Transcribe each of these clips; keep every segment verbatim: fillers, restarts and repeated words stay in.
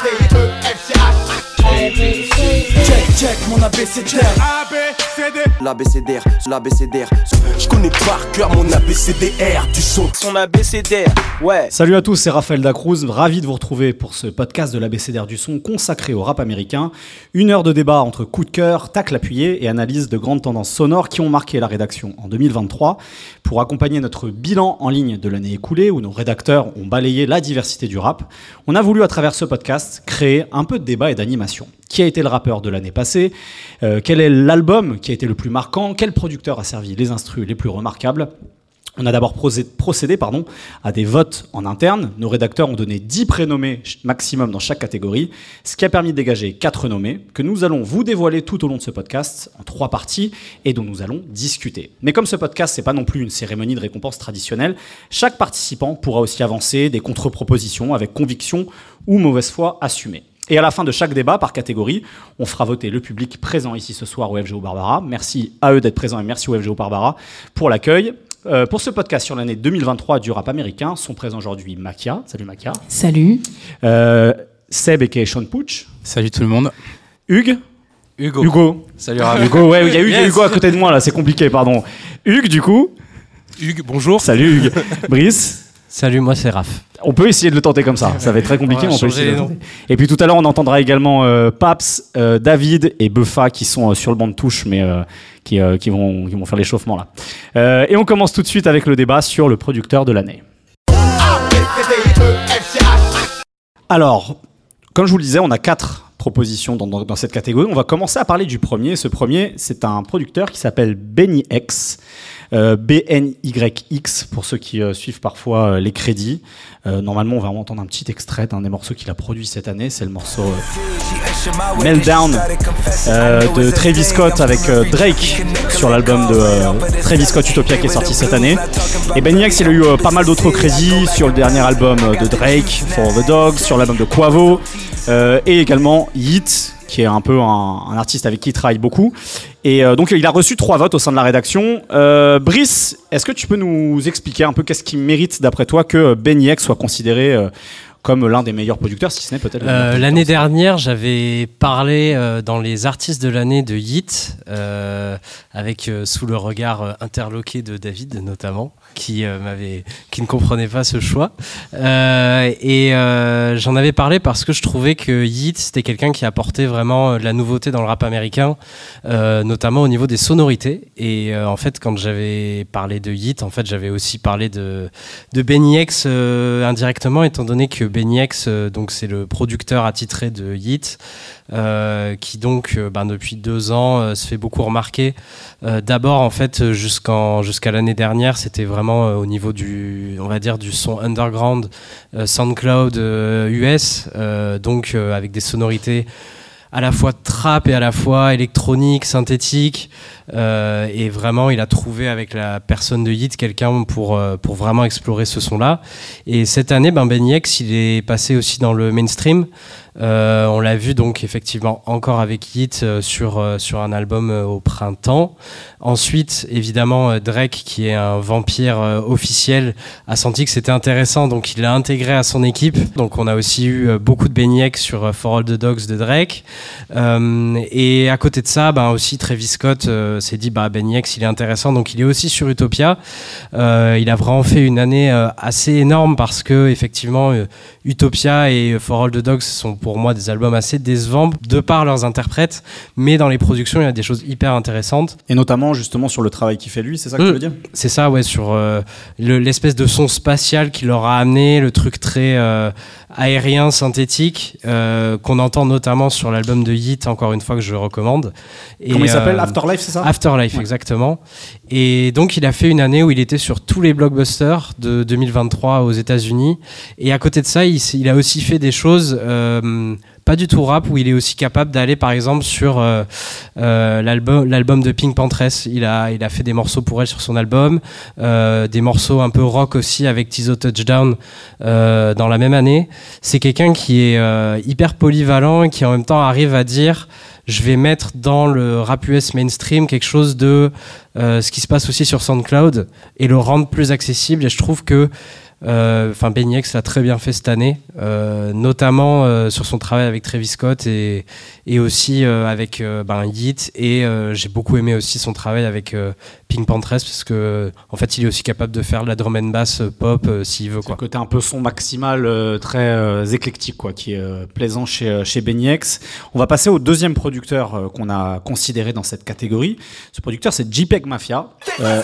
D, E, F, G, H. Check, check, mon A B C D R. A, B, C, D. L'A B C D R, l'A B C D R. Je connais par cœur mon A B C D R du son. Son A B C D R, ouais. Salut à tous, c'est Raphaël Dacruz, ravi de vous retrouver pour ce podcast de l'A B C D R du son consacré au rap américain. Une heure de débat entre coup de cœur, tacle appuyé et analyse de grandes tendances sonores qui ont marqué la rédaction en deux mille vingt-trois. Pour accompagner notre bilan en ligne de l'année écoulée, où nos rédacteurs ont balayé la diversité du rap, on a voulu à travers ce podcast créer un peu de débat et d'animation. Qui a été le rappeur de l'année passée ? euh, Quel est l'album qui a été le plus marquant ? Quel producteur a servi les instrus les plus remarquables ? On a d'abord procédé pardon, à des votes en interne. Nos rédacteurs ont donné dix prénommés maximum dans chaque catégorie, ce qui a permis de dégager quatre nommés que nous allons vous dévoiler tout au long de ce podcast en trois parties et dont nous allons discuter. Mais comme ce podcast, c'est pas non plus une cérémonie de récompense traditionnelle, chaque participant pourra aussi avancer des contre-propositions avec conviction ou mauvaise foi assumée. Et à la fin de chaque débat par catégorie, on fera voter le public présent ici ce soir au F G O Barbara. Merci à eux d'être présents et merci au F G O Barbara pour l'accueil. Euh, pour ce podcast sur l'année deux mille vingt-trois du rap américain, sont présents aujourd'hui Makia. Salut Makia. Salut. Euh, Seb et Sean Pooch. Salut tout le monde. Hugues. Hugo. Hugo. Salut Raph. Hugo, ouais, il y a Hugues Yes. et Hugo à côté de moi là, c'est compliqué, pardon. Hugues du coup. Hugues, bonjour. Salut Hugues. Brice. Salut, moi c'est Raph. On peut essayer de le tenter comme ça, ça va être très compliqué, On va mais on peut changer essayer de le les tenter. Et puis tout à l'heure, on entendra également euh, Paps, euh, David et Buffa qui sont euh, sur le banc de touche, mais euh, qui, euh, qui, vont, qui vont faire l'échauffement là. Euh, et on commence tout de suite avec le débat sur le producteur de l'année. A, B, C, D, E, F, G, H. Alors, comme je vous le disais, on a quatre propositions dans, dans, dans cette catégorie. On va commencer à parler du premier. Ce premier, c'est un producteur qui s'appelle Benny X. Euh, B N Y X pour ceux qui euh, suivent parfois euh, les crédits. Euh, normalement, on va entendre un petit extrait d'un des morceaux qu'il a produit cette année. C'est le morceau euh, Meltdown euh, de Travis Scott avec euh, Drake sur l'album de euh, Travis Scott Utopia qui est sorti cette année. Et Benny X, il a eu euh, pas mal d'autres crédits sur le dernier album de Drake, For the Dogs, sur l'album de Quavo euh, et également Yeat, qui est un peu un, un artiste avec qui il travaille beaucoup. Et euh, donc il a reçu trois votes au sein de la rédaction. Euh, Brice, est-ce que tu peux nous expliquer un peu qu'est-ce qui mérite d'après toi que Benny X soit considéré euh, comme l'un des meilleurs producteurs, si ce n'est peut-être le meilleur Euh, l'année dernière, j'avais parlé euh, dans les artistes de l'année de Yeat, euh, avec euh, sous le regard euh, interloqué de David notamment, qui euh, m'avait, qui ne comprenait pas ce choix. Euh, et euh, j'en avais parlé parce que je trouvais que Yeat, c'était quelqu'un qui apportait vraiment euh, de la nouveauté dans le rap américain, euh, notamment au niveau des sonorités. Et euh, en fait, quand j'avais parlé de Yeat, en fait, j'avais aussi parlé de de Benny X euh, indirectement, étant donné que Benny X, euh, donc c'est le producteur attitré de Yeat, euh, qui donc euh, ben, depuis deux ans euh, se fait beaucoup remarquer. Euh, d'abord en fait jusqu'en jusqu'à l'année dernière, c'était vraiment euh, au niveau du, on va dire du son underground, euh, SoundCloud euh, U S, euh, donc euh, avec des sonorités à la fois trap et à la fois électronique, synthétique, euh, et vraiment il a trouvé avec la personne de Yeat quelqu'un pour, euh, pour vraiment explorer ce son-là. Et cette année, ben, Benny X, il est passé aussi dans le mainstream. Euh, on l'a vu donc effectivement encore avec Yeat euh, sur, euh, sur un album euh, au printemps. Ensuite, évidemment, euh, Drake, qui est un vampire euh, officiel, a senti que c'était intéressant, donc il l'a intégré à son équipe. Donc on a aussi eu euh, beaucoup de Benny X sur euh, For All the Dogs de Drake. Euh, et à côté de ça, ben, aussi Travis Scott euh, s'est dit bah, Benny X, il est intéressant, donc il est aussi sur Utopia. Euh, il a vraiment fait une année euh, assez énorme parce que effectivement euh, Utopia et For All the Dogs sont pour moi des albums assez décevants de par leurs interprètes, mais dans les productions il y a des choses hyper intéressantes. Et notamment justement sur le travail qu'il fait lui, c'est ça que mmh, tu veux dire ? C'est ça, ouais, sur euh, le, l'espèce de son spatial qu'il leur a amené, le truc très euh, aérien, synthétique, euh, qu'on entend notamment sur l'album de Yeat, encore une fois que je recommande. Et, Comment il s'appelle ? euh, Afterlife, c'est ça ? Afterlife, Ouais. Exactement. Et donc il a fait une année où il était sur tous les blockbusters de deux mille vingt-trois aux États-Unis. Et à côté de ça, il, il a aussi fait des choses euh, pas du tout rap, où il est aussi capable d'aller par exemple sur euh, euh, l'album, l'album de Pink Panthers. Il a, il a fait des morceaux pour elle sur son album, euh, des morceaux un peu rock aussi avec Tizo Touchdown euh, dans la même année. C'est quelqu'un qui est euh, hyper polyvalent et qui en même temps arrive à dire je vais mettre dans le rap U S mainstream quelque chose de euh, ce qui se passe aussi sur SoundCloud et le rendre plus accessible. Et je trouve que Enfin, euh, Benny X l'a très bien fait cette année, euh, notamment euh, sur son travail avec Travis Scott et, et aussi euh, avec euh, ben, Yeat. Et euh, j'ai beaucoup aimé aussi son travail avec euh, Pink Panthers parce que en fait, il est aussi capable de faire de la drum and bass euh, pop euh, s'il veut. C'est le côté un peu son maximal euh, très euh, éclectique, quoi, qui est euh, plaisant chez euh, chez Benny X. On va passer au deuxième producteur euh, qu'on a considéré dans cette catégorie. Ce producteur, c'est JPEG Mafia. Euh,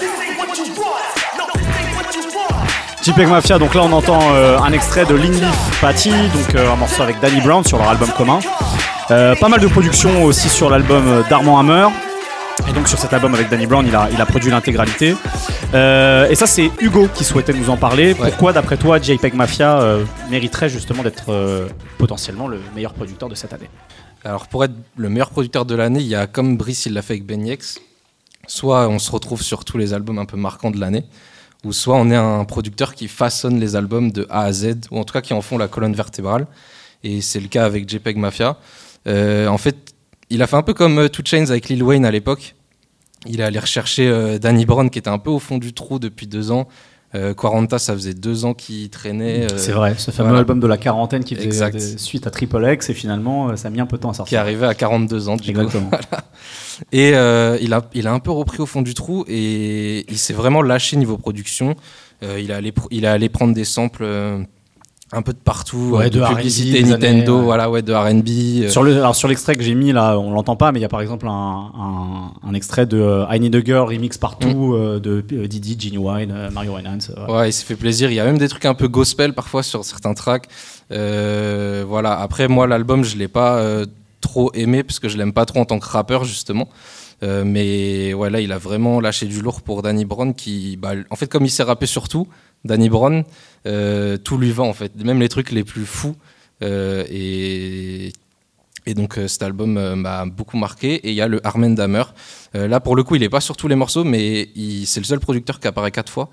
JPEG Mafia, donc là on entend euh, un extrait de Lean Leaf Patty, donc euh, un morceau avec Danny Brown sur leur album commun. Euh, pas mal de productions aussi sur l'album d'Armand Hammer. Et donc sur cet album avec Danny Brown, il a, il a produit l'intégralité. Euh, et ça c'est Hugo qui souhaitait nous en parler. Ouais. Pourquoi d'après toi JPEG Mafia euh, mériterait justement d'être euh, potentiellement le meilleur producteur de cette année? Alors pour être le meilleur producteur de l'année, il y a comme Brice il l'a fait avec Benny X, soit on se retrouve sur tous les albums un peu marquants de l'année, ou soit on est un producteur qui façonne les albums de A à Z, ou en tout cas qui en font la colonne vertébrale. Et c'est le cas avec JPEG Mafia. Euh, en fait, il a fait un peu comme two Chainz avec Lil Wayne à l'époque. Il est allé rechercher euh, Danny Brown qui était un peu au fond du trou depuis deux ans. Euh, Quaranta, ça faisait deux ans qu'il traînait. Euh, c'est vrai, ce fameux voilà. album de la quarantaine qui faisait exact. Des, suite à Triple X et finalement ça a mis un peu de temps à sortir. Qui est arrivé à quarante-deux ans. Du Exactement. Coup, voilà. Et euh, il, a, il a un peu repris au fond du trou et il s'est vraiment lâché niveau production. Euh, il, est allé, il est allé prendre des samples euh, un peu de partout, ouais, euh, de, de publicité R and B, Nintendo, années, ouais. voilà, ouais, de R and B. Euh. Sur, le, alors sur l'extrait que j'ai mis là, on l'entend pas, mais il y a par exemple un, un, un extrait de euh, I Need a Girl remix partout mm. euh, de euh, Diddy, Genuine, euh, Mario Winans. Euh, ouais. ouais, il s'est fait plaisir. Il y a même des trucs un peu gospel parfois sur certains tracks. Euh, voilà. Après, moi, l'album, je l'ai pas euh, trop aimé parce que je l'aime pas trop en tant que rappeur justement. Euh, mais ouais, là, il a vraiment lâché du lourd pour Danny Brown qui, bah, en fait, comme il s'est rappé sur tout, Danny Brown, euh, tout lui va en fait, même les trucs les plus fous. Euh, et, et donc euh, cet album euh, m'a beaucoup marqué. Et il y a le Armen Hammer. Euh, là, pour le coup, il est pas sur tous les morceaux, mais il, c'est le seul producteur qui apparaît quatre fois.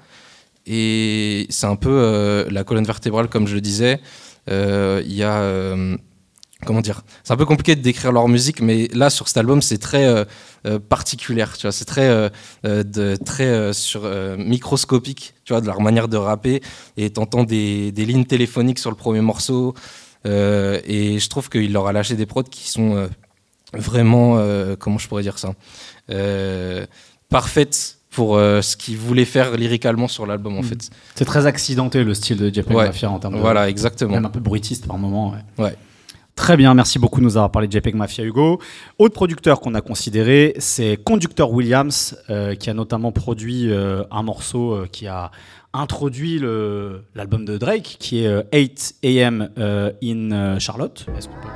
Et c'est un peu euh, la colonne vertébrale, comme je le disais. Il euh, y a euh, comment dire, c'est un peu compliqué de décrire leur musique, mais là sur cet album c'est très euh, euh, particulière, tu vois, c'est très euh, de, très euh, sur euh, microscopique, tu vois, de leur manière de rapper, et t'entends des, des lignes téléphoniques sur le premier morceau, euh, et je trouve qu'il leur a lâché des prods qui sont euh, vraiment, euh, comment je pourrais dire ça, euh, parfaites pour euh, ce qu'il voulait faire lyricalement sur l'album en mmh. fait. C'est très accidenté le style de JPEG ouais. Mafia en termes de, voilà, exactement, même un peu bruitiste par moment. Ouais. ouais. Très bien, merci beaucoup de nous avoir parlé de JPEG Mafia, Hugo. Autre producteur qu'on a considéré, c'est Conductor Williams, euh, qui a notamment produit euh, un morceau euh, qui a introduit le, l'album de Drake, qui est euh, eight a.m. Euh, in euh, Charlotte. Est-ce qu'on peut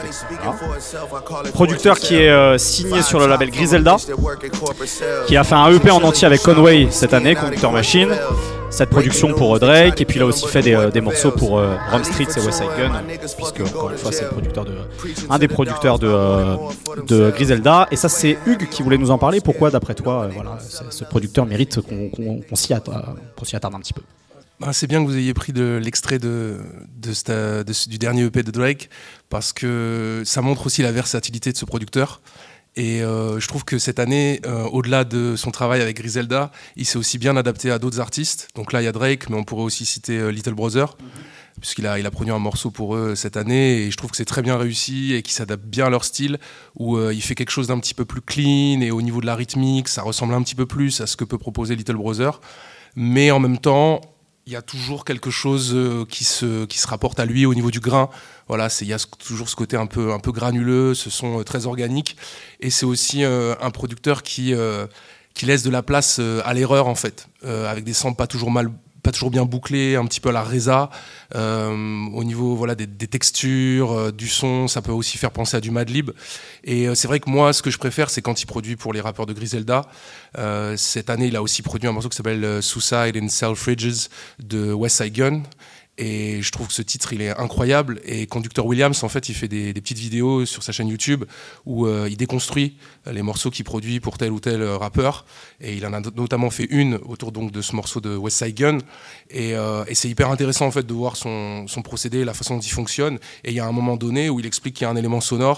ah. Producteur qui est euh, signé sur le label Griselda, qui a fait un E P en entier avec Conway cette année, Conductor Machine. Cette production pour Drake, et puis il a aussi fait des, euh, des morceaux pour euh, Rome Streetz et West Side Gun, puisque encore une fois c'est le producteur de, un des producteurs de, euh, de Griselda. Et ça c'est Hugues qui voulait nous en parler. Pourquoi d'après toi euh, voilà, ce producteur mérite qu'on, qu'on, qu'on, s'y attarde, qu'on s'y attarde un petit peu? Ben, c'est bien que vous ayez pris de l'extrait de, de, de, de, du dernier E P de Drake, parce que ça montre aussi la versatilité de ce producteur. Et euh, je trouve que cette année, euh, au-delà de son travail avec Griselda, il s'est aussi bien adapté à d'autres artistes. Donc là, il y a Drake, mais on pourrait aussi citer euh, Little Brother, mm-hmm. puisqu'il a, il a produit un morceau pour eux cette année. Et je trouve que c'est très bien réussi et qu'il s'adapte bien à leur style, où euh, il fait quelque chose d'un petit peu plus clean. Et au niveau de la rythmique, ça ressemble un petit peu plus à ce que peut proposer Little Brother. Mais en même temps, il y a toujours quelque chose euh, qui, se, qui se rapporte à lui au niveau du grain. Voilà, c'est, il y a ce, toujours ce côté un peu, un peu granuleux, ce son euh, très organique. Et c'est aussi euh, un producteur qui, euh, qui laisse de la place euh, à l'erreur, en fait, euh, avec des samples pas toujours mal, pas toujours bien bouclés, un petit peu à la Reza. Euh, au niveau voilà, des, des textures, euh, du son, ça peut aussi faire penser à du Madlib. Et euh, c'est vrai que moi, ce que je préfère, c'est quand il produit pour les rappeurs de Griselda. Euh, cette année, il a aussi produit un morceau qui s'appelle euh, Suicide in Selfridges de West Side Gun. Et je trouve que ce titre, il est incroyable. Et Conductor Williams, en fait, il fait des, des petites vidéos sur sa chaîne YouTube où euh, il déconstruit les morceaux qu'il produit pour tel ou tel euh, rappeur. Et il en a notamment fait une autour donc, de ce morceau de West Side Gun. Et, euh, et c'est hyper intéressant en fait, de voir son, son procédé, la façon dont il fonctionne. Et il y a un moment donné où il explique qu'il y a un élément sonore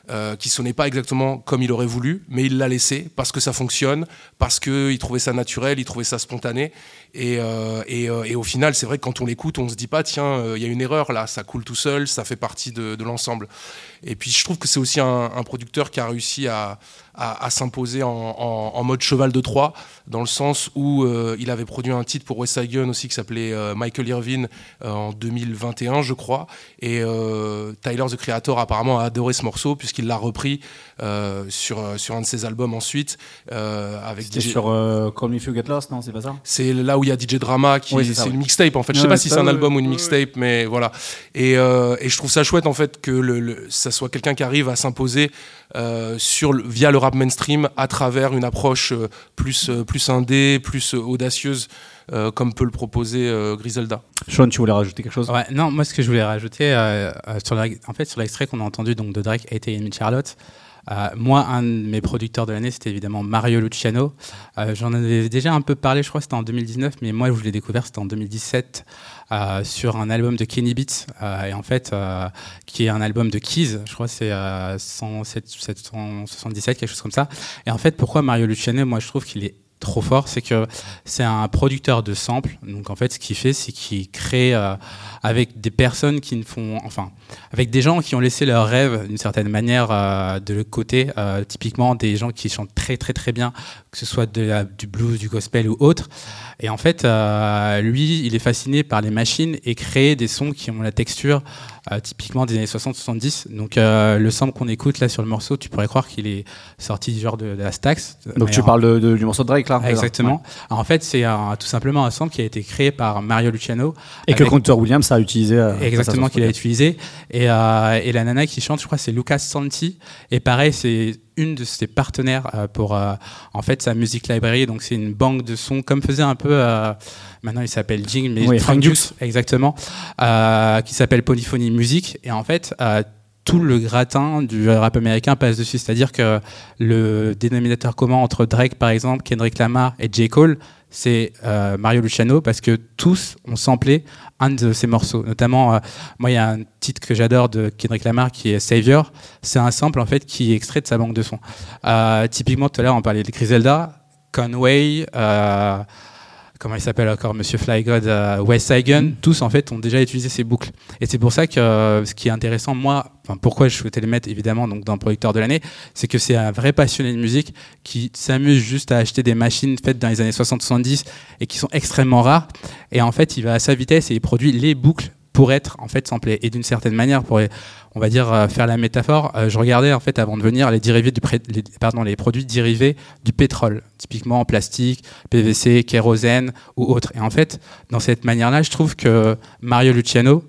euh, qui sonnait pas exactement comme il aurait voulu, mais il l'a laissé parce que ça fonctionne, parce qu'il trouvait ça naturel, il trouvait ça spontané. Et, euh, et, euh, et au final, c'est vrai que quand on l'écoute, on se dit pas, tiens, il euh, y a une erreur là, ça coule tout seul, ça fait partie de, de l'ensemble. Et puis je trouve que c'est aussi un, un producteur qui a réussi à, à, à s'imposer en, en, en mode cheval de Troie, dans le sens où euh, il avait produit un titre pour West Side Gun aussi qui s'appelait euh, Michael Irvin euh, en deux mille vingt et un, je crois. Et euh, Tyler, the Creator, apparemment a adoré ce morceau puisqu'il l'a repris euh, sur, sur un de ses albums ensuite. Euh, avec C'était D J... sur euh, Call Me If You Get Lost, non, c'est pas ça? C'est là où il y a D J Drama, qui oui, c'est, c'est, ça, c'est oui. une mixtape en fait. Je sais ouais, pas si c'est un ouais, album ouais, ou une mixtape, ouais. mais voilà. Et, euh, et je trouve ça chouette en fait que le, le, ça soit quelqu'un qui arrive à s'imposer euh, sur le, via le rap mainstream à travers une approche euh, plus euh, plus indé, plus euh, audacieuse, euh, comme peut le proposer euh, Griselda. Sean, tu voulais rajouter quelque chose? Ouais, non, moi ce que je voulais rajouter, euh, euh, sur la, en fait sur l'extrait qu'on a entendu donc de Drake, A T and Charlotte. Euh, moi, un de mes producteurs de l'année, c'était évidemment Mario Luciano. Euh, j'en avais déjà un peu parlé, je crois que c'était en deux mille dix-neuf, mais moi, je l'ai découvert, c'était en deux mille dix-sept, euh, sur un album de Kenny Beats, euh, et en fait, euh, qui est un album de Keys, je crois que c'est euh, cent sept, sept cent soixante-dix-sept, quelque chose comme ça. Et en fait, pourquoi Mario Luciano, moi, je trouve qu'il est trop fort, c'est que c'est un producteur de samples. Donc en fait, ce qu'il fait, c'est qu'il crée euh, avec des personnes qui ne font, enfin, avec des gens qui ont laissé leurs rêves d'une certaine manière euh, de côté. Euh, typiquement, des gens qui chantent très très très bien, que ce soit de la, du blues, du gospel ou autre. Et en fait, euh, lui, il est fasciné par les machines et crée des sons qui ont la texture euh, typiquement des années soixante soixante-dix. Donc euh, le sample qu'on écoute là sur le morceau, tu pourrais croire qu'il est sorti du genre de, de la Stax. Donc tu en... parles de, de, du morceau de Drake là? Exactement. Ouais. Alors, en fait, c'est un, tout simplement un sample qui a été créé par Mario Luciano. Et que Conter Williams a utilisé. Euh, exactement, qu'il a utilisé. Et, euh, et la nana qui chante, je crois, c'est Lucas Santi. Et pareil, c'est une de ses partenaires euh, pour euh, en fait sa music library. Donc c'est une banque de sons, comme faisait un peu. Euh, maintenant, il s'appelle Jing, mais oui, Frank Dukes, exactement, euh, qui s'appelle Polyphony Music. Et en fait. Euh, tout le gratin du rap américain passe dessus. C'est-à-dire que le dénominateur commun entre Drake, par exemple, Kendrick Lamar et J. Cole, c'est euh, Mario Luciano, parce que tous ont samplé un de ses morceaux. Notamment, euh, moi, il y a un titre que j'adore de Kendrick Lamar qui est Savior. C'est un sample, en fait, qui est extrait de sa banque de sons. Euh, typiquement, tout à l'heure, on parlait de Griselda, Conway... Euh, comment il s'appelle encore, Monsieur Fly God, euh, West Side Gun, mm. tous en fait ont déjà utilisé ces boucles. Et c'est pour ça que euh, ce qui est intéressant, moi, enfin, pourquoi je souhaitais les mettre évidemment donc, dans le producteur de l'année, c'est que c'est un vrai passionné de musique qui s'amuse juste à acheter des machines faites dans les années soixante soixante-dix et qui sont extrêmement rares. Et en fait, il va à sa vitesse et il produit les boucles pour être en fait samplé. Et d'une certaine manière, pour, on va dire, euh, faire la métaphore, euh, je regardais en fait avant de venir les dérivés du pré- les, pardon, les produits dérivés du pétrole, typiquement en plastique, P V C, kérosène ou autre. Et en fait, dans cette manière-là, je trouve que Mario Luciano,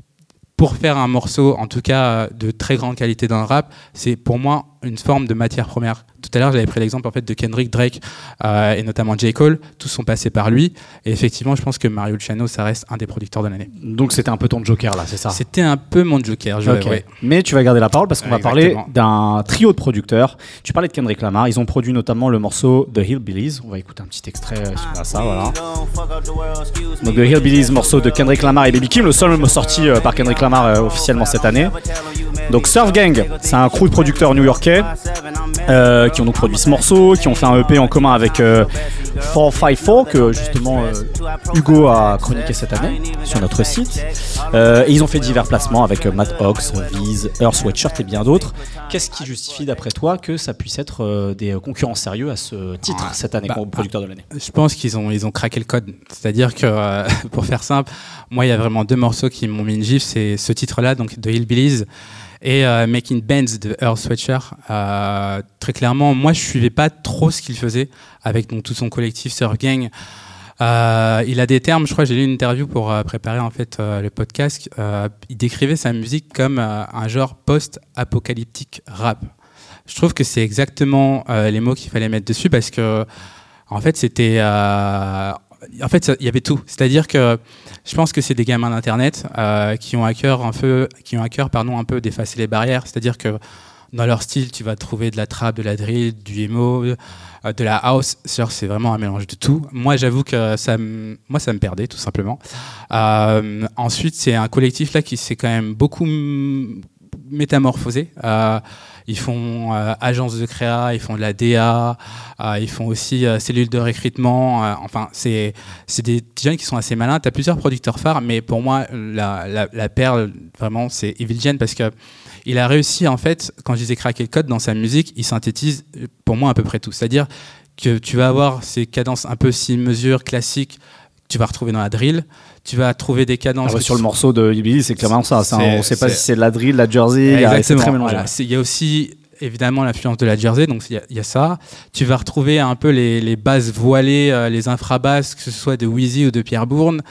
pour faire un morceau, en tout cas de très grande qualité dans le rap, c'est pour moi une forme de matière première. Tout à l'heure, j'avais pris l'exemple en fait de Kendrick, Drake euh, et notamment J. Cole. Tous sont passés par lui. Et effectivement, je pense que Mario Luciano, ça reste un des producteurs de l'année. Donc c'était un peu ton joker là, c'est ça? C'était un peu mon joker, je okay. ouais. Mais tu vas garder la parole parce qu'on ouais, va parler d'un trio de producteurs. Tu parlais de Kendrick Lamar. Ils ont produit notamment le morceau The Hillbillies. On va écouter un petit extrait euh, sur ça, voilà. Donc The Hillbillies, morceau de Kendrick Lamar et Baby Kim, le seul sorti euh, par Kendrick Lamar euh, officiellement cette année. Donc Surf Gang, c'est un crew de producteurs new-yorkais euh, qui ont donc produit ce morceau, qui ont fait un E P en commun avec euh, quatre cinq quatre que justement euh, Hugo a chroniqué cette année sur notre site. Euh, et ils ont fait divers placements avec euh, Matt Ox, Viz, Earth Sweatshirt et bien d'autres. Qu'est-ce qui justifie d'après toi que ça puisse être euh, des concurrents sérieux à ce titre ah, cette année bah, comme producteur de l'année? Je pense qu'ils ont, ils ont craqué le code. C'est-à-dire que, euh, pour faire simple, moi il y a vraiment deux morceaux qui m'ont mis une gifle. C'est ce titre-là, donc de Hillbillies, et euh, Making Bands de Earl Sweatshirt. Euh, très clairement, moi je suivais pas trop ce qu'il faisait avec donc, tout son collectif Surf Gang. Euh, il a des termes, je crois, j'ai lu une interview pour euh, préparer en fait euh, le podcast. Euh, il décrivait sa musique comme euh, un genre post-apocalyptique rap. Je trouve que c'est exactement euh, les mots qu'il fallait mettre dessus parce que en fait c'était euh, en fait, il y avait tout. C'est-à-dire que je pense que c'est des gamins d'internet euh, qui ont à cœur un peu, qui ont à cœur, pardon, un peu d'effacer les barrières. C'est-à-dire que dans leur style, tu vas trouver de la trap, de la drill, du emo, euh, de la house. C'est vraiment un mélange de tout. Moi, j'avoue que ça, m- moi, ça me perdait tout simplement. Euh, ensuite, c'est un collectif là qui s'est quand même beaucoup m- métamorphosé. Euh, ils font euh, agence de créa, ils font de la D A, euh, ils font aussi euh, cellule de recrutement. Euh, enfin, c'est, c'est des jeunes qui sont assez malins. Tu as plusieurs producteurs phares, mais pour moi, la, la, la perle, vraiment, c'est Evilgen parce que il a réussi, en fait, quand je disais craquer le code dans sa musique, il synthétise pour moi à peu près tout. C'est-à-dire que tu vas avoir ces cadences un peu si mesure classiques, tu vas retrouver dans la drill, tu vas trouver des cadences. Ah ouais, sur le morceau de Hillbilly, c'est clairement ça. C'est, on ne sait pas c'est... si c'est de la drill, de la jersey. Exactement. C'est très mélangé. Voilà. Il y a aussi évidemment l'influence de la jersey, donc il y, y a ça. Tu vas retrouver un peu les, les basses voilées, euh, les infrabasses, que ce soit de Wheezy ou de Pierre Bourne.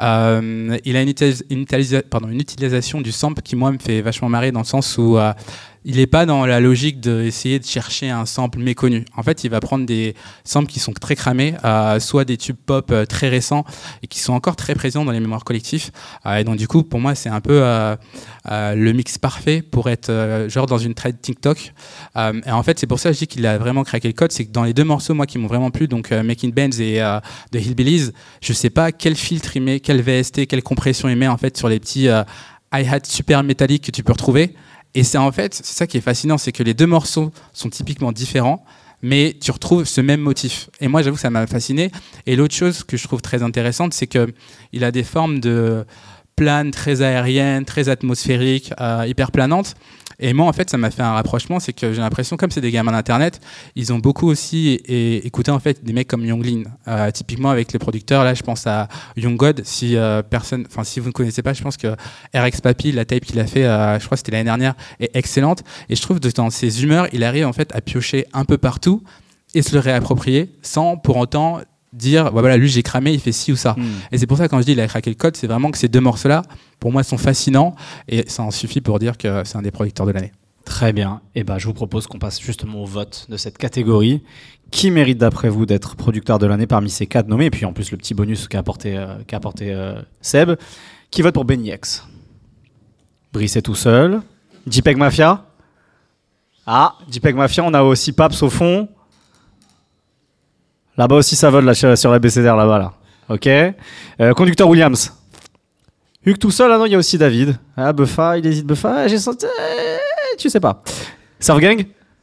Euh, il a une, utilis- une, utilisa- pardon, une utilisation du sample qui moi me fait vachement marrer dans le sens où euh, il n'est pas dans la logique d'essayer de chercher un sample méconnu. En fait, il va prendre des samples qui sont très cramés, euh, soit des tubes pop euh, très récents et qui sont encore très présents dans les mémoires collectifs. Euh, et donc, du coup, pour moi, c'est un peu euh, euh, le mix parfait pour être euh, genre dans une trend TikTok. Euh, et en fait, c'est pour ça que je dis qu'il a vraiment craqué le code. C'est que dans les deux morceaux, moi, qui m'ont vraiment plu, donc euh, Making Bands et euh, The Hillbillies, je sais pas quel filtre il met, quel V S T, quelle compression il met en fait sur les petits euh, hi-hats super métalliques que tu peux retrouver. Et c'est en fait, c'est ça qui est fascinant, c'est que les deux morceaux sont typiquement différents, mais tu retrouves ce même motif. Et moi, j'avoue que ça m'a fasciné. Et l'autre chose que je trouve très intéressante, c'est qu'il a des formes de planes très aériennes, très atmosphériques, euh, hyper planantes. Et moi, en fait, ça m'a fait un rapprochement, c'est que j'ai l'impression, comme c'est des gamins d'Internet, ils ont beaucoup aussi é- écouté en fait des mecs comme Younglin. Euh, typiquement avec les producteurs, là, je pense à Young God. Si euh, personne, enfin, si vous ne connaissez pas, je pense que R X Papi, la tape qu'il a fait, euh, je crois que c'était l'année dernière, est excellente. Et je trouve que dans ses humeurs, il arrive en fait à piocher un peu partout et se le réapproprier sans pour autant dire bah voilà, lui j'ai cramé, il fait ci ou ça. Mm. Et c'est pour ça que quand je dis il a craqué le code, c'est vraiment que ces deux morceaux là pour moi sont fascinants et ça en suffit pour dire que c'est un des producteurs de l'année. Très bien, et ben je vous propose qu'on passe justement au vote de cette catégorie. Qui mérite d'après vous d'être producteur de l'année parmi ces quatre nommés, et puis en plus le petit bonus qu'a apporté, euh, qu'a apporté euh, Seb. Qui vote pour Benny X? Brice est tout seul. JPEG Mafia? Ah, JPEG Mafia, on a aussi Paps au fond. Là-bas aussi, ça vole là, sur la B C D R, là-bas. Là. Ok. Euh, conducteur Williams. Hugues tout seul, ah non, il y a aussi David. Ah, Buffa, il hésite, Buffa, j'ai senti... Tu sais pas. Surf Gang?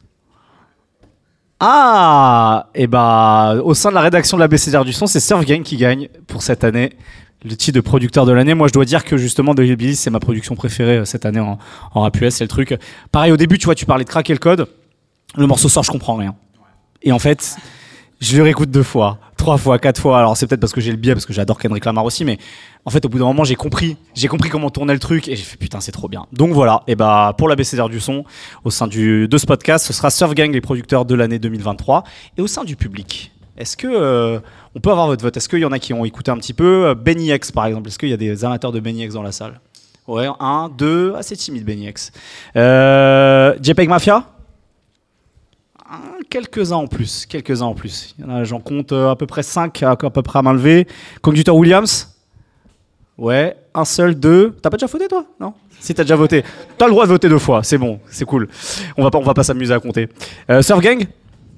Ah, et bah, au sein de la rédaction de la B C D R du son, c'est Surf Gang qui gagne pour cette année le titre de producteur de l'année. Moi, je dois dire que justement, The Hillbillies, c'est ma production préférée cette année en, en rap U S, c'est le truc. Pareil, au début, tu vois, tu parlais de craquer le code. Le morceau sort, je comprends rien. Et en fait... je le réécoute deux fois, trois fois, quatre fois. Alors c'est peut-être parce que j'ai le biais, parce que j'adore Kendrick Lamar aussi, mais en fait au bout d'un moment j'ai compris, j'ai compris comment tournait le truc et j'ai fait putain c'est trop bien. Donc voilà, et bah pour la B C D R du son, au sein du de ce podcast, ce sera Surf Gang les producteurs de l'année deux mille vingt-trois et au sein du public. Est-ce que euh, on peut avoir votre vote? Est-ce qu'il y en a qui ont écouté un petit peu Benny X par exemple? Est-ce qu'il y a des amateurs de Benny X dans la salle? Ouais, un, deux, assez timide Benny X. Euh, JPEG Mafia? Quelques-uns en plus, quelques-uns en plus. Il y en a, j'en compte euh, à peu près cinq, à, à peu près à main levée. Conducteur Williams? Ouais, un seul, deux. T'as pas déjà voté toi? Non? Si t'as déjà voté. T'as le droit de voter deux fois, c'est bon, c'est cool. On va pas, on va pas s'amuser à compter. Euh, Surf Gang?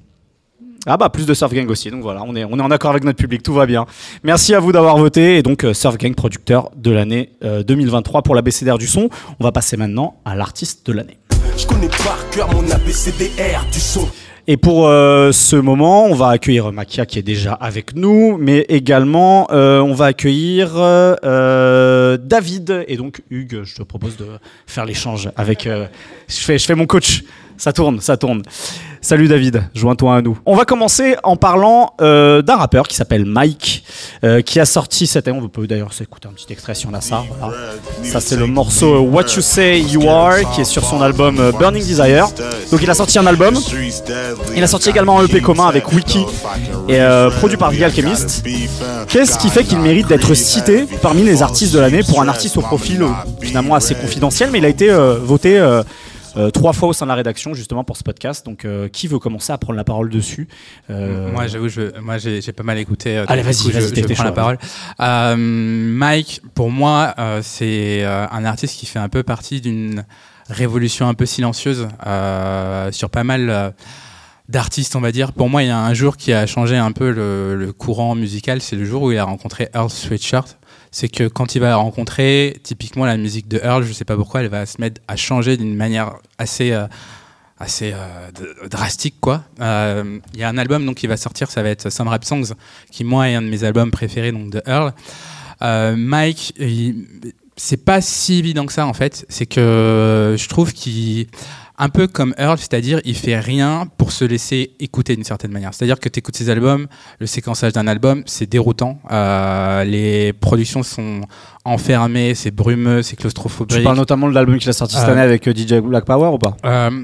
Ah bah plus de Surf Gang aussi, donc voilà, on est, on est en accord avec notre public, tout va bien. Merci à vous d'avoir voté, et donc euh, Surf Gang, producteur de l'année euh, deux mille vingt-trois pour la B C D R du son. On va passer maintenant à l'artiste de l'année. Je connais par cœur mon A B C D R du son. Et pour euh, ce moment, on va accueillir Makia qui est déjà avec nous, mais également euh, on va accueillir euh, David. Et donc Hugues, je te propose de faire l'échange avec... Euh, je fais, je fais mon coach, ça tourne, ça tourne. Salut David, joins-toi à nous. On va commencer en parlant euh, d'un rappeur qui s'appelle Mike, euh, qui a sorti cette année, on peut d'ailleurs s'écouter un petit extrait si on a ça. Voilà. Ça c'est le morceau What You Say You Are, qui est sur son album euh, Burning Desire. Donc il a sorti un album, il a sorti également un E P commun avec Wiki, et euh, produit par The Alchemist. Qu'est-ce qui fait qu'il mérite d'être cité parmi les artistes de l'année pour un artiste au profil euh, finalement assez confidentiel, mais il a été euh, voté... Euh, Euh, trois fois au sein de la rédaction justement pour ce podcast. Donc euh, qui veut commencer à prendre la parole dessus? euh... Moi j'avoue, je, moi j'ai, j'ai pas mal écouté. Euh, Allez vas-y, coup, vas-y, je, je prends la parole. Euh, Mike, pour moi, euh, c'est euh, un artiste qui fait un peu partie d'une révolution un peu silencieuse euh, sur pas mal euh, d'artistes, on va dire. Pour moi, il y a un jour qui a changé un peu le, le courant musical. C'est le jour où il a rencontré Earl Sweatshirt. c'est que quand il va la rencontrer, typiquement la musique de Earl, je sais pas pourquoi, elle va se mettre à changer d'une manière assez euh, assez euh, d- drastique quoi. Il euh, y a un album donc qui va sortir, ça va être Some Rap Songs, qui moi est un de mes albums préférés donc de Earl. Euh, Mike, il, c'est pas si évident que ça en fait, c'est que je trouve qu'il un peu comme Earl, c'est-à-dire il fait rien pour se laisser écouter d'une certaine manière. C'est-à-dire que tu écoutes ses albums, le séquençage d'un album, c'est déroutant. Euh, les productions sont enfermées, c'est brumeux, c'est claustrophobique. Tu parles notamment de l'album qu'il a sorti cette euh, année avec D J Black Power ou pas? euh,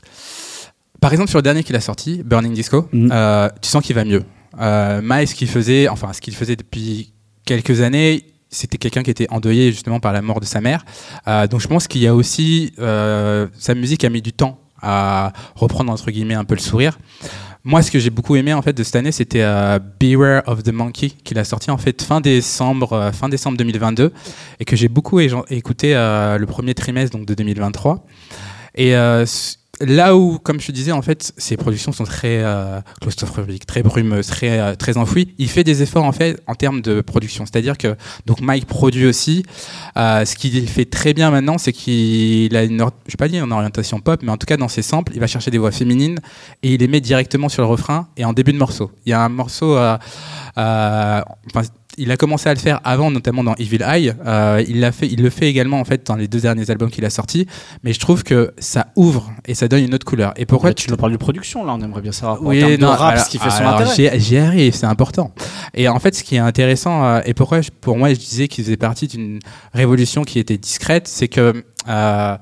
Par exemple, sur le dernier qu'il a sorti, Burning Disco, mm. euh, tu sens qu'il va mieux. Euh, Miles, ce qu'il faisait, enfin ce qu'il faisait depuis quelques années, c'était quelqu'un qui était endeuillé justement par la mort de sa mère. Euh, donc je pense qu'il y a aussi... Euh, sa musique a mis du temps à reprendre entre guillemets un peu le sourire. Moi, ce que j'ai beaucoup aimé en fait de cette année, c'était euh, Beware of the Monkey qu'il a sorti en fait fin décembre, euh, fin décembre deux mille vingt-deux, et que j'ai beaucoup é- écouté euh, le premier trimestre donc de deux mille vingt-trois. Et euh, là où, comme je te disais, en fait, ses productions sont très euh, claustrophobiques, très brumeuses, très euh, très enfouies. Il fait des efforts en fait en termes de production, c'est-à-dire que donc Mike produit aussi. Euh, ce qu'il fait très bien maintenant, c'est qu'il a une, or- je vais pas dire une orientation pop, mais en tout cas dans ses samples, il va chercher des voix féminines et il les met directement sur le refrain et en début de morceau. Il y a un morceau, euh, euh, enfin, il a commencé à le faire avant, notamment dans Evil Eye. Euh, il l'a fait, il le fait également en fait dans les deux derniers albums qu'il a sortis. Mais je trouve que ça ouvre et ça donne une autre couleur. Et pourquoi tu nous parles de production là? On aimerait bien savoir. Oui, en termes non, de rap, alors, ce qui fait son alors, intérêt. J'y, j'y arrive, c'est important. Et en fait, ce qui est intéressant euh, et pourquoi je, pour moi je disais qu'il faisait partie d'une révolution qui était discrète, c'est que euh,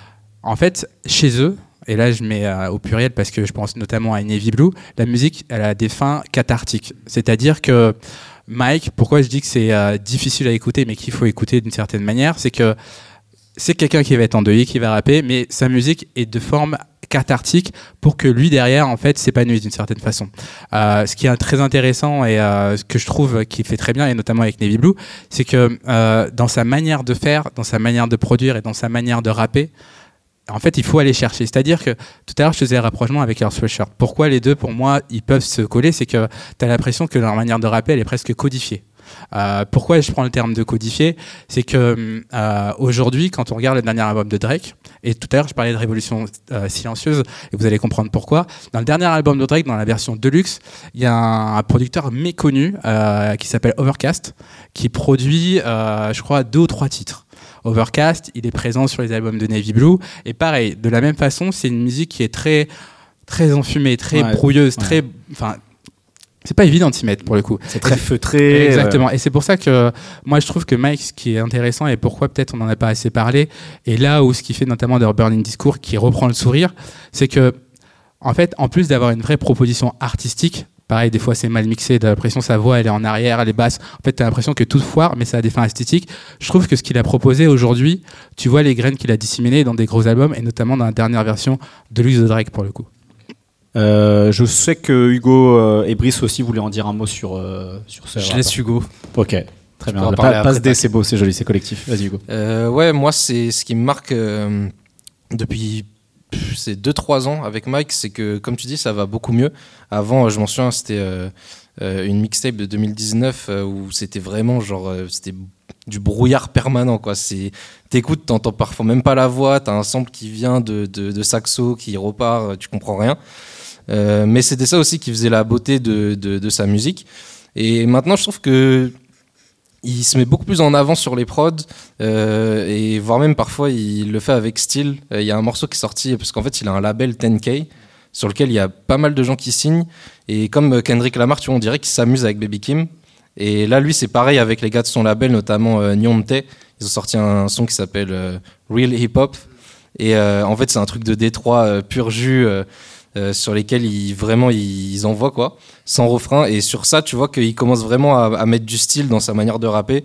en fait chez eux. Et là, je mets euh, au pluriel parce que je pense notamment à Navy Blue. La musique, elle a des fins cathartiques. C'est-à-dire que Mike, pourquoi je dis que c'est euh, difficile à écouter, mais qu'il faut écouter d'une certaine manière, c'est que c'est quelqu'un qui va être endeuillé, qui va rapper, mais sa musique est de forme cathartique pour que lui derrière en fait s'épanouisse d'une certaine façon. Euh, ce qui est très intéressant et euh, ce que je trouve qu'il fait très bien, et notamment avec Navy Blue, c'est que euh, dans sa manière de faire, dans sa manière de produire et dans sa manière de rapper, en fait, il faut aller chercher. C'est-à-dire que tout à l'heure, je faisais un rapprochement avec Earl Sweatshirt. Pourquoi les deux, pour moi, ils peuvent se coller? C'est que tu as l'impression que leur manière de rapper, elle est presque codifiée. Euh, pourquoi je prends le terme de codifié? C'est que euh, aujourd'hui, quand on regarde le dernier album de Drake, et tout à l'heure, je parlais de révolution euh, silencieuse, et vous allez comprendre pourquoi. Dans le dernier album de Drake, dans la version Deluxe, il y a un, un producteur méconnu euh, qui s'appelle Overcast, qui produit, euh, je crois, deux ou trois titres. Overcast, il est présent sur les albums de Navy Blue, et pareil, de la même façon, c'est une musique qui est très, très enfumée, très ouais, brouilleuse, ouais. très, enfin, c'est pas évident de s'y mettre pour le coup. C'est très feutré. Exactement. Euh... Et c'est pour ça que moi je trouve que Mike, ce qui est intéressant et pourquoi peut-être on n'en a pas assez parlé, et là où ce qu'il fait notamment de Burning Discours, qui reprend le sourire, c'est que en fait, en plus d'avoir une vraie proposition artistique. Pareil, des fois c'est mal mixé, t'as l'impression que sa voix elle est en arrière, elle est basse. En fait, t'as l'impression que tout foire, mais ça a des fins esthétiques. Je trouve que ce qu'il a proposé aujourd'hui, tu vois les graines qu'il a disséminées dans des gros albums, et notamment dans la dernière version de Luis de Drake pour le coup. Euh, je sais que Hugo euh, et Brice aussi voulaient en dire un mot sur, euh, sur ce. Je rapport. laisse Hugo. Ok, très bien. La pa- passe D, c'est beau, c'est joli, c'est collectif. Vas-y Hugo. Euh, ouais, moi c'est ce qui me marque euh, depuis. C'est deux trois ans avec Mike, c'est que comme tu dis ça va beaucoup mieux. Avant je m'en souviens c'était euh, euh, une mixtape de deux mille dix-neuf euh, où c'était vraiment genre euh, c'était du brouillard permanent quoi. C'est, t'écoutes, t'entends parfois même pas la voix, t'as un sample qui vient de, de, de saxo qui repart, tu comprends rien. Euh, mais c'était ça aussi qui faisait la beauté de, de, de sa musique. Et maintenant je trouve que il se met beaucoup plus en avant sur les prods euh, et voire même parfois il le fait avec style. Il euh, y a un morceau qui est sorti parce qu'en fait il a un label dix K sur lequel il y a pas mal de gens qui signent et comme Kendrick Lamar, tu vois, on dirait qu'il s'amuse avec Baby Kim. Et là lui c'est pareil avec les gars de son label, notamment euh, Nyonte. Ils ont sorti un son qui s'appelle euh, Real Hip Hop et euh, en fait c'est un truc de Détroit euh, pur jus. Euh, Euh, sur lesquels ils vraiment ils, ils envoient quoi, sans refrain, et sur ça tu vois qu'il commence vraiment à, à mettre du style dans sa manière de rapper.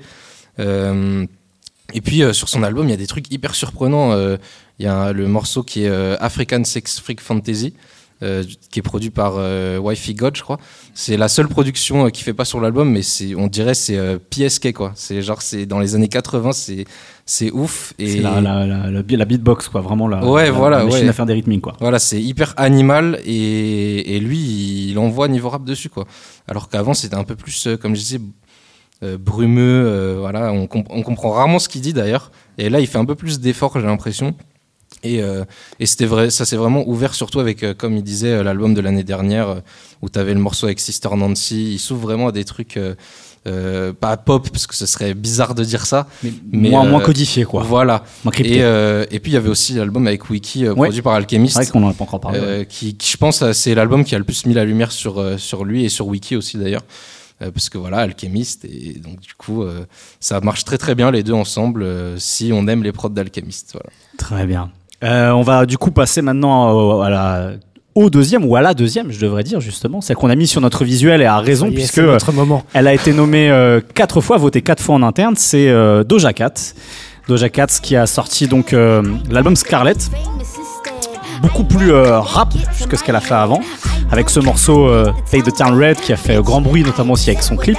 Euh, et puis euh, sur son album il y a des trucs hyper surprenants. Il euh, y a le morceau qui est euh, African Sex Freak Fantasy euh, qui est produit par euh, Wi-Fi God je crois. C'est la seule production euh, qu'il fait pas sur l'album, mais c'est, on dirait c'est euh, P S K quoi. C'est genre c'est dans les années quatre-vingts, c'est c'est ouf. Et c'est la, la, la, la, la beatbox quoi, vraiment la, ouais, la, voilà, la machine ouais. à faire des rythmiques quoi. Voilà, c'est hyper animal et, et lui il envoie niveau rap dessus quoi. Alors qu'avant c'était un peu plus euh, comme je disais euh, brumeux. Euh, voilà, on, comp- on comprend rarement ce qu'il dit d'ailleurs. Et là, il fait un peu plus d'efforts, j'ai l'impression. Et, euh, et c'était vrai, ça s'est vraiment ouvert, surtout avec, euh, comme il disait, euh, l'album de l'année dernière, euh, où tu avais le morceau avec Sister Nancy. Il s'ouvre vraiment à des trucs, euh, euh, pas pop, parce que ce serait bizarre de dire ça. Mais, mais moins, euh, moins codifié, quoi. Voilà. Moins crypté. Et, euh, et puis il y avait aussi l'album avec Wiki, euh, Ouais. produit par Alchemist. C'est vrai qu'on n'en a pas encore parlé. Euh, qui, qui, je pense, euh, c'est l'album qui a le plus mis la lumière sur, euh, sur lui et sur Wiki aussi d'ailleurs. Euh, parce que voilà, Alchemist, et donc du coup, euh, ça marche très très bien les deux ensemble euh, si on aime les prods d'Alchemist. Voilà. Très bien. Euh, on va du coup passer maintenant au, à la, au deuxième, ou à la deuxième, je devrais dire justement, celle qu'on a mise sur notre visuel et à raison, Ça y est, puisque c'est notre moment. elle a été nommée euh, quatre fois, votée quatre fois en interne, c'est euh, Doja Cat. Doja Cat qui a sorti donc euh, l'album Scarlett, beaucoup plus euh, rap que ce qu'elle a fait avant, avec ce morceau euh, Pay the Town Red qui a fait euh, grand bruit, notamment aussi avec son clip.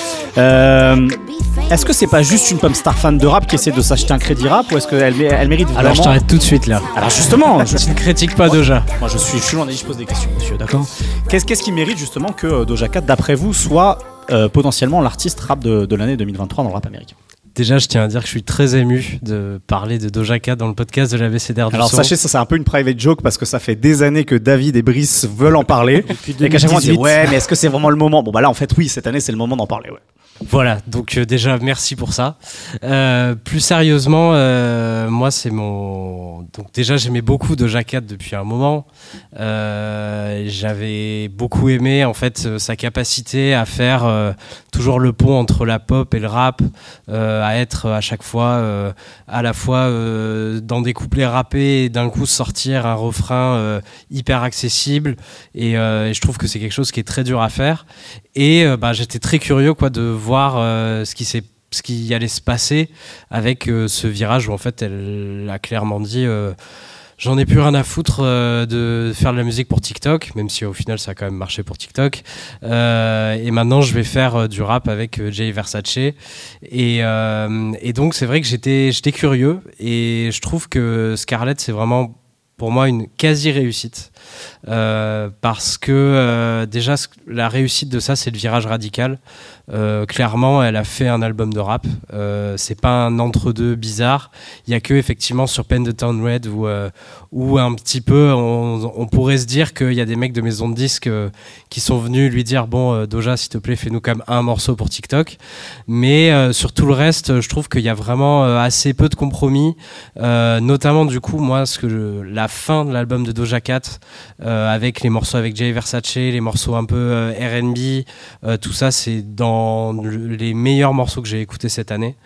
Euh, est-ce que c'est pas juste une pop star fan de rap qui essaie de s'acheter un crédit rap, ou est-ce qu'elle mé- elle mérite vraiment... Alors je t'arrête tout de suite là. Alors justement, je, Tu ne critiques pas Doja. moi je suis, je suis loin d'aller, je pose des questions, monsieur, d'accord. Qu'est-ce, qu'est-ce qui mérite justement que euh, Doja Cat, d'après vous, soit euh, potentiellement l'artiste rap de, de l'année deux mille vingt-trois dans le rap américain? Déjà, je tiens à dire que je suis très ému de parler de Doja Cat dans le podcast de l'A B C D R du Alors son. sachez, ça c'est un peu une private joke parce que ça fait des années que David et Brice veulent en parler et qu'à chaque fois on dit ouais, mais est-ce que c'est vraiment le moment? Bon bah là en fait oui, cette année c'est le moment d'en parler, ouais. Voilà, donc euh, déjà merci pour ça. Euh, plus sérieusement, euh, moi c'est mon... Donc déjà j'aimais beaucoup Doja Cat depuis un moment. Euh, j'avais beaucoup aimé en fait euh, sa capacité à faire euh, toujours le pont entre la pop et le rap, euh, à être à chaque fois euh, à la fois euh, dans des couplets rappés et d'un coup sortir un refrain euh, hyper accessible. Et, euh, et je trouve que c'est quelque chose qui est très dur à faire. Et euh, bah, j'étais très curieux quoi, de voir euh, ce qui s'est ce qui allait se passer avec euh, ce virage où en fait elle a clairement dit euh, j'en ai plus rien à foutre euh, de faire de la musique pour TikTok, même si au final ça a quand même marché pour TikTok, euh, et maintenant je vais faire euh, du rap avec euh, Jay Versace. Et, euh, et donc c'est vrai que j'étais, j'étais curieux, et je trouve que Scarlett c'est vraiment pour moi une quasi-réussite. Euh, parce que euh, déjà la réussite de ça c'est le virage radical. Euh, clairement elle a fait un album de rap, euh, c'est pas un entre-deux bizarre. Il y a que effectivement sur Pen the Town Red où, euh, où un petit peu on, on pourrait se dire qu'il y a des mecs de maison de disques euh, qui sont venus lui dire bon euh, Doja s'il te plaît fais-nous quand même un morceau pour TikTok, mais euh, sur tout le reste je trouve qu'il y a vraiment euh, assez peu de compromis, euh, notamment du coup moi ce que je, la fin de l'album de Doja Cat euh, avec les morceaux avec Jay Versace, les morceaux un peu euh, R and B, euh, tout ça c'est dans le, les meilleurs morceaux que j'ai écoutés cette année.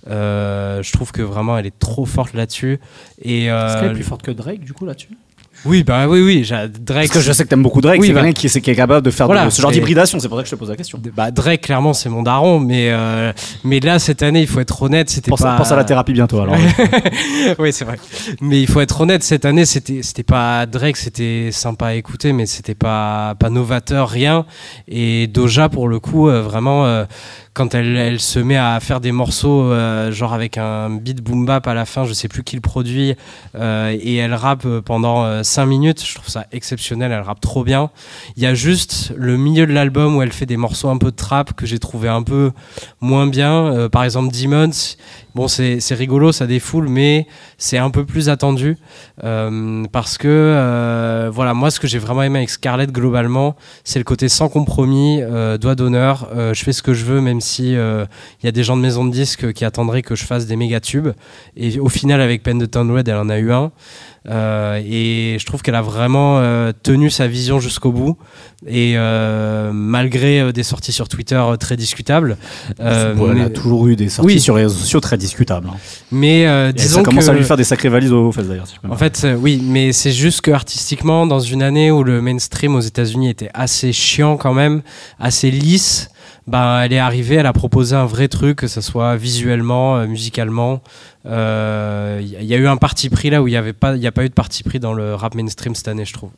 Euh, je trouve que vraiment elle est trop forte là-dessus. Et, euh, Est-ce qu'elle est plus forte que Drake du coup là-dessus? Oui, bah oui, oui. j'ai- Drake. Parce que je sais que t'aimes beaucoup Drake, Oui, c'est bah- quelqu'un qui, c'est, qui est capable de faire Voilà, de- ce genre mais- d'hybridation, c'est pour ça que je te pose la question. Bah, Drake, clairement, c'est mon daron, mais, euh, mais là, cette année, il faut être honnête, c'était Pense, pas... pense à la thérapie bientôt alors. Oui, c'est vrai. Mais il faut être honnête, cette année, c'était, c'était pas Drake, c'était sympa à écouter, mais c'était pas, pas novateur, rien. Et Doja, pour le coup, euh, vraiment, euh, quand elle, elle se met à faire des morceaux, euh, genre avec un beat boom bap à la fin, je sais plus qui le produit, euh, et elle rappe pendant cinq minutes, je trouve ça exceptionnel, elle rappe trop bien. Il y a juste le milieu de l'album où elle fait des morceaux un peu de trap que j'ai trouvé un peu moins bien. Euh, par exemple, Demons, bon, c'est, c'est rigolo, ça défoule, mais c'est un peu plus attendu. Euh, parce que, euh, voilà, moi, ce que j'ai vraiment aimé avec Scarlett, globalement, c'est le côté sans compromis, euh, doigt d'honneur. Euh, je fais ce que je veux, même si il euh, y a des gens de maison de disques qui attendraient que je fasse des méga tubes. Et au final, avec Pen the Town Red, elle en a eu un. Euh, et je trouve qu'elle a vraiment euh, tenu sa vision jusqu'au bout, et euh, malgré euh, des sorties sur Twitter euh, très discutables, euh, Bon, elle a mais, toujours eu des sorties Oui. sur les réseaux sociaux très discutables. hein. mais euh, Et disons ça commence que, à lui faire des sacrées valises aux fesses d'ailleurs. Si je peux me en fait, euh, oui, mais c'est juste que artistiquement, dans une année où le mainstream aux États-Unis était assez chiant quand même, assez lisse, ben, elle est arrivée, elle a proposé un vrai truc, que ce soit visuellement, euh, musicalement. Il euh, y, y a eu un parti pris là où il n'y avait pas, il y a pas eu de parti pris dans le rap mainstream cette année, je trouve.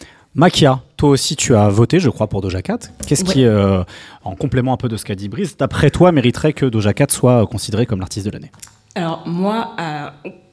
Makia, toi aussi tu as voté, je crois, pour Doja Cat. Qu'est-ce Ouais. qui, euh, en complément un peu de ce qu'a dit Brice, d'après toi, mériterait que Doja Cat soit considérée comme l'artiste de l'année? Alors moi, euh,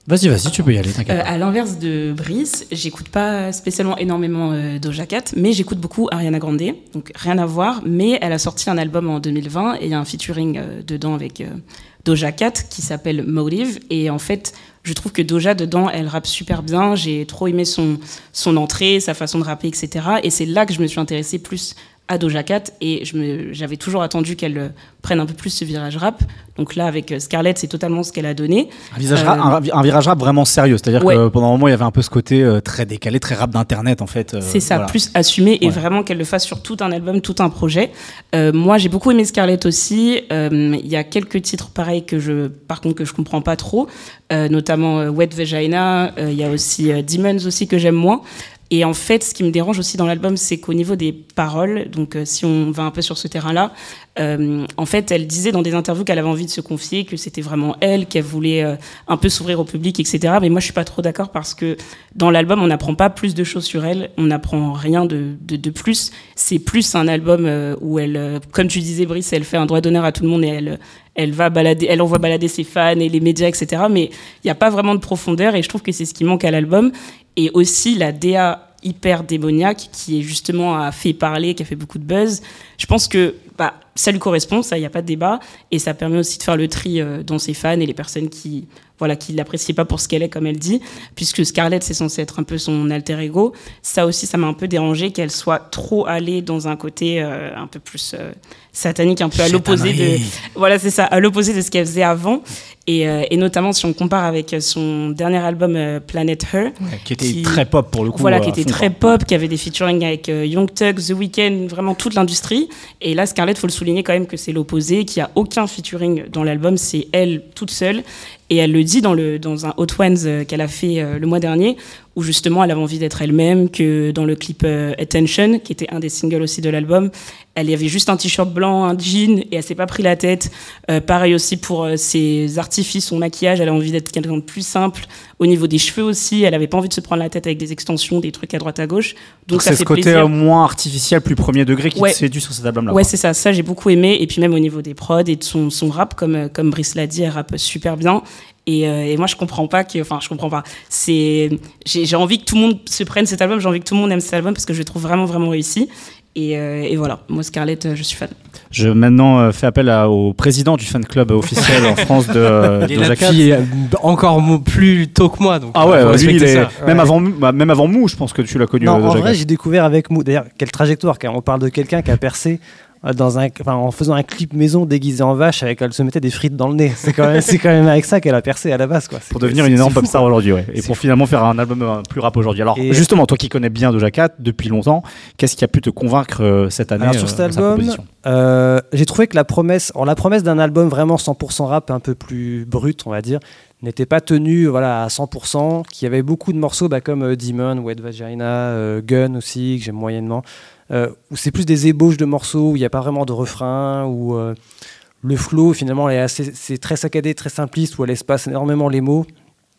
Vas-y, vas-y, tu peux y aller, t'inquiète Euh, pas. à l'inverse de Brice, j'écoute pas spécialement énormément euh, Doja Cat, mais j'écoute beaucoup Ariana Grande, donc rien à voir, mais elle a sorti un album en deux mille vingt et il y a un featuring euh, dedans avec euh, Doja Cat qui s'appelle Motive, et en fait, je trouve que Doja, dedans, elle rappe super bien, j'ai trop aimé son, son entrée, sa façon de rapper, et cetera. Et c'est là que je me suis intéressée plus à Doja Cat, et je me, j'avais toujours attendu qu'elle euh, prenne un peu plus ce virage rap. Donc là, avec euh, Scarlett, c'est totalement ce qu'elle a donné. Un, visage Euh, rap- un, un virage rap vraiment sérieux, c'est-à-dire Ouais. que pendant un moment, il y avait un peu ce côté euh, très décalé, très rap d'internet en fait. euh, C'est ça, voilà. plus assumé, et Ouais. vraiment qu'elle le fasse sur tout un album, tout un projet. Euh, moi, j'ai beaucoup aimé Scarlett aussi. Euh, Il y a quelques titres pareils que je, par contre, que je comprends pas trop, euh, notamment euh, Wet Vagina. Euh, Il y a aussi euh, Demons aussi que j'aime moins. Et en fait, ce qui me dérange aussi dans l'album, c'est qu'au niveau des paroles, donc euh, si on va un peu sur ce terrain-là, euh, en fait, elle disait dans des interviews qu'elle avait envie de se confier, que c'était vraiment elle, qu'elle voulait euh, un peu s'ouvrir au public, et cetera. Mais moi, je suis pas trop d'accord parce que dans l'album, on n'apprend pas plus de choses sur elle, on n'apprend rien de, de, de plus. C'est plus un album euh, où elle, euh, comme tu disais, Brice, elle fait un droit d'honneur à tout le monde et elle, elle va balader, elle envoie balader ses fans et les médias, et cetera. Mais il n'y a pas vraiment de profondeur, et je trouve que c'est ce qui manque à l'album. Et aussi la D A hyper démoniaque qui est justement a fait parler, qui a fait beaucoup de buzz. Je pense que bah, ça lui correspond, ça, il n'y a pas de débat, et ça permet aussi de faire le tri euh, dans ses fans et les personnes qui voilà, qui l'appréciaient pas pour ce qu'elle est, comme elle dit, puisque Scarlett, c'est censé être un peu son alter ego. Ça aussi, ça m'a un peu dérangé qu'elle soit trop allée dans un côté euh, un peu plus euh, satanique, un peu à l'opposé de, voilà, c'est ça, à l'opposé de ce qu'elle faisait avant. Et, euh, et notamment, si on compare avec son dernier album, euh, Planet Her, Ouais, qui était qui- très pop pour le coup. voilà, euh, qui à était fond, très quoi. pop, qui avait des featuring avec euh, Young Thug, The Weeknd, vraiment toute l'industrie. Et là, Scarlett, faut le souligner quand même que c'est l'opposé, qu'il n'y a aucun featuring dans l'album, c'est elle toute seule. Et elle le dit dans, le, dans un Hot Ones euh, qu'elle a fait euh, le mois dernier, où justement elle avait envie d'être elle-même, que dans le clip euh, Attention, qui était un des singles aussi de l'album, elle y avait juste un t-shirt blanc, un jean, et elle s'est pas pris la tête. Euh, pareil aussi pour euh, ses artifices, son maquillage, elle a envie d'être quelqu'un de plus simple. Au niveau des cheveux aussi, elle avait pas envie de se prendre la tête avec des extensions, des trucs à droite à gauche. Donc, Donc ça c'est fait ce côté plaisir. euh, moins artificiel, plus premier degré qui Ouais. te séduit sur cet album-là. Ouais, quoi. c'est ça. Ça, j'ai beaucoup aimé. Et puis même au niveau des prods et de son, son rap, comme, euh, comme Brice l'a dit, elle rappe super bien. Et, euh, et moi, je comprends pas que... Enfin, je comprends pas. C'est, j'ai, j'ai envie que tout le monde se prenne cet album. J'ai envie que tout le monde aime cet album parce que je le trouve vraiment, vraiment réussi. Et, euh, et voilà. Moi, Scarlett, euh, je suis fan. Je maintenant euh, fais appel à- au président du fan club officiel en France de, euh, Il est Doja là Cat. depuis euh, encore mo- plus tôt que moi. Donc, Ah ouais, euh, faut lui, il respecter est... ça. même, Ouais. avant, bah, même avant Mou, je pense que tu l'as connu. Non, euh, en Doja vrai, Cat. j'ai découvert avec Mou. D'ailleurs, quelle trajectoire, car on parle de quelqu'un qui a percé euh, dans un, enfin, en faisant un clip maison déguisé en vache, avec elle se mettait des frites dans le nez. C'est quand même, c'est quand même avec ça qu'elle a percé à la base, quoi. C'est- Pour devenir c'est- une énorme c'est fou, pop star quoi. aujourd'hui, ouais. Et C'est pour fou. finalement faire un album euh, plus rap aujourd'hui. Alors Et- justement, toi qui connais bien Doja Cat depuis longtemps, qu'est-ce qui a pu te convaincre euh, cette année Alors, sur euh, cet dans sa album, proposition Euh, j'ai trouvé que la promesse, alors la promesse d'un album vraiment cent pour cent rap, un peu plus brut, on va dire, n'était pas tenue voilà, à cent pour cent. Qu'il y avait beaucoup de morceaux bah, comme euh, Demon, Wet Vagina, euh, Gun aussi, que j'aime moyennement, euh, où c'est plus des ébauches de morceaux, où il n'y a pas vraiment de refrain, où euh, le flow finalement est assez, c'est très saccadé, très simpliste, où elle espace énormément les mots.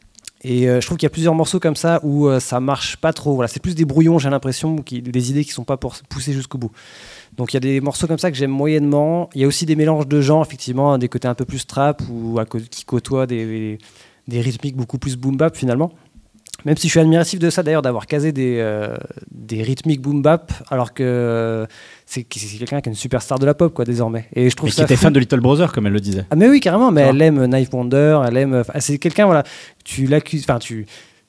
Et euh, je trouve qu'il y a plusieurs morceaux comme ça où euh, ça marche pas trop. Voilà, c'est plus des brouillons, j'ai l'impression, ou qui- des idées qui sont pas pour- poussées jusqu'au bout. Donc il y a des morceaux comme ça que j'aime moyennement. Il y a aussi des mélanges de genres, effectivement, des côtés un peu plus trap ou à co- qui côtoient des, des rythmiques beaucoup plus boom bap finalement. Même si je suis admiratif de ça d'ailleurs, d'avoir casé des, euh, des rythmiques boom bap, alors que euh, c'est, c'est quelqu'un qui est une superstar de la pop quoi désormais. Et je trouve Mais qui ça était fou. fan de Little Brother, comme elle le disait. Ah mais oui carrément, mais Tu elle aime Knife Wonder, elle aime. enfin, c'est quelqu'un voilà, tu l'accuses, enfin tu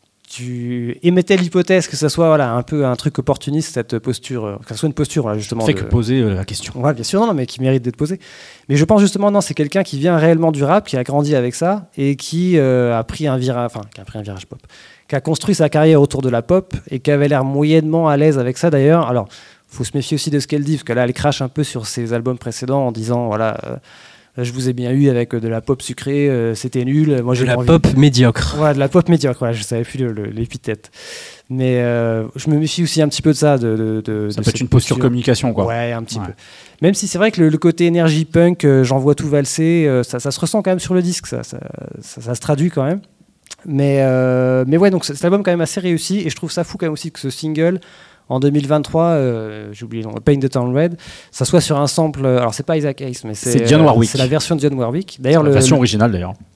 tu émettais l'hypothèse que ça soit voilà un peu un truc opportuniste cette posture, euh, que ça soit une posture voilà, justement. Fait de- que poser euh, la question. Ouais, bien sûr, non, non, mais qui mérite d'être posé. Mais je pense justement, non, c'est quelqu'un qui vient réellement du rap, qui a grandi avec ça et qui euh, a pris un virage, enfin, qui a pris un virage pop, qui a construit sa carrière autour de la pop et qui avait l'air moyennement à l'aise avec ça d'ailleurs. Alors, faut se méfier aussi de ce qu'elle dit, parce que là, elle crache un peu sur ses albums précédents en disant, voilà, euh, je vous ai bien eu avec de la pop sucrée, euh, c'était nul. Moi, De j'ai la envie- pop médiocre. Ouais, de la pop médiocre, voilà, je savais plus le- le- l'épithète. Mais euh, je me méfie aussi un petit peu de ça. De, de, de- Ça de peut être cette une posture communication, quoi. Ouais, un petit Ouais. peu. Même si c'est vrai que le, le côté énergie punk, euh, j'en vois tout valser, euh, ça, ça se ressent quand même sur le disque, ça, ça, ça- ça se traduit quand même. Mais, euh, mais ouais, donc cet album quand même assez réussi, et je trouve ça fou quand même aussi que ce single, en deux mille vingt-trois, euh, j'ai oublié le nom, Paint the Town Red, ça soit sur un sample, alors c'est pas Isaac Hayes, mais c'est, C'est Dionne euh, Warwick. c'est la version de Dionne Warwick. D'ailleurs, La le, version le- originale d'ailleurs.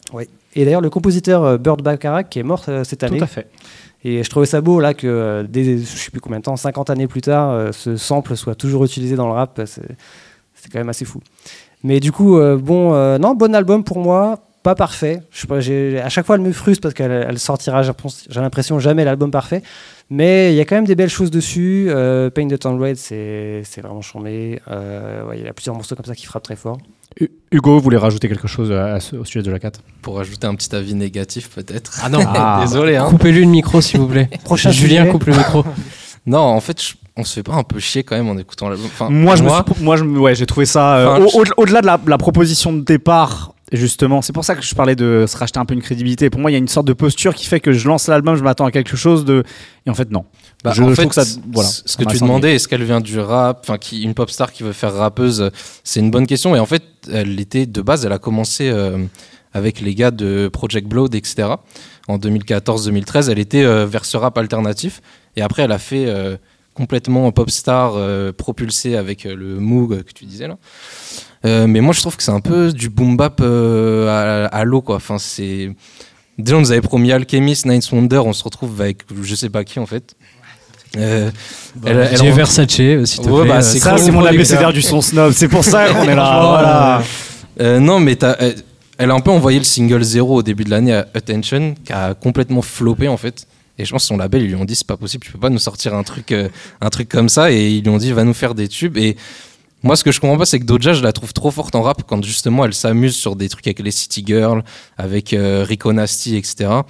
Oui. Et d'ailleurs, le compositeur euh, Burt Bacharach qui est mort euh, cette année. Tout à fait. Et je trouvais ça beau là que, euh, des, je sais plus combien de temps, cinquante années plus tard, euh, ce sample soit toujours utilisé dans le rap. C'est, c'est quand même assez fou. Mais du coup, euh, bon, euh, non, bon album pour moi. Pas parfait. Je sais pas, j'ai, à chaque fois, elle me frustre parce qu'elle elle sortira, j'ai l'impression, jamais l'album parfait. Mais il y a quand même des belles choses dessus. Euh, Paint the Town Red, c'est, c'est vraiment chambé. Euh, ouais, il y a plusieurs morceaux comme ça qui frappent très fort. Hugo voulait rajouter quelque chose à ce, au sujet de Doja Cat. Pour ajouter un petit avis négatif, peut-être. Ah non, ah. Désolé. Hein. Coupez-lui le micro, s'il vous plaît. Prochain Julien, sujet. coupe le micro. Non, en fait, je, on se fait pas un peu chier quand même en écoutant l'album. Enfin, moi, je me suis, moi, je, ouais, j'ai trouvé ça euh, enfin, au, je... au, au-delà de la, la proposition de départ. Justement, c'est pour ça que je parlais de se racheter un peu une crédibilité. Pour moi, il y a une sorte de posture qui fait que je lance l'album, je m'attends à quelque chose de, et en fait non. Bah, je, en je fait, trouve que ça, voilà, ce ça que m'a tu semblé. demandais, est-ce qu'elle vient du rap, enfin, qui une pop star qui veut faire rappeuse, c'est une bonne question. Et en fait, elle était de base, elle a commencé euh, avec les gars de Project Blowed, et cetera. En deux mille quatorze deux mille treize, elle était euh, vers ce rap alternatif. Et après, elle a fait euh, complètement pop star euh, propulsée avec euh, le Moog que tu disais là. Euh, mais moi, je trouve que c'est un peu du boom bap euh, à, à l'eau, quoi. Enfin, c'est... Déjà, on nous avait promis Alchemist, Ninth Wonder, on se retrouve avec je sais pas qui, en fait. Euh, bah, elle, elle J'ai en... Versace, s'il te ouais, plaît. Bah, c'est ça, c'est mon abécédaire du son snob. C'est pour ça qu'on est là. Voilà. Euh, non, mais t'as, elle, elle a un peu envoyé le single zéro au début de l'année à Attention, qui a complètement floppé, en fait. Et je pense que son label, ils lui ont dit, c'est pas possible, tu peux pas nous sortir un truc, euh, un truc comme ça. Et ils lui ont dit, va nous faire des tubes. Et moi, ce que je comprends pas, c'est que Doja, je la trouve trop forte en rap quand justement elle s'amuse sur des trucs avec les City Girls, avec euh, Rico Nasty, et cetera.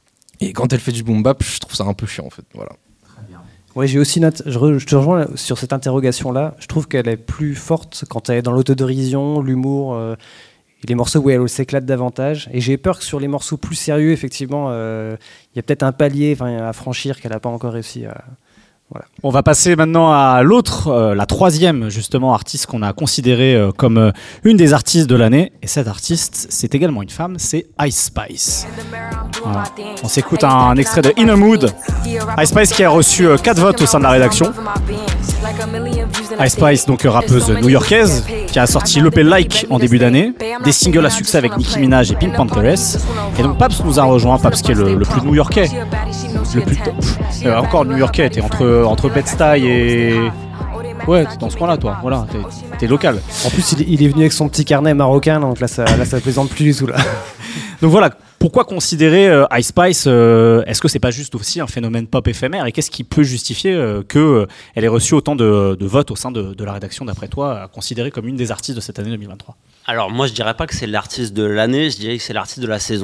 Et quand elle fait du boom bap, je trouve ça un peu chiant en fait. Voilà. Oui, j'ai aussi note, je, re, je te rejoins sur cette interrogation-là. Je trouve qu'elle est plus forte quand elle est dans l'autodérision, l'humour, euh, et les morceaux où elle s'éclate davantage. Et j'ai peur que sur les morceaux plus sérieux, effectivement, il euh, y a peut-être un palier à franchir qu'elle n'a pas encore réussi à. Voilà. On va passer maintenant à l'autre, euh, la troisième justement artiste qu'on a considérée euh, comme euh, une des artistes de l'année. Et cette artiste, c'est également une femme, c'est Ice Spice. Voilà. On s'écoute un, un extrait de Inner Mood. Ice Spice qui a reçu euh, quatre votes au sein de la rédaction. Ice Spice, donc rappeuse new-yorkaise, qui a sorti l'E P Like en début d'année, des singles à succès avec Nicki Minaj et Pink Panthers. Et donc Paps nous a rejoint, Paps qui est le, le plus new-yorkais. Le plus t- euh, encore new-yorkais, t'es entre, entre Bed-Stuy et... Ouais, t'es dans ce coin-là, toi. Voilà, t'es, t'es local. En plus, il, il est venu avec son petit carnet marocain, donc là, ça, là, ça plaisante plus du tout. Là. Donc voilà, pourquoi considérer euh, Ice Spice euh, est-ce que c'est pas juste aussi un phénomène pop éphémère et qu'est-ce qui peut justifier euh, qu'elle euh, ait reçu autant de, de votes au sein de, de la rédaction, d'après toi, considérée comme une des artistes de cette année deux mille vingt-trois? Alors moi, je dirais pas que c'est l'artiste de l'année, je dirais que c'est l'artiste de la saison.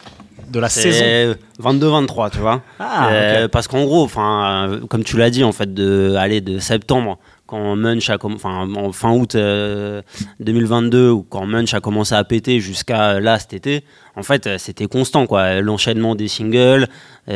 De la c'est saison vingt-deux vingt-trois, tu vois. Ah, euh, okay. Parce qu'en gros, enfin, euh, comme tu l'as dit, en fait, de aller de septembre, quand Munch a com- enfin, en fin août euh, deux mille vingt-deux, ou quand Munch a commencé à péter jusqu'à là cet été, en fait, c'était constant, quoi. L'enchaînement des singles,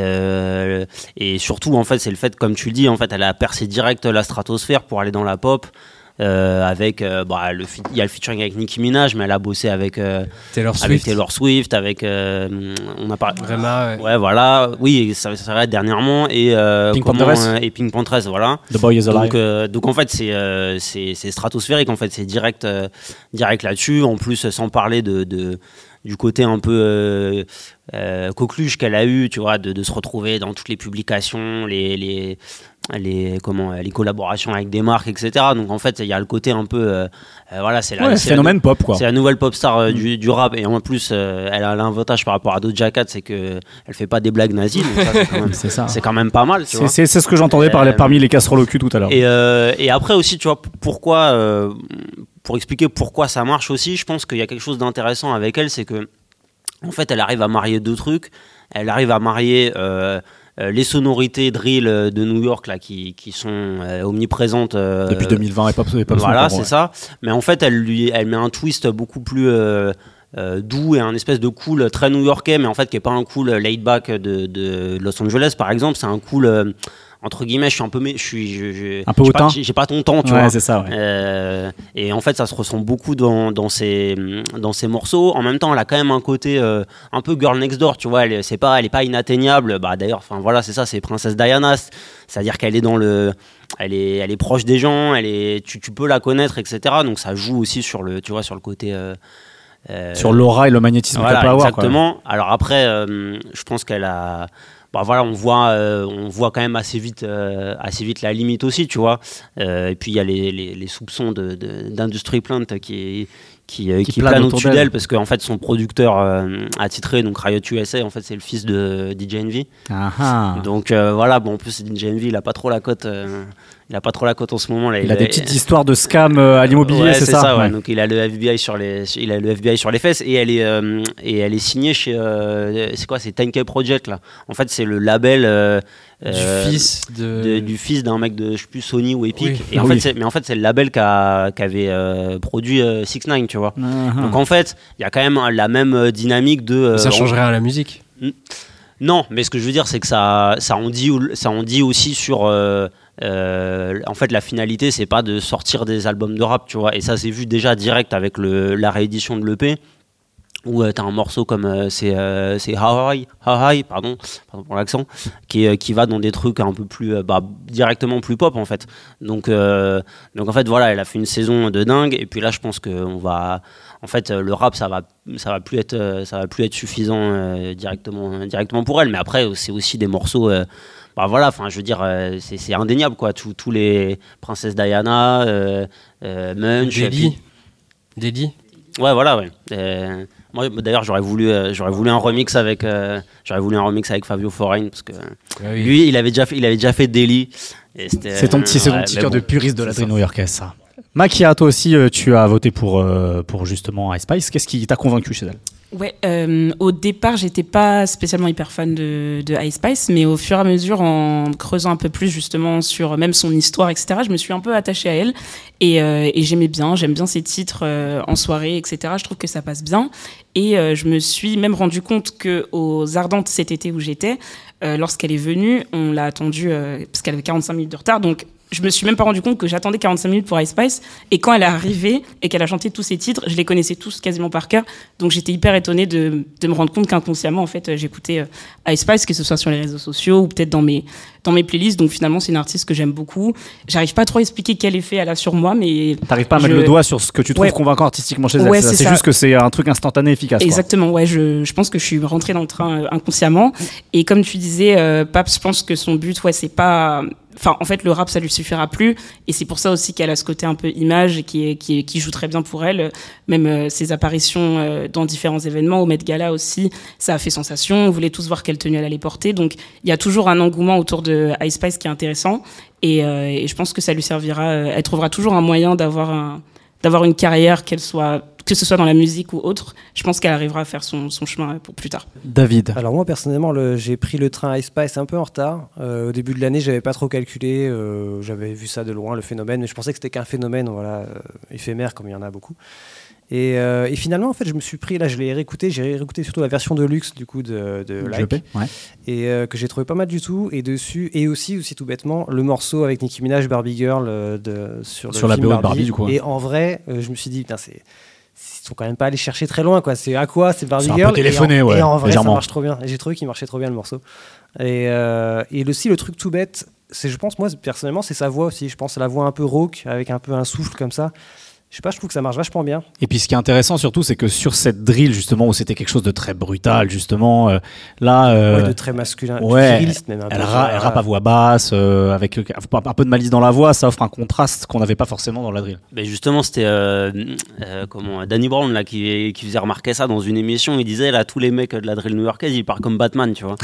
euh, et surtout, en fait, c'est le fait, comme tu le dis, en fait, elle a percé direct la stratosphère pour aller dans la pop. Euh, avec euh, bah, le il y a le featuring avec Nicki Minaj, mais elle a bossé avec euh, Taylor Swift, avec Taylor Swift, avec euh, on a parlé Rema, ouais. ouais voilà, oui, ça s'arrête dernièrement et euh, Pink comment, Panthers euh, et Pink Panthers, voilà. The Boy is Alive. Donc, euh, donc en fait c'est euh, c'est c'est stratosphérique, en fait, c'est direct euh, direct là-dessus. En plus, sans parler de, de du côté un peu euh, euh, coqueluche qu'elle a eu, tu vois, de, de se retrouver dans toutes les publications, les les les comment les collaborations avec des marques, etc. Donc en fait il y a le côté un peu euh, euh, voilà, c'est la ouais, c'est phénomène la, pop, quoi. C'est la nouvelle pop star euh, mm. du, du rap, et en plus euh, elle a un avantage par rapport à Doja Cat, c'est que elle fait pas des blagues nazies, donc ça, c'est, quand même, c'est ça. C'est quand même pas mal, tu c'est, vois. C'est, c'est ce que j'entendais par les, parmi les casseroles au cul tout à l'heure. Et, euh, et après aussi, tu vois, pourquoi euh, pour expliquer pourquoi ça marche aussi, je pense qu'il y a quelque chose d'intéressant avec elle, c'est que en fait elle arrive à marier deux trucs. Elle arrive à marier euh, Euh, les sonorités drill de New York là, qui, qui sont euh, omniprésentes euh, depuis deux mille vingt et pas, et pas voilà, c'est ouais. ça. Mais en fait, elle, lui, elle met un twist beaucoup plus euh, euh, doux et un espèce de cool très new-yorkais, mais en fait qui est pas un cool laid back de, de Los Angeles par exemple. C'est un cool euh, entre guillemets, je suis un peu, je suis, je, je, un peu j'ai hautain. Pas, j'ai pas ton temps, tu ouais, vois. C'est ça. Ouais. Euh, et en fait, ça se ressent beaucoup dans dans ces dans ces morceaux. En même temps, elle a quand même un côté euh, un peu girl next door, tu vois. Elle, c'est pas, elle est pas inatteignable. Bah d'ailleurs, enfin voilà, c'est ça, c'est Princesse Diana. C'est-à-dire qu'elle est dans le, elle est, elle est proche des gens. Elle est, tu, tu peux la connaître, et cetera. Donc ça joue aussi sur le, tu vois, sur le côté. Euh, euh, sur l'aura et le magnétisme voilà, qu'elle peut avoir. Exactement. Quoi. Alors après, euh, je pense qu'elle a. Bah voilà, on voit, euh, on voit quand même assez vite, euh, assez vite la limite aussi, tu vois. Euh, et puis il y a les, les, les soupçons de, de, d'Industry Plant qui, qui, qui, qui planent au-dessus d'elle, parce qu'en fait son producteur euh, attitré, donc Riot U S A, en fait c'est le fils de D J Envy. Ah. Donc euh, voilà, bon en plus D J Envy, il a pas trop la cote. Euh, Il a pas trop la cote en ce moment là. Il, il a des petites histoires de scam euh, à l'immobilier, ouais, c'est, c'est ça. ça ouais. Ouais. Donc il a le F B I sur les, il a le F B I sur les fesses et elle est euh, et elle est signée chez, euh, c'est quoi, c'est ten K Project là. En fait c'est le label euh, du euh, fils de... de, du fils d'un mec de je sais plus Sony ou Epic. Oui. Et en oui. fait c'est, mais en fait c'est le label qu'a, qu'avait euh, produit euh, six ix tu vois. Uh-huh. Donc en fait il y a quand même la même dynamique de. Euh, ça change rien à la musique. Non, mais ce que je veux dire, c'est que ça, ça, en, dit, ça en dit aussi sur. Euh, euh, en fait, la finalité, c'est pas de sortir des albums de rap, tu vois. Et ça, c'est vu déjà direct avec le, la réédition de l'E P, où euh, t'as un morceau comme. Euh, c'est, euh, c'est How High, How High, pardon, pardon pour l'accent, qui, euh, qui va dans des trucs un peu plus. Euh, bah, directement plus pop, en fait. Donc, euh, donc, en fait, voilà, elle a fait une saison de dingue. Et puis là, je pense qu'on va. En fait, le rap, ça va, ça va plus être, ça va plus être suffisant euh, directement, directement pour elle. Mais après, c'est aussi des morceaux. Euh, bah voilà, enfin, je veux dire, euh, c'est, c'est indéniable, quoi. Tous, tous les Princesse Diana, euh, euh, Munch, Deli. Deli. Ouais, voilà, ouais. Euh, moi, d'ailleurs, j'aurais voulu, euh, j'aurais voulu un remix avec, euh, j'aurais voulu un remix avec Fabio Foreign parce que ah oui. lui, il avait déjà fait, il avait déjà fait Deli. C'est ton petit, c'est ton ouais, petit mais cœur bon, de puriste de la c'est drill ça. new-yorkaise, ça. Makia, toi aussi, euh, tu as voté pour, euh, pour justement Ice Spice. Qu'est-ce qui t'a convaincu chez elle? Ouais, euh, au départ, j'étais pas spécialement hyper fan de, de Ice Spice, mais au fur et à mesure, en creusant un peu plus justement sur même son histoire, et cetera, je me suis un peu attachée à elle et, euh, et j'aimais bien, j'aime bien ses titres euh, en soirée, et cetera. Je trouve que ça passe bien et euh, je me suis même rendu compte que aux Ardentes cet été où j'étais, euh, lorsqu'elle est venue, on l'a attendue euh, parce qu'elle avait quarante-cinq minutes de retard, donc je me suis même pas rendu compte que j'attendais quarante-cinq minutes pour Ice Spice. Et quand elle est arrivée et qu'elle a chanté tous ses titres, je les connaissais tous quasiment par cœur. Donc j'étais hyper étonnée de, de me rendre compte qu'inconsciemment, en fait, j'écoutais euh, Ice Spice, que ce soit sur les réseaux sociaux ou peut-être dans mes, dans mes playlists. Donc finalement, c'est une artiste que j'aime beaucoup. J'arrive pas trop à expliquer quel effet elle a sur moi, mais. T'arrives pas à je... mettre le doigt sur ce que tu trouves ouais. convaincant artistiquement chez elle. Ouais, c'est, c'est, c'est juste que c'est un truc instantané, efficace. Exactement, quoi. Ouais, je, je pense que je suis rentrée dans le train euh, inconsciemment. Et comme tu disais, euh, Paps, je pense que son but, ouais, c'est pas. Enfin, en fait, le rap, ça lui suffira plus. Et c'est pour ça aussi qu'elle a ce côté un peu image et qui, est, qui, est, qui joue très bien pour elle. Même euh, ses apparitions euh, dans différents événements, au Met Gala aussi, ça a fait sensation. On voulait tous voir quelle tenue elle allait porter. Donc, il y a toujours un engouement autour de Ice Spice qui est intéressant. Et, euh, et je pense que ça lui servira. Euh, elle trouvera toujours un moyen d'avoir, un, d'avoir une carrière, qu'elle soit, que ce soit dans la musique ou autre. Je pense qu'elle arrivera à faire son, son chemin pour plus tard. David. Alors moi personnellement, le, j'ai pris le train Ice Spice un peu en retard. Euh, au début de l'année, j'avais pas trop calculé. Euh, j'avais vu ça de loin, le phénomène, mais je pensais que c'était qu'un phénomène, voilà, euh, éphémère comme il y en a beaucoup. Et, euh, et finalement, en fait, je me suis pris, là, je l'ai réécouté, j'ai réécouté surtout la version de luxe du coup de, de Like, ouais. et euh, que j'ai trouvé pas mal du tout. Et dessus, et aussi, aussi tout bêtement, le morceau avec Nicki Minaj, Barbie Girl, euh, de, sur le sur la film B O de Barbie. Barbie, du coup. Ouais. Et en vrai, euh, je me suis dit, putain, c'est ils sont quand même pas allés chercher très loin, quoi. C'est à quoi, c'est Barbie C'est un Girl. peu téléphoné, et en, ouais, et en vrai, légèrement. ça marche trop bien. Et j'ai trouvé qu'il marchait trop bien le morceau. Et, euh, et aussi le truc tout bête, c'est, je pense, moi personnellement, c'est sa voix aussi. Je pense la voix un peu rauque, avec un peu un souffle comme ça. Je sais pas, je trouve que ça marche vachement bien. Et puis ce qui est intéressant surtout, c'est que sur cette drill justement où c'était quelque chose de très brutal justement, euh, là, euh, ouais, de très masculin, ouais, viriliste même. Un elle, peu, ra- elle rappe à voix basse, euh, avec euh, un peu de malice dans la voix, ça offre un contraste qu'on n'avait pas forcément dans la drill. Ben justement, c'était euh, euh, comment Danny Brown là qui, qui faisait remarquer ça dans une émission. Il disait là tous les mecs de la drill new-yorkaise, ils parlent comme Batman, tu vois.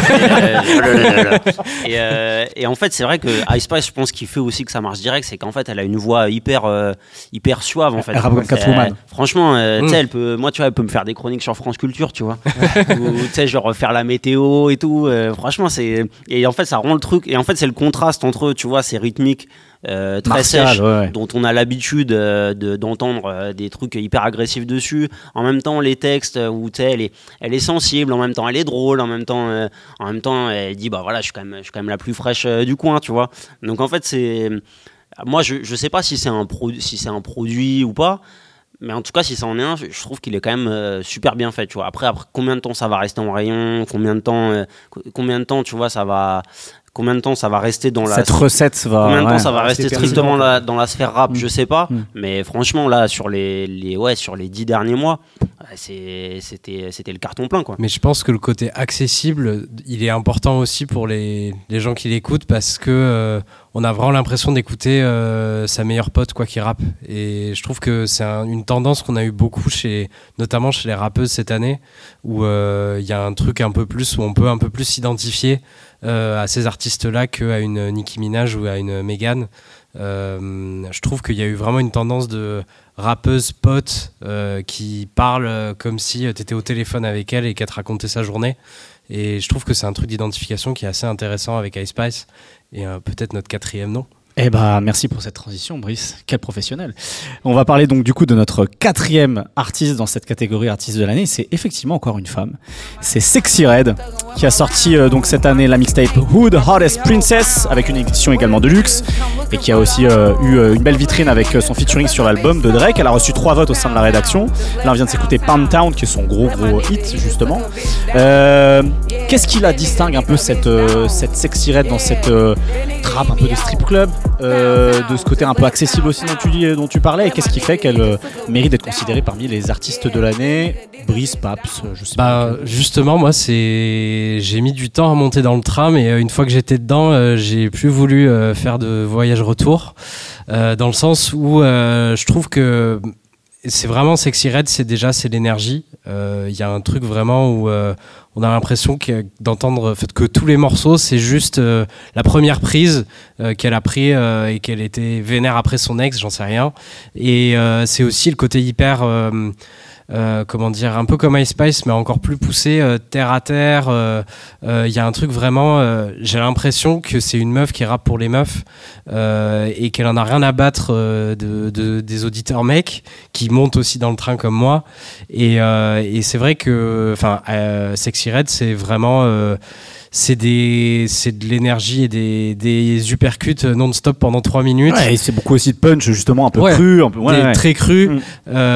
et, euh, et, euh, et en fait, c'est vrai que Ice Spice, je pense qu'il fait aussi que ça marche direct, c'est qu'en fait, elle a une voix hyper euh, hyper suave en fait. Elle rappe comme Catwoman. Euh, franchement, euh, mmh. tu sais, elle peut, moi, tu vois, elle peut me faire des chroniques sur France Culture, tu vois. Ou tu sais, genre faire la météo et tout. Euh, franchement, c'est et en fait, ça rend le truc. Et en fait, c'est le contraste entre eux, tu vois, ces rythmiques. Euh, très Martial, sèches, ouais, ouais. dont on a l'habitude euh, de, d'entendre euh, des trucs hyper agressifs dessus. En même temps, les textes où tu sais, elle est, elle est sensible, en même temps, elle est drôle, en même temps, euh, en même temps, elle dit bah voilà, je suis quand même, je suis quand même la plus fraîche euh, du coin, tu vois. Donc en fait, c'est, moi, je, je sais pas si c'est un pro, si c'est un produit ou pas. Mais en tout cas, si ça en est un, je trouve qu'il est quand même euh, super bien fait, tu vois. Après, après, combien de temps ça va rester en rayon, combien de temps, euh, combien de temps, tu vois, ça va, Combien de temps ça va rester dans la cette recette va combien de temps ouais, ça va rester strictement la, dans la sphère rap, mmh. je sais pas. Mmh. Mais franchement là sur les, les ouais sur les dix derniers mois, c'est, c'était c'était le carton plein quoi. Mais je pense que le côté accessible, il est important aussi pour les, les gens qui l'écoutent parce que euh, on a vraiment l'impression d'écouter euh, sa meilleure pote quoi qui rappe. Et je trouve que c'est un, une tendance qu'on a eu beaucoup chez, notamment chez les rappeuses cette année, où il euh, y a un truc un peu plus où on peut un peu plus s'identifier euh, à ces artistes-là qu'à une Nicki Minaj ou à une Megan. Euh, je trouve qu'il y a eu vraiment une tendance de rappeuse pote euh, qui parle euh, comme si tu étais au téléphone avec elle et qu'elle te racontait sa journée. Et je trouve que c'est un truc d'identification qui est assez intéressant avec Ice Spice et euh, peut-être notre quatrième nom. Eh ben, merci pour cette transition, Brice. Quel professionnel. On va parler donc du coup de notre quatrième artiste dans cette catégorie artiste de l'année. C'est effectivement encore une femme. C'est Sexyy Red qui a sorti euh, donc cette année la mixtape Who the Hottest Princess avec une édition également de luxe et qui a aussi euh, eu euh, une belle vitrine avec euh, son featuring sur l'album de Drake. Elle a reçu trois votes au sein de la rédaction. Là, on vient de s'écouter Pound Town qui est son gros gros hit justement. Euh, qu'est-ce qui la distingue un peu cette euh, cette Sexyy Red dans cette euh, trap un peu de strip club? Euh, de ce côté un peu accessible aussi dont tu, dis, dont tu parlais, et qu'est-ce qui fait qu'elle euh, mérite d'être considérée parmi les artistes de l'année? Brice, Paps, je sais bah, pas. Justement, moi, c'est... j'ai mis du temps à monter dans le tram et euh, une fois que j'étais dedans, euh, j'ai plus voulu euh, faire de voyage-retour, euh, dans le sens où euh, je trouve que c'est vraiment Sexyy Red, c'est déjà c'est l'énergie. Il euh, y a un truc vraiment où euh, on a l'impression que, d'entendre en fait, que tous les morceaux, c'est juste euh, la première prise euh, qu'elle a pris euh, et qu'elle était vénère après son ex, j'en sais rien. Et euh, c'est aussi le côté hyper... Euh, Euh, comment dire, un peu comme Ice Spice mais encore plus poussé, euh, terre à terre. Il euh, euh, y a un truc vraiment, euh, j'ai l'impression que c'est une meuf qui rappe pour les meufs euh, et qu'elle en a rien à battre euh, de, de, des auditeurs mecs qui montent aussi dans le train comme moi. Et, euh, et c'est vrai que enfin, euh, Sexyy Red, c'est vraiment euh, c'est, des, c'est de l'énergie et des, des uppercuts non-stop pendant trois minutes. Ouais, et c'est beaucoup aussi de punch, justement, un peu ouais, cru. Un peu, ouais, des, ouais. Très cru. Mm.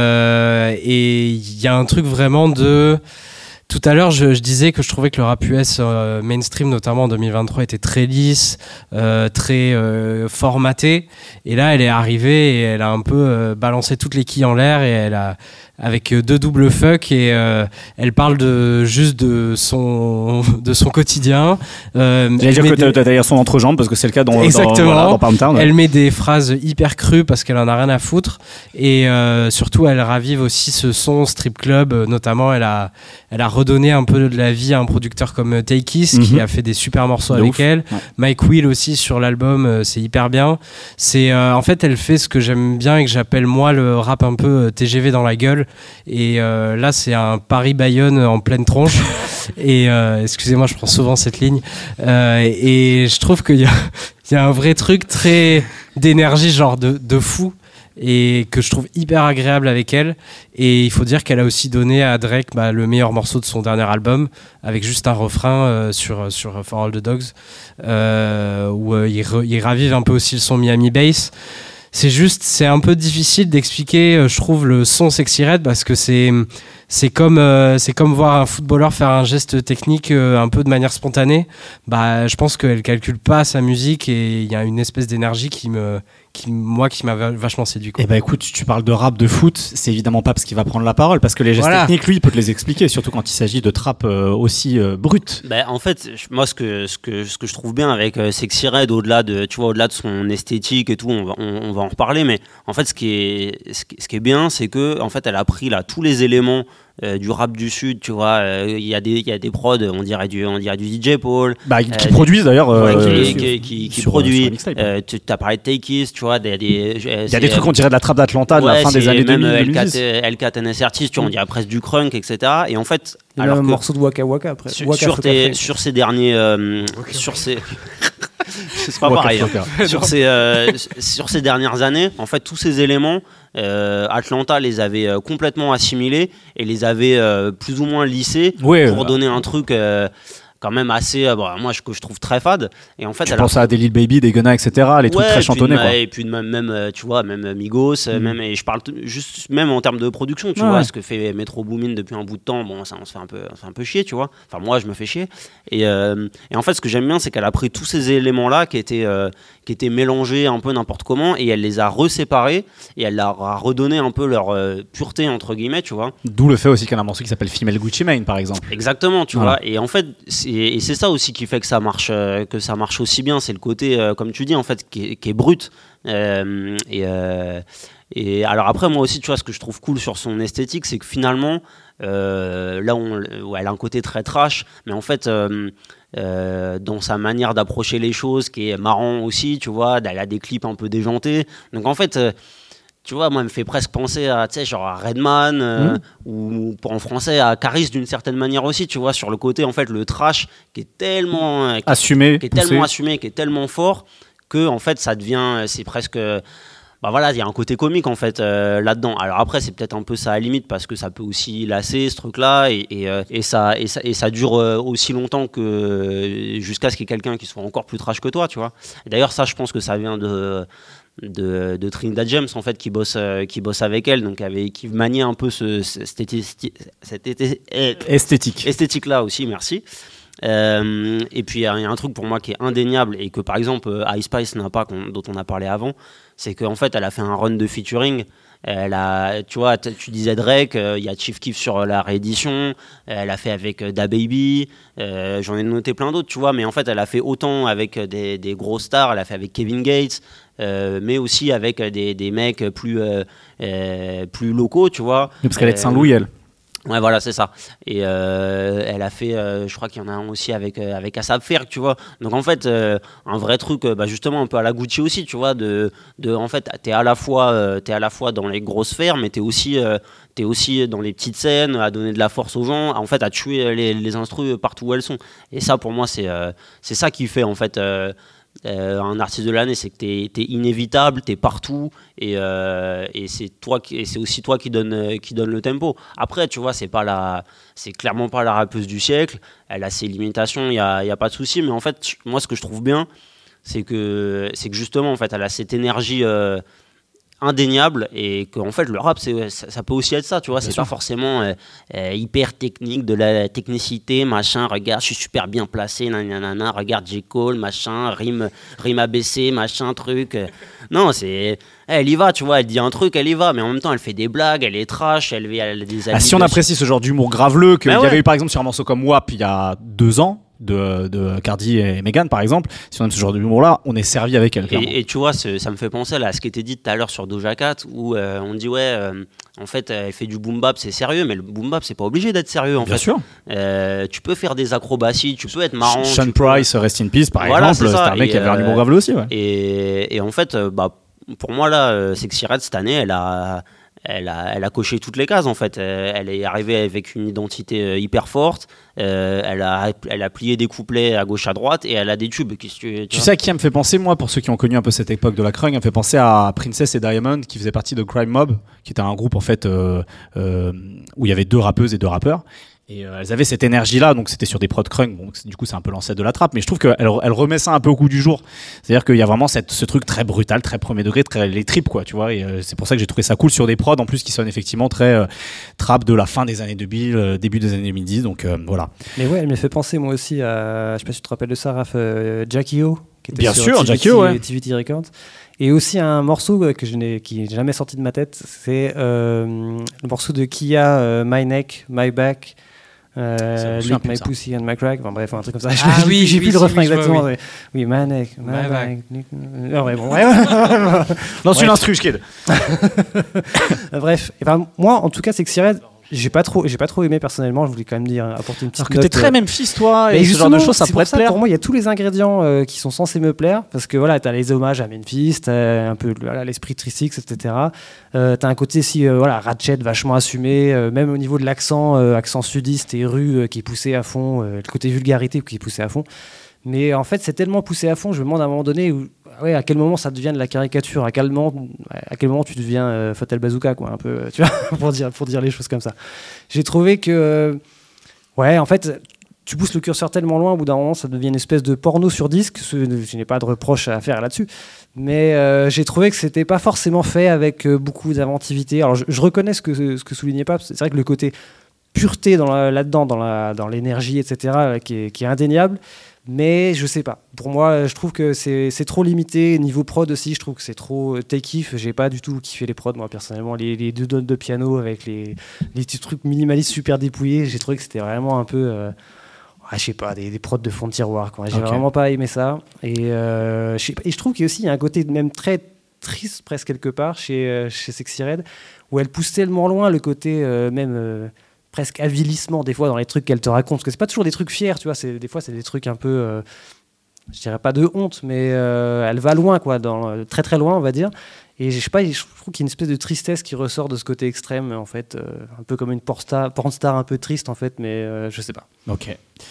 Euh, et il y a un truc vraiment de... Tout à l'heure, je, je disais que je trouvais que le rap U S euh, mainstream, notamment en deux mille vingt-trois, était très lisse, euh, très euh, formaté. Et là, elle est arrivée et elle a un peu euh, balancé toutes les quilles en l'air et elle a... avec deux doubles fuck et euh, elle parle de juste de son de son quotidien. Euh, J'allais dire que des... t'as d'ailleurs son entrejambe parce que c'est le cas dans exactement. Dans, voilà, dans Pound Town. Ouais. Elle met des phrases hyper crues parce qu'elle en a rien à foutre et euh, surtout elle ravive aussi ce son strip club. Notamment, elle a elle a redonné un peu de la vie à un producteur comme Takis mm-hmm. qui a fait des super morceaux de avec ouf. Elle. Ouais. Mike Will aussi sur l'album, c'est hyper bien. C'est euh, en fait elle fait ce que j'aime bien et que j'appelle moi le rap un peu T G V dans la gueule. Et euh, là c'est un Paris-Bayonne en pleine tronche et euh, excusez-moi je prends souvent cette ligne euh, et je trouve qu'il y a, il y a un vrai truc très d'énergie genre de, de fou et que je trouve hyper agréable avec elle. Et il faut dire qu'elle a aussi donné à Drake bah, le meilleur morceau de son dernier album avec juste un refrain euh, sur, sur For All the Dogs euh, où euh, il, re, il ravive un peu aussi le son Miami Bass. C'est juste, c'est un peu difficile d'expliquer, je trouve, le son Sexyy Red parce que c'est, c'est, comme, euh, c'est comme voir un footballeur faire un geste technique euh, un peu de manière spontanée. Bah, je pense qu'elle calcule pas sa musique et il y a une espèce d'énergie qui me, qui, moi, qui m'a vachement séduit. Eh ben écoute, tu parles de rap, de foot, c'est évidemment pas parce qu'il va prendre la parole, parce que les gestes voilà. techniques, lui, il peut te les expliquer, surtout quand il s'agit de trap euh, aussi euh, brut. Bah, en fait, moi, ce que, ce que, ce que je trouve bien avec euh, Sexyy Red, au-delà de, tu vois, au-delà de son esthétique et tout, on va, on, on va en reparler, mais en fait, ce qui est, ce qui, ce qui est bien, c'est que, en fait, elle a pris là tous les éléments Euh, du rap du sud, tu vois, il euh, y a des il y a des prods, on dirait du on dirait du D J Paul, bah, qui euh, produisent d'ailleurs, ouais, euh, qui, qui, qui, qui sur, produit. Sur euh, tu as parlé de Takis, tu vois, des des il y a des trucs on dirait de la trappe d'Atlanta de ouais, la fin des années deux mille. Même L quatre N S Artist, tu vois, on dirait presque du crunk, et cetera. Et en fait, il y a alors un que, morceau de Waka Waka après. Sur, Waka sur, tes, sur ces derniers, euh, okay. sur ces c'est pas pareil. Hein. sur ces euh, sur ces dernières années, en fait, tous ces éléments. Euh, Atlanta les avait euh, complètement assimilés et les avait euh, plus ou moins lissés ouais, pour euh, donner un truc euh, quand même assez, euh, bon, moi je, que je trouve très fade. Et en fait, tu elle penses a... à des Lil Baby, des Gunna, et cetera, les ouais, trucs très chantonnés. Quoi. Et puis même, même, tu vois, même Migos, mm. même, et je parle t- juste même en termes de production, tu ouais, vois, ouais. ce que fait Metro Boomin depuis un bout de temps, bon, ça on se fait un peu, fait un peu chier, tu vois. Enfin, moi je me fais chier. Et, euh, et en fait, ce que j'aime bien, c'est qu'elle a pris tous ces éléments-là qui étaient, euh, qui étaient mélangés un peu n'importe comment, et elle les a reséparés, et elle leur a redonné un peu leur euh, pureté, entre guillemets, tu vois. D'où le fait aussi qu'elle a un morceau qui s'appelle Female Gucci Mane, par exemple. Exactement, tu voilà. vois. Et en fait, c'est, et c'est ça aussi qui fait que ça marche, euh, que ça marche aussi bien. C'est le côté, euh, comme tu dis, en fait, qui est, qui est brut. Euh, et, euh, et alors après, moi aussi, tu vois, ce que je trouve cool sur son esthétique, c'est que finalement, euh, là, on, ouais, elle a un côté très trash, mais en fait, euh, euh, dans sa manière d'approcher les choses, qui est marrant aussi, tu vois, elle a des clips un peu déjantés. Donc en fait. Euh, Tu vois, moi, elle me fait presque penser à, tu sais, genre à Redman, euh, mmh. ou pour en français à Caris d'une certaine manière aussi, tu vois, sur le côté, en fait, le trash qui est tellement qui, assumé, qui est tellement assumé, qui est tellement fort que, en fait, ça devient, c'est presque, bah voilà, il y a un côté comique en fait euh, là-dedans. Alors après, c'est peut-être un peu ça à la limite parce que ça peut aussi lasser ce truc-là et, et, euh, et ça et ça et ça dure euh, aussi longtemps que euh, jusqu'à ce qu'il y ait quelqu'un qui soit encore plus trash que toi, tu vois. Et d'ailleurs, ça, je pense que ça vient de De, de Trinidad James en fait qui bosse euh, qui bosse avec elle, donc avec, qui maniait un peu ce, cette, éthi- cette éthi- esthétique esthétique là aussi, merci. Euh, et puis il y a un truc pour moi qui est indéniable et que par exemple Ice Spice n'a pas, dont on a parlé avant, c'est qu'en fait elle a fait un run de featuring. Elle a, tu vois, tu disais Drake, il euh, y a Chief Keef sur la réédition, elle a fait avec euh, DaBaby, euh, j'en ai noté plein d'autres, tu vois, mais en fait elle a fait autant avec des, des gros stars, elle a fait avec Kevin Gates, euh, mais aussi avec des, des mecs plus, euh, euh, plus locaux, tu vois. Oui, parce qu'elle est de Saint-Louis, elle. Ouais, voilà, c'est ça. Et euh, elle a fait, euh, je crois qu'il y en a un aussi avec, euh, avec Asap Ferg, tu vois. Donc en fait, euh, un vrai truc, euh, bah, justement, un peu à la Gucci aussi, tu vois. De, de, en fait, t'es à, la fois, euh, t'es à la fois dans les grosses sphères, mais t'es aussi, euh, t'es aussi dans les petites scènes, à donner de la force aux gens, en fait, à tuer les, les instrus partout où elles sont. Et ça, pour moi, c'est, euh, c'est ça qui fait, en fait. Euh, Euh, un artiste de l'année, c'est que t'es, t'es inévitable, t'es partout et, euh, et, c'est toi qui, et c'est aussi toi qui donne, qui donne le tempo. Après, tu vois, c'est, pas la, c'est clairement pas la rappeuse du siècle, elle a ses limitations, il n'y a, y a pas de souci, mais en fait, moi, ce que je trouve bien, c'est que, c'est que justement, en fait, elle a cette énergie euh, indéniable et qu'en fait le rap c'est, ça, ça peut aussi être ça, tu vois. Bien c'est sûr. Pas forcément euh, euh, hyper technique, de la technicité, machin, regarde je suis super bien placé, nanana, regarde J. Cole, machin, rime, rime A B C, machin, truc. Non, c'est... Elle y va, tu vois, elle dit un truc, elle y va, mais en même temps elle fait des blagues, elle est trash, elle, elle a des... Ah, si on apprécie ce genre d'humour graveleux qu'il bah y ouais. avait eu par exemple sur un morceau comme W A P il y a deux ans, de, de Cardi et Meghan par exemple, si on aime ce genre d'humour là, on est servi avec elle. Et, et tu vois, ça me fait penser là, à ce qui était dit tout à l'heure sur Doja Cat où euh, on dit ouais, euh, en fait elle fait du boom bap, c'est sérieux, mais le boom bap c'est pas obligé d'être sérieux en Bien fait. sûr. Euh, tu peux faire des acrobaties, tu peux être marrant. Sean Price, peux... Rest in Peace par voilà, exemple, c'est, c'est un mec et qui avait euh, un humour graveleux aussi. Ouais. Et, et en fait, bah, pour moi là, Sexyy Red cette année, elle a... Elle a, elle a coché toutes les cases en fait. Elle est arrivée avec une identité hyper forte. Euh, elle, a, elle a plié des couplets à gauche à droite et elle a des tubes. Qui, tu tu sais à qui elle me fait penser, moi, pour ceux qui ont connu un peu cette époque de la crunk, elle me fait penser à Princess et Diamond qui faisaient partie de Crime Mob, qui était un groupe en fait euh, euh, où il y avait deux rappeuses et deux rappeurs. Et euh, elles avaient cette énergie-là, donc c'était sur des prods crunk, bon, du coup c'est un peu l'ancêtre de la trappe, mais je trouve qu'elle elle remet ça un peu au goût du jour. C'est-à-dire qu'il y a vraiment cette, ce truc très brutal, très premier degré, très les tripes quoi, tu vois. Et euh, c'est pour ça que j'ai trouvé ça cool sur des prods en plus qui sonnent effectivement très euh, trap de la fin des années deux mille, euh, début des années deux mille dix, donc euh, voilà. Mais ouais, elle me fait penser moi aussi à, je sais pas si tu te rappelles de ça, Raph, euh, Jackie O, qui était Bien sur sûr, Jackie O, ouais. T V T Records. Et aussi un morceau que je n'ai, qui n'est jamais sorti de ma tête, c'est euh, le morceau de Kia, euh, My Neck, My Back. Euh, Lick My Pussy and My Crack, enfin bref, un truc comme ça. Ah je, oui, j'ai oui, plus oui, le refrain oui, exactement. oui. Oui, My Neck, My, my Back. Non, ouais, bon, ouais. Lance une instru, kid. Bref, et ben, moi, en tout cas, Sexyy Red, j'ai pas trop, j'ai pas trop aimé personnellement. Je voulais quand même dire, apporter une petite Alors que note. t'es très Memphis, toi, et mais ce genre de choses, ça pourrait te plaire. Pour moi, il y a tous les ingrédients euh, qui sont censés me plaire, parce que voilà, t'as les hommages à Memphis, t'as un peu voilà, l'esprit Trisix, et cetera. Euh, t'as un côté aussi, euh, voilà, ratchet, vachement assumé, euh, même au niveau de l'accent, euh, accent sudiste et rue euh, qui est poussé à fond, euh, le côté vulgarité qui est poussé à fond. Mais en fait, c'est tellement poussé à fond, je me demande à un moment donné où, ouais, à quel moment ça devient de la caricature, à quel moment, à quel moment tu deviens euh, Fatal Bazooka, quoi, un peu, tu vois, pour dire, pour dire les choses comme ça. J'ai trouvé que, euh, ouais, en fait, tu pousses le curseur tellement loin, au bout d'un moment, ça devient une espèce de porno sur disque. Ce, je n'ai pas de reproche à faire là-dessus. Mais euh, j'ai trouvé que c'était pas forcément fait avec euh, beaucoup d'inventivité. Alors, je, je reconnais ce que, ce que soulignait Pape. C'est vrai que le côté pureté dans la, là-dedans, dans, la, dans l'énergie, et cetera, qui est, qui est indéniable. Mais je sais pas. Pour moi, je trouve que c'est, c'est trop limité. Niveau prod aussi, je trouve que c'est trop take-kiff. J'ai pas du tout kiffé les prods, moi, personnellement. Les, les deux notes de piano avec les, les petits trucs minimalistes super dépouillés, j'ai trouvé que c'était vraiment un peu... Euh, Ah, je sais pas, des, des prods de fond de tiroir, quoi. J'ai okay. vraiment pas aimé ça. Et, euh, je, et je trouve qu'il y a aussi y a un côté même très triste, presque quelque part, chez, euh, chez Sexyy Red, où elle pousse tellement loin le côté euh, même euh, presque avilissement, des fois, dans les trucs qu'elle te raconte. Parce que c'est pas toujours des trucs fiers, tu vois. C'est, des fois, c'est des trucs un peu, euh, je dirais pas de honte, mais euh, elle va loin, quoi, dans, très très loin, on va dire. Et je sais pas, je trouve qu'il y a une espèce de tristesse qui ressort de ce côté extrême, en fait, euh, un peu comme une pornstar, pornstar un peu triste, en fait, mais euh, je sais pas. Ok.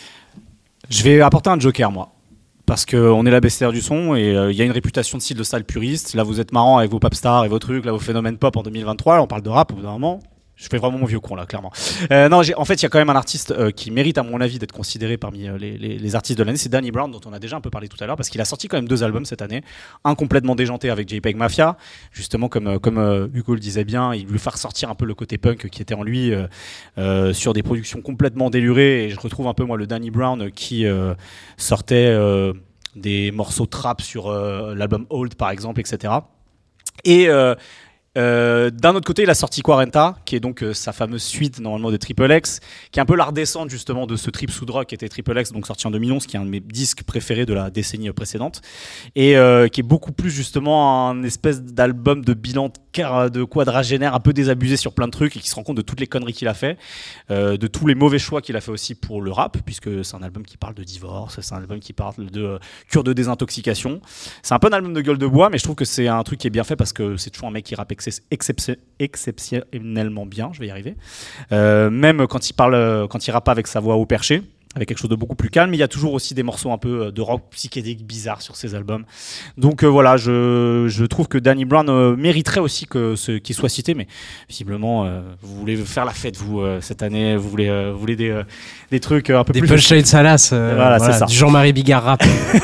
Je vais apporter un joker, moi. Parce qu'on est la bestiaire du son et il euh, y a une réputation de style de style puriste. Là, vous êtes marrant avec vos pop stars et vos trucs, là, vos phénomènes pop en deux mille vingt-trois. Là, on parle de rap au bout d'un moment. Je fais vraiment mon vieux con là, clairement. Euh, non, j'ai, en fait, il y a quand même un artiste euh, qui mérite, à mon avis, d'être considéré parmi euh, les, les, les artistes de l'année. C'est Danny Brown, dont on a déjà un peu parlé tout à l'heure, parce qu'il a sorti quand même deux albums cette année. Un complètement déjanté avec JPEG Mafia, justement comme euh, comme euh, Hugo le disait bien, il voulait faire ressortir un peu le côté punk qui était en lui euh, euh, sur des productions complètement délurées. Et je retrouve un peu moi le Danny Brown qui euh, sortait euh, des morceaux trap sur euh, l'album Old par exemple, et cetera. Et euh, Euh, d'un autre côté, il a sorti Quarenta, qui est donc euh, sa fameuse suite normalement de Triple X, qui est un peu la redescente justement de ce trip sous drogue qui était Triple X, donc sorti en deux mille onze, qui est un de mes disques préférés de la décennie précédente, et euh, qui est beaucoup plus justement un espèce d'album de bilan de quadragénaire un peu désabusé sur plein de trucs et qui se rend compte de toutes les conneries qu'il a fait, euh, de tous les mauvais choix qu'il a fait aussi pour le rap, puisque c'est un album qui parle de divorce, c'est un album qui parle de euh, cure de désintoxication. C'est un peu un album de gueule de bois, mais je trouve que c'est un truc qui est bien fait parce que c'est toujours un mec qui rappe Excep- exceptionnellement bien, je vais y arriver. Euh, même quand il parle, quand il rappe avec sa voix au perché, avec quelque chose de beaucoup plus calme, mais il y a toujours aussi des morceaux un peu de rock psychédélique bizarre sur ses albums. Donc euh, voilà, je, je trouve que Danny Brown euh, mériterait aussi que ce, qu'il soit cité, mais visiblement euh, vous voulez faire la fête vous euh, cette année, vous voulez, euh, vous voulez des, euh, des trucs un peu des plus... Des punchlines salaces, euh, voilà, voilà, c'est ça. Du Jean-Marie Bigard rap.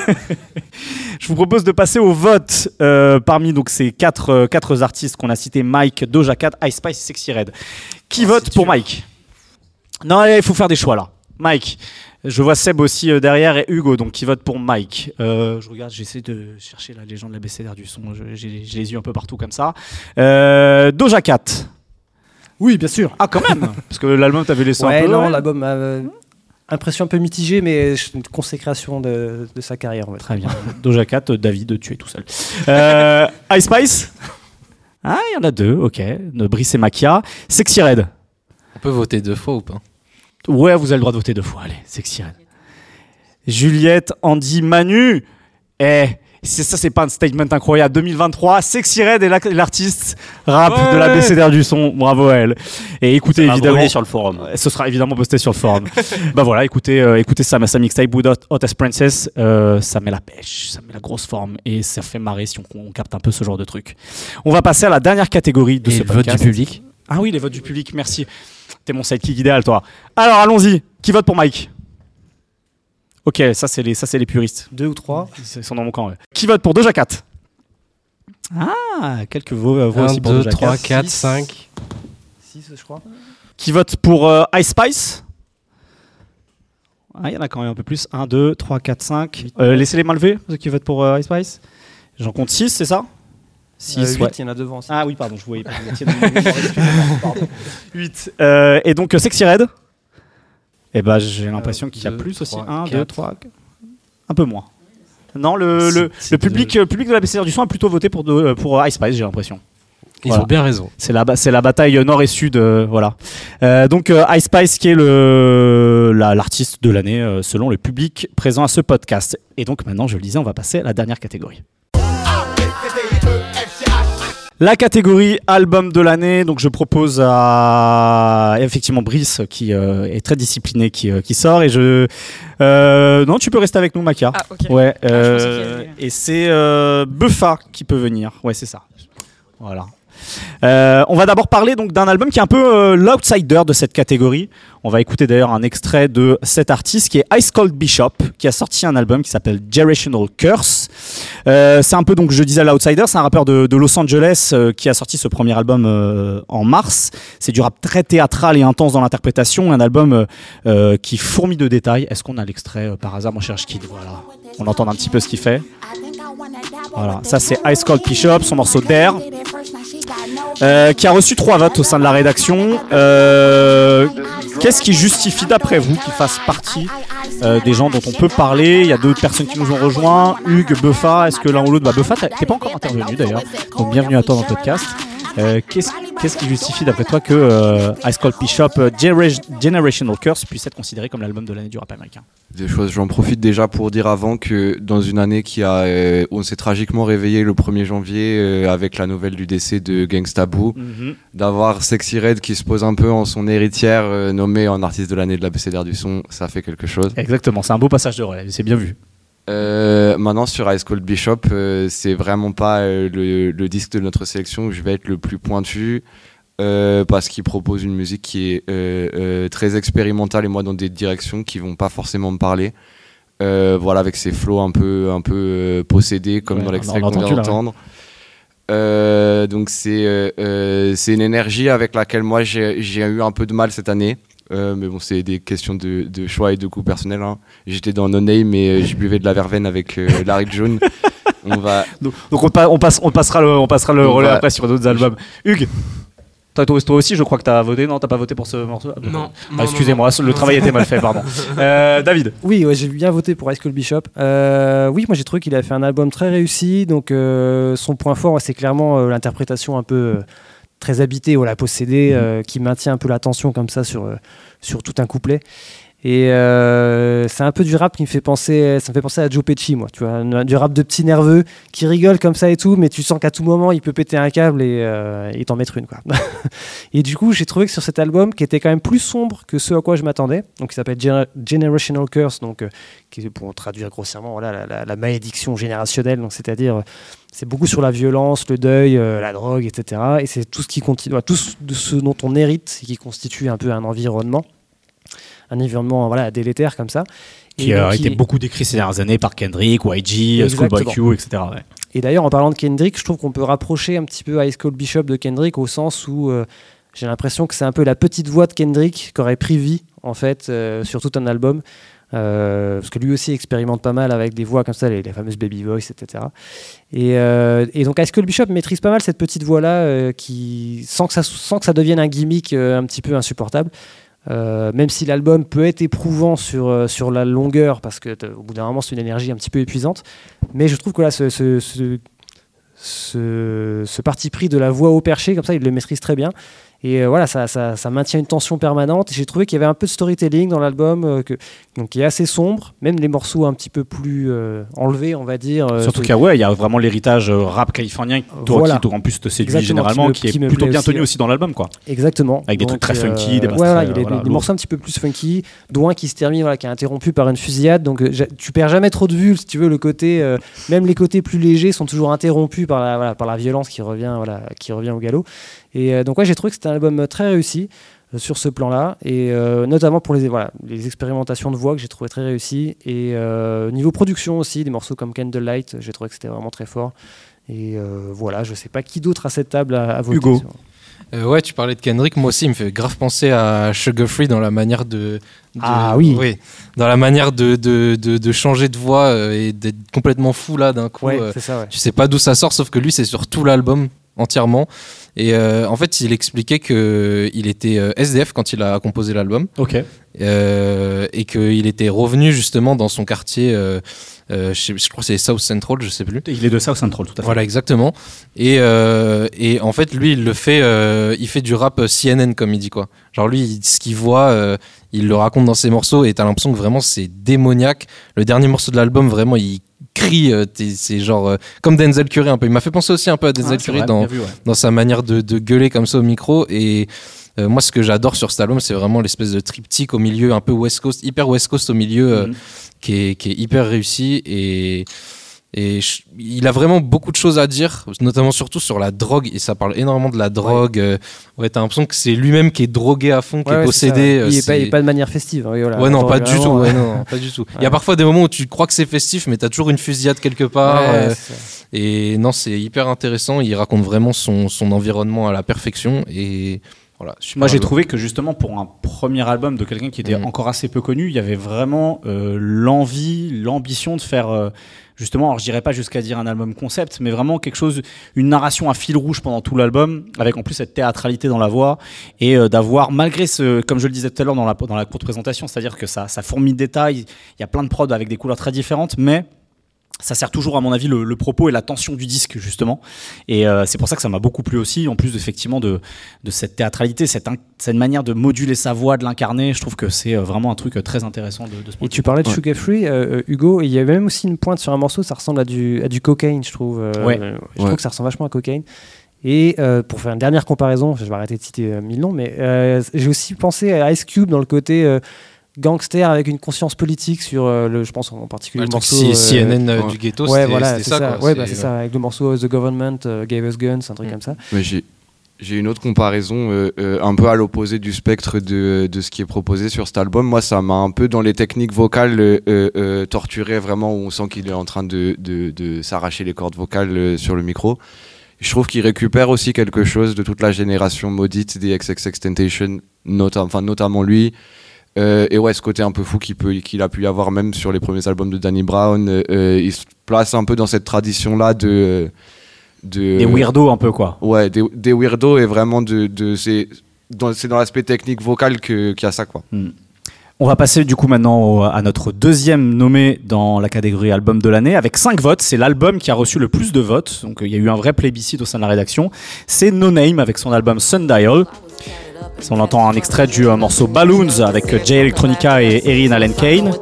Je vous propose de passer au vote euh, parmi donc, ces quatre, euh, quatre artistes qu'on a cités, Mike, Doja Cat, Ice Spice et Sexyy Red. Qui oh, vote pour dur. Mike? Non, allez, il faut faire des choix là. Mike, je vois Seb aussi euh, derrière et Hugo, donc qui vote pour Mike. Euh, je regarde, j'essaie de chercher la légende de l'abécédaire du son, je, j'ai, j'ai les yeux un peu partout comme ça. Euh, Doja Cat. Oui, bien sûr. Ah, quand même. Parce que l'album, t'avais laissé ouais, un peu. Non, ouais. l'album... Euh... Impression un peu mitigée, mais une consécration de, de sa carrière. En fait. Très bien. Doja Cat, David, tu es tout seul. Euh, Ice Spice. Ah, il y en a deux, ok. De Brice et Makia. Sexyy Red. On peut voter deux fois ou pas? Ouais, vous avez le droit de voter deux fois. Allez, Sexyy Red. Juliette, Andy, Manu. Eh, c'est, ça, c'est pas un statement incroyable. deux mille vingt-trois, Sexyy Red est la, l'artiste rap ouais de l'abécédaire du son. Bravo à elle. Et écoutez, ça évidemment. sur le forum. Ce sera évidemment posté sur le forum. Bah voilà, écoutez, euh, écoutez ça, sa mixtape Wood Hottest Princess. Euh, ça met la pêche, ça met la grosse forme et ça fait marrer si on, on capte un peu ce genre de truc. On va passer à la dernière catégorie de et ce le podcast. Vote du public. Ah oui, les votes du public, merci. T'es mon sidekick idéal, toi. Alors, allons-y. Qui vote pour Mike? Ok, ça c'est les, ça c'est les puristes. Deux ou trois. Ils sont dans mon camp. Ouais. Qui vote pour Doja Cat? Ah, quelques voix, voix aussi pour deux, Doja Cat. trois, quatre, cinq. six, je crois. Qui vote pour euh, Ice Spice? Ah, il y en a quand même un peu plus. un, deux, trois, quatre, cinq. Euh, laissez les mains levées, ceux qui votent pour euh, Ice Spice. J'en compte six, c'est ça? six, euh, huit, ouais. Il y en a devant aussi. Ah oui, pardon, je voyais pas. huit. Euh, et donc, Sexyy Red? Eh ben, j'ai l'impression euh, qu'il y a deux, plus aussi. un, deux, trois. Un peu moins. Non, le, c'est, le, c'est le public, euh, public de l'abécédaire du son a plutôt voté pour, de, pour Ice Spice, j'ai l'impression. Ils voilà. ont bien raison. C'est la, c'est la bataille nord et sud, euh, voilà. Euh, donc euh, Ice Spice qui est le, la, l'artiste de l'année euh, selon le public présent à ce podcast. Et donc maintenant, je le disais, on va passer à la dernière catégorie. La catégorie album de l'année, donc je propose à effectivement Brice qui euh, est très discipliné qui, euh, qui sort et je euh, non tu peux rester avec nous Makia. Ah, ok. Ouais. Ah, euh, et c'est euh, Buffa qui peut venir. Ouais c'est ça. Voilà. Euh, on va d'abord parler donc d'un album qui est un peu euh, l'outsider de cette catégorie. On va écouter d'ailleurs un extrait de cet artiste qui est Ice Cold Bishop, qui a sorti un album qui s'appelle Generational Curse. Euh, c'est un peu, donc je disais l'outsider, c'est un rappeur de, de Los Angeles euh, qui a sorti ce premier album euh, en mars. C'est du rap très théâtral et intense dans l'interprétation, un album euh, euh, qui fourmille de détails. Est-ce qu'on a l'extrait euh, par hasard, mon cher Kid? Voilà, on entend un petit peu ce qu'il fait. Voilà, ça c'est Ice Cold Bishop, son morceau Dare, euh, qui a reçu trois votes au sein de la rédaction. Euh, Qu'est-ce qui justifie d'après vous qu'il fasse partie euh, des gens dont on peut parler? Il y a d'autres personnes qui nous ont rejoints, Hugues, Buffa, est-ce que l'un ou l'autre... Bah Buffa, t'es pas encore intervenu d'ailleurs, donc bienvenue à toi dans le podcast. Euh, qu'est-ce, qu'est-ce qui justifie d'après toi que euh, Ice Cold Bishop euh, Generational Curse puisse être considéré comme l'album de l'année du rap américain? Des choses, j'en profite déjà pour dire avant que dans une année qui a, euh, où on s'est tragiquement réveillé le premier janvier euh, avec la nouvelle du décès de Gangsta Boo, mm-hmm. d'avoir Sexy Red qui se pose un peu en son héritière euh, nommée en artiste de l'année de l'Abécédaire du son, ça fait quelque chose. Exactement, c'est un beau passage de relais, c'est bien vu. Euh, maintenant sur Ice Cold Bishop, euh, c'est vraiment pas euh, le, le disque de notre sélection où je vais être le plus pointu euh, parce qu'il propose une musique qui est euh, euh, très expérimentale et moi dans des directions qui vont pas forcément me parler. Euh, voilà, avec ses flows un peu un peu euh, possédés comme ouais, dans l'extrait qu'on vient d'entendre. Euh, donc c'est euh, euh, c'est une énergie avec laquelle moi j'ai, j'ai eu un peu de mal cette année. Euh, mais bon, c'est des questions de, de choix et de goût personnel. Hein. J'étais dans No Name et euh, je buvais de la verveine avec euh, Larry June. On va. Donc, donc on, pa- on, passe, on passera le, on passera le on relais va... après sur d'autres albums. Hugues, toi, toi aussi, je crois que tu as voté. Non, t'as pas voté pour ce morceau. Non. non, ah, excusez-moi, non, non. le travail était mal fait, pardon. Euh, David. Oui, ouais, j'ai bien voté pour Ice Cold Bishop. Euh, oui, moi j'ai trouvé qu'il a fait un album très réussi. Donc euh, son point fort, c'est clairement euh, l'interprétation un peu. Euh, très habité ou la possédée euh, qui maintient un peu la tension comme ça sur, euh, sur tout un couplet et euh, c'est un peu du rap qui me fait penser ça me fait penser à Joe Pesci moi tu vois, du rap de petit nerveux qui rigole comme ça et tout mais tu sens qu'à tout moment il peut péter un câble et, euh, et t'en mettre une quoi. Et du coup j'ai trouvé que sur cet album qui était quand même plus sombre que ce à quoi je m'attendais, donc qui s'appelle Gener- Generational Curse, donc euh, qui est pour traduire grossièrement voilà, la, la, la malédiction générationnelle, donc c'est-à-dire euh, c'est beaucoup sur la violence, le deuil, euh, la drogue, et cetera. Et c'est tout ce qui continue, tout de ce dont on hérite et qui constitue un peu un environnement, un environnement voilà délétère comme ça. Qui et a donc, été qui... beaucoup décrit ces dernières années par Kendrick, Y G, Schoolboy Q, et cetera. Ouais. Et d'ailleurs, en parlant de Kendrick, je trouve qu'on peut rapprocher un petit peu Ice Cold Bishop de Kendrick au sens où euh, j'ai l'impression que c'est un peu la petite voix de Kendrick qui aurait pris vie en fait euh, sur tout un album. Euh, parce que lui aussi expérimente pas mal avec des voix comme ça, les, les fameuses baby voice, et cetera. Et, euh, et donc Ice Cold Bishop maîtrise pas mal cette petite voix-là, euh, qui, sans, que ça, sans que ça devienne un gimmick euh, un petit peu insupportable. Euh, même si l'album peut être éprouvant sur, euh, sur la longueur, parce qu'au bout d'un moment c'est une énergie un petit peu épuisante. Mais je trouve que là, ce, ce, ce, ce, ce parti pris de la voix au perché, comme ça, il le maîtrise très bien. Et euh, voilà, ça, ça, ça maintient une tension permanente. Et j'ai trouvé qu'il y avait un peu de storytelling dans l'album, euh, que, donc, qui est assez sombre, même les morceaux un petit peu plus euh, enlevés, on va dire. Euh, Surtout qu'il y a, ouais, il y a vraiment l'héritage euh, rap californien, toi, voilà. qui en plus te séduit Exactement, généralement, qui, me, qui est qui plutôt bien aussi, tenu aussi dans l'album. Quoi. Exactement. Avec des donc, trucs très euh, funky, des basses voilà, très, il y a des, voilà, des morceaux un petit peu plus funky, dont un qui se termine, voilà, qui est interrompu par une fusillade. Donc euh, tu perds jamais trop de vue, si tu veux, le côté, euh, même les côtés plus légers sont toujours interrompus par la, voilà, par la violence qui revient, voilà, qui revient au galop. Et euh, donc ouais, j'ai trouvé que c'était un album très réussi euh, sur ce plan-là, et euh, notamment pour les, voilà, les expérimentations de voix que j'ai trouvé très réussies. Et euh, niveau production aussi, des morceaux comme Candlelight, j'ai trouvé que c'était vraiment très fort. Et euh, voilà, je sais pas qui d'autre à cette table à, à voter. Hugo. Sur... Euh, ouais, tu parlais de Kendrick, moi aussi il me fait grave penser à Sugar Free dans la manière de, de ah oui. oui dans la manière de, de, de, de changer de voix euh, et d'être complètement fou là d'un coup. Ouais, euh, c'est ça, ouais. Tu sais pas d'où ça sort, sauf que lui c'est sur tout l'album entièrement. Et euh, en fait, il expliquait qu'il était euh, S D F quand il a composé l'album. Ok. Euh, et qu'il était revenu justement dans son quartier. Euh, euh, je, je crois que c'est South Central, je sais plus. Il est de South Central, tout à fait. Voilà, exactement. Et, euh, et en fait, lui, il le fait. Euh, il fait du rap C N N, comme il dit quoi. Genre lui, il, ce qu'il voit, euh, il le raconte dans ses morceaux. Et t'as l'impression que vraiment c'est démoniaque. Le dernier morceau de l'album, vraiment, il crie, euh, c'est genre euh, comme Denzel Curry un peu. Il m'a fait penser aussi un peu à Denzel ah, Curry vrai, dans, vu, ouais. dans sa manière de, de gueuler comme ça au micro. Et euh, moi, ce que j'adore sur cet album, c'est vraiment l'espèce de triptyque au milieu, un peu West Coast, hyper West Coast au milieu, euh, mm-hmm. qui, est, qui est hyper réussi. Et Et je, il a vraiment beaucoup de choses à dire, notamment surtout sur la drogue, et ça parle énormément de la drogue. Ouais, euh, ouais t'as l'impression que c'est lui-même qui est drogué à fond, qui ouais, est ouais, possédé. C'est il, est pas, il est pas de manière festive. Oui, voilà. Ouais, non, pas du, vraiment, tout, ouais, non, non, pas du tout. Il ouais. y a parfois des moments où tu crois que c'est festif, mais t'as toujours une fusillade quelque part. Ouais, euh, et non, c'est hyper intéressant. Il raconte vraiment son, son environnement à la perfection. Et voilà, moi, j'ai trouvé que justement, pour un premier album de quelqu'un qui était mmh. encore assez peu connu, il y avait vraiment euh, l'envie, l'ambition de faire. Euh, Justement, alors je dirais pas jusqu'à dire un album concept, mais vraiment quelque chose, une narration à fil rouge pendant tout l'album, avec en plus cette théâtralité dans la voix, et euh, d'avoir, malgré ce, comme je le disais tout à l'heure dans la, dans la courte présentation, c'est-à-dire que ça, ça fourmille de détails, il y a plein de prods avec des couleurs très différentes, mais ça sert toujours, à mon avis, le, le propos et la tension du disque, justement. Et euh, c'est pour ça que ça m'a beaucoup plu aussi, en plus effectivement de, de cette théâtralité, cette, in, cette manière de moduler sa voix, de l'incarner. Je trouve que c'est vraiment un truc très intéressant de, de ce point Et de tu parlais de ouais. Sugar Free, euh, Hugo, et il y avait même aussi une pointe sur un morceau, ça ressemble à du, à du cocaine, je trouve. Euh, ouais. Je ouais. trouve que ça ressemble vachement à cocaine. Et euh, pour faire une dernière comparaison, je vais arrêter de citer euh, mille noms, mais euh, j'ai aussi pensé à Ice Cube dans le côté... Euh, gangster avec une conscience politique sur euh, le, je pense en particulier ouais, le morceau euh, C N N euh, du ghetto, ouais, c'était, voilà, c'était ça, ça. Quoi. Ouais, bah, c'est, c'est ça avec le morceau The Government uh, Gave Us Guns, un truc mmh. comme ça. Mais j'ai j'ai une autre comparaison euh, euh, un peu à l'opposé du spectre de, de ce qui est proposé sur cet album. Moi, ça m'a un peu dans les techniques vocales euh, euh, torturé, vraiment, où on sent qu'il est en train de, de, de s'arracher les cordes vocales euh, sur le micro. Je trouve qu'il récupère aussi quelque chose de toute la génération maudite des X X Xtentation, nota- enfin, notamment lui. Euh, et ouais, ce côté un peu fou qu'il, peut, qu'il a pu y avoir même sur les premiers albums de Danny Brown, euh, il se place un peu dans cette tradition-là de, de... Des weirdos un peu, quoi. Ouais, des, des weirdos, et vraiment de, de, c'est, dans, c'est dans l'aspect technique vocal que, qu'il y a ça, quoi. Mm. On va passer du coup maintenant au, à notre deuxième nommé dans la catégorie album de l'année, avec cinq votes. C'est l'album qui a reçu le plus de votes, donc il euh, y a eu un vrai plébiscite au sein de la rédaction. C'est No Name avec son album Sundial. On entend un extrait du euh, morceau Balloons avec Jay Electronica et Erin Allen Kane.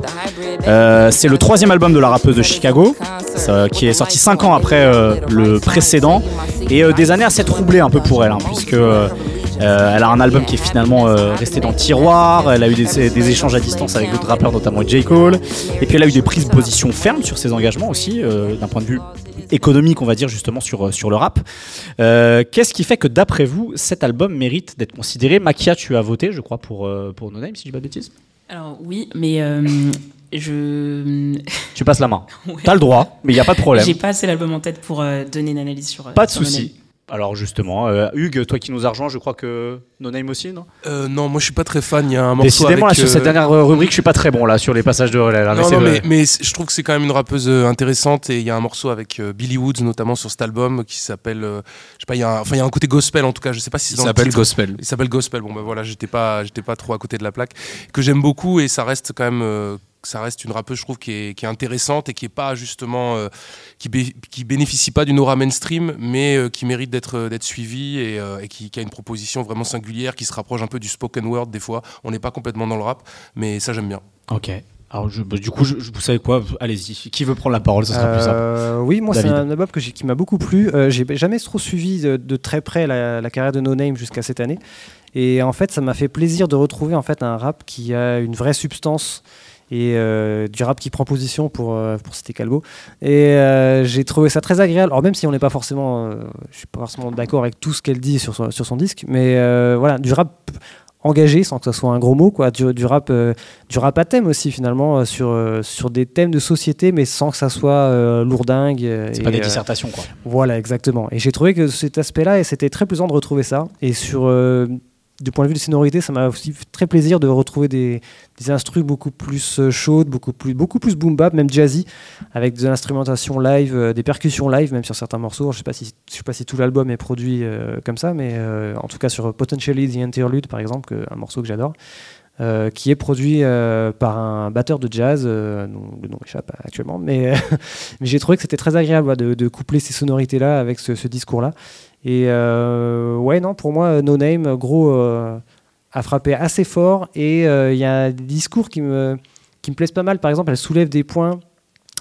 Euh, c'est le troisième album de la rappeuse de Chicago, ça, qui est sorti cinq ans après euh, le précédent, et euh, des années assez troublées un peu pour elle, hein, puisque euh, euh, elle a un album qui est finalement euh, resté dans le tiroir. Elle a eu des, des échanges à distance avec d'autres rappeurs, notamment J. Cole, et puis elle a eu des prises de position fermes sur ses engagements aussi, euh, d'un point de vue économique, on va dire, justement sur, sur le rap. Euh, qu'est-ce qui fait que, d'après vous, cet album mérite d'être considéré? Makia, tu as voté, je crois, pour, euh, pour No Name, si je dis pas de bêtises. Alors oui, mais euh, je... Tu passes la main. Ouais. T'as le droit, mais il n'y a pas de problème. J'ai pas assez l'album en tête pour euh, donner une analyse sur... Euh, pas de sur souci. Alors justement, euh, Hugues, toi qui nous as rejoint, je crois que No Name aussi, non euh, Non, moi je suis pas très fan. Il y a un morceau Décidément, avec, là, sur cette dernière rubrique, je suis pas très bon là sur les passages de relais. Là, non, mais, non, mais, mais, mais je trouve que c'est quand même une rappeuse intéressante, et il y a un morceau avec euh, Billy Woods notamment sur cet album qui s'appelle, euh, je sais pas, il y a, un, enfin il y a un côté gospel en tout cas. Je sais pas si c'est il dans s'appelle le titre. Gospel. Il s'appelle Gospel. Bon ben voilà, j'étais pas, j'étais pas trop à côté de la plaque. Que j'aime beaucoup, et ça reste quand même. Euh, ça reste une rappeuse, je trouve, qui est, qui est intéressante et qui est pas justement euh, qui, bé- qui bénéficie pas d'une aura mainstream, mais euh, qui mérite d'être d'être suivie, et, euh, et qui, qui a une proposition vraiment singulière, qui se rapproche un peu du spoken word des fois. On n'est pas complètement dans le rap, mais ça j'aime bien. Ok. Alors je, bah, du coup, je, je, vous savez quoi? Allez-y. Qui veut prendre la parole? Ce sera euh, plus simple. Oui, moi David. C'est un album que j'ai, qui m'a beaucoup plu. Euh, j'ai jamais trop suivi de, de très près la, la carrière de No Name jusqu'à cette année, et en fait, ça m'a fait plaisir de retrouver en fait un rap qui a une vraie substance. Et euh, du rap qui prend position pour, euh, pour citer Calbo. Et euh, j'ai trouvé ça très agréable. Alors même si on n'est pas forcément, euh, je suis pas forcément d'accord avec tout ce qu'elle dit sur son, sur son disque, mais euh, voilà, du rap engagé sans que ce soit un gros mot, quoi. Du, du rap, euh, du rap à thème aussi finalement, euh, sur euh, sur des thèmes de société, mais sans que ça soit euh, lourdingue. C'est et, pas des euh, dissertations, quoi. Voilà, exactement. Et j'ai trouvé que cet aspect-là, et c'était très plaisant de retrouver ça. Et sur euh, du point de vue de sonorité, ça m'a aussi fait très plaisir de retrouver des, des instrus beaucoup plus chaudes, beaucoup plus, beaucoup plus boom bap, même jazzy, avec des instrumentations live, euh, des percussions live, même sur certains morceaux. Je sais pas si, je sais pas si tout l'album est produit euh, comme ça, mais euh, en tout cas sur Potentially the Interlude, par exemple, que, un morceau que j'adore, euh, qui est produit euh, par un batteur de jazz, euh, dont le nom échappe actuellement, mais, mais j'ai trouvé que c'était très agréable ouais, de, de coupler ces sonorités-là avec ce, ce discours-là. Et euh, ouais, non, pour moi, No Name, gros, euh, a frappé assez fort, et il euh, y a des discours qui me, qui me plaisent pas mal. Par exemple, elle soulève des points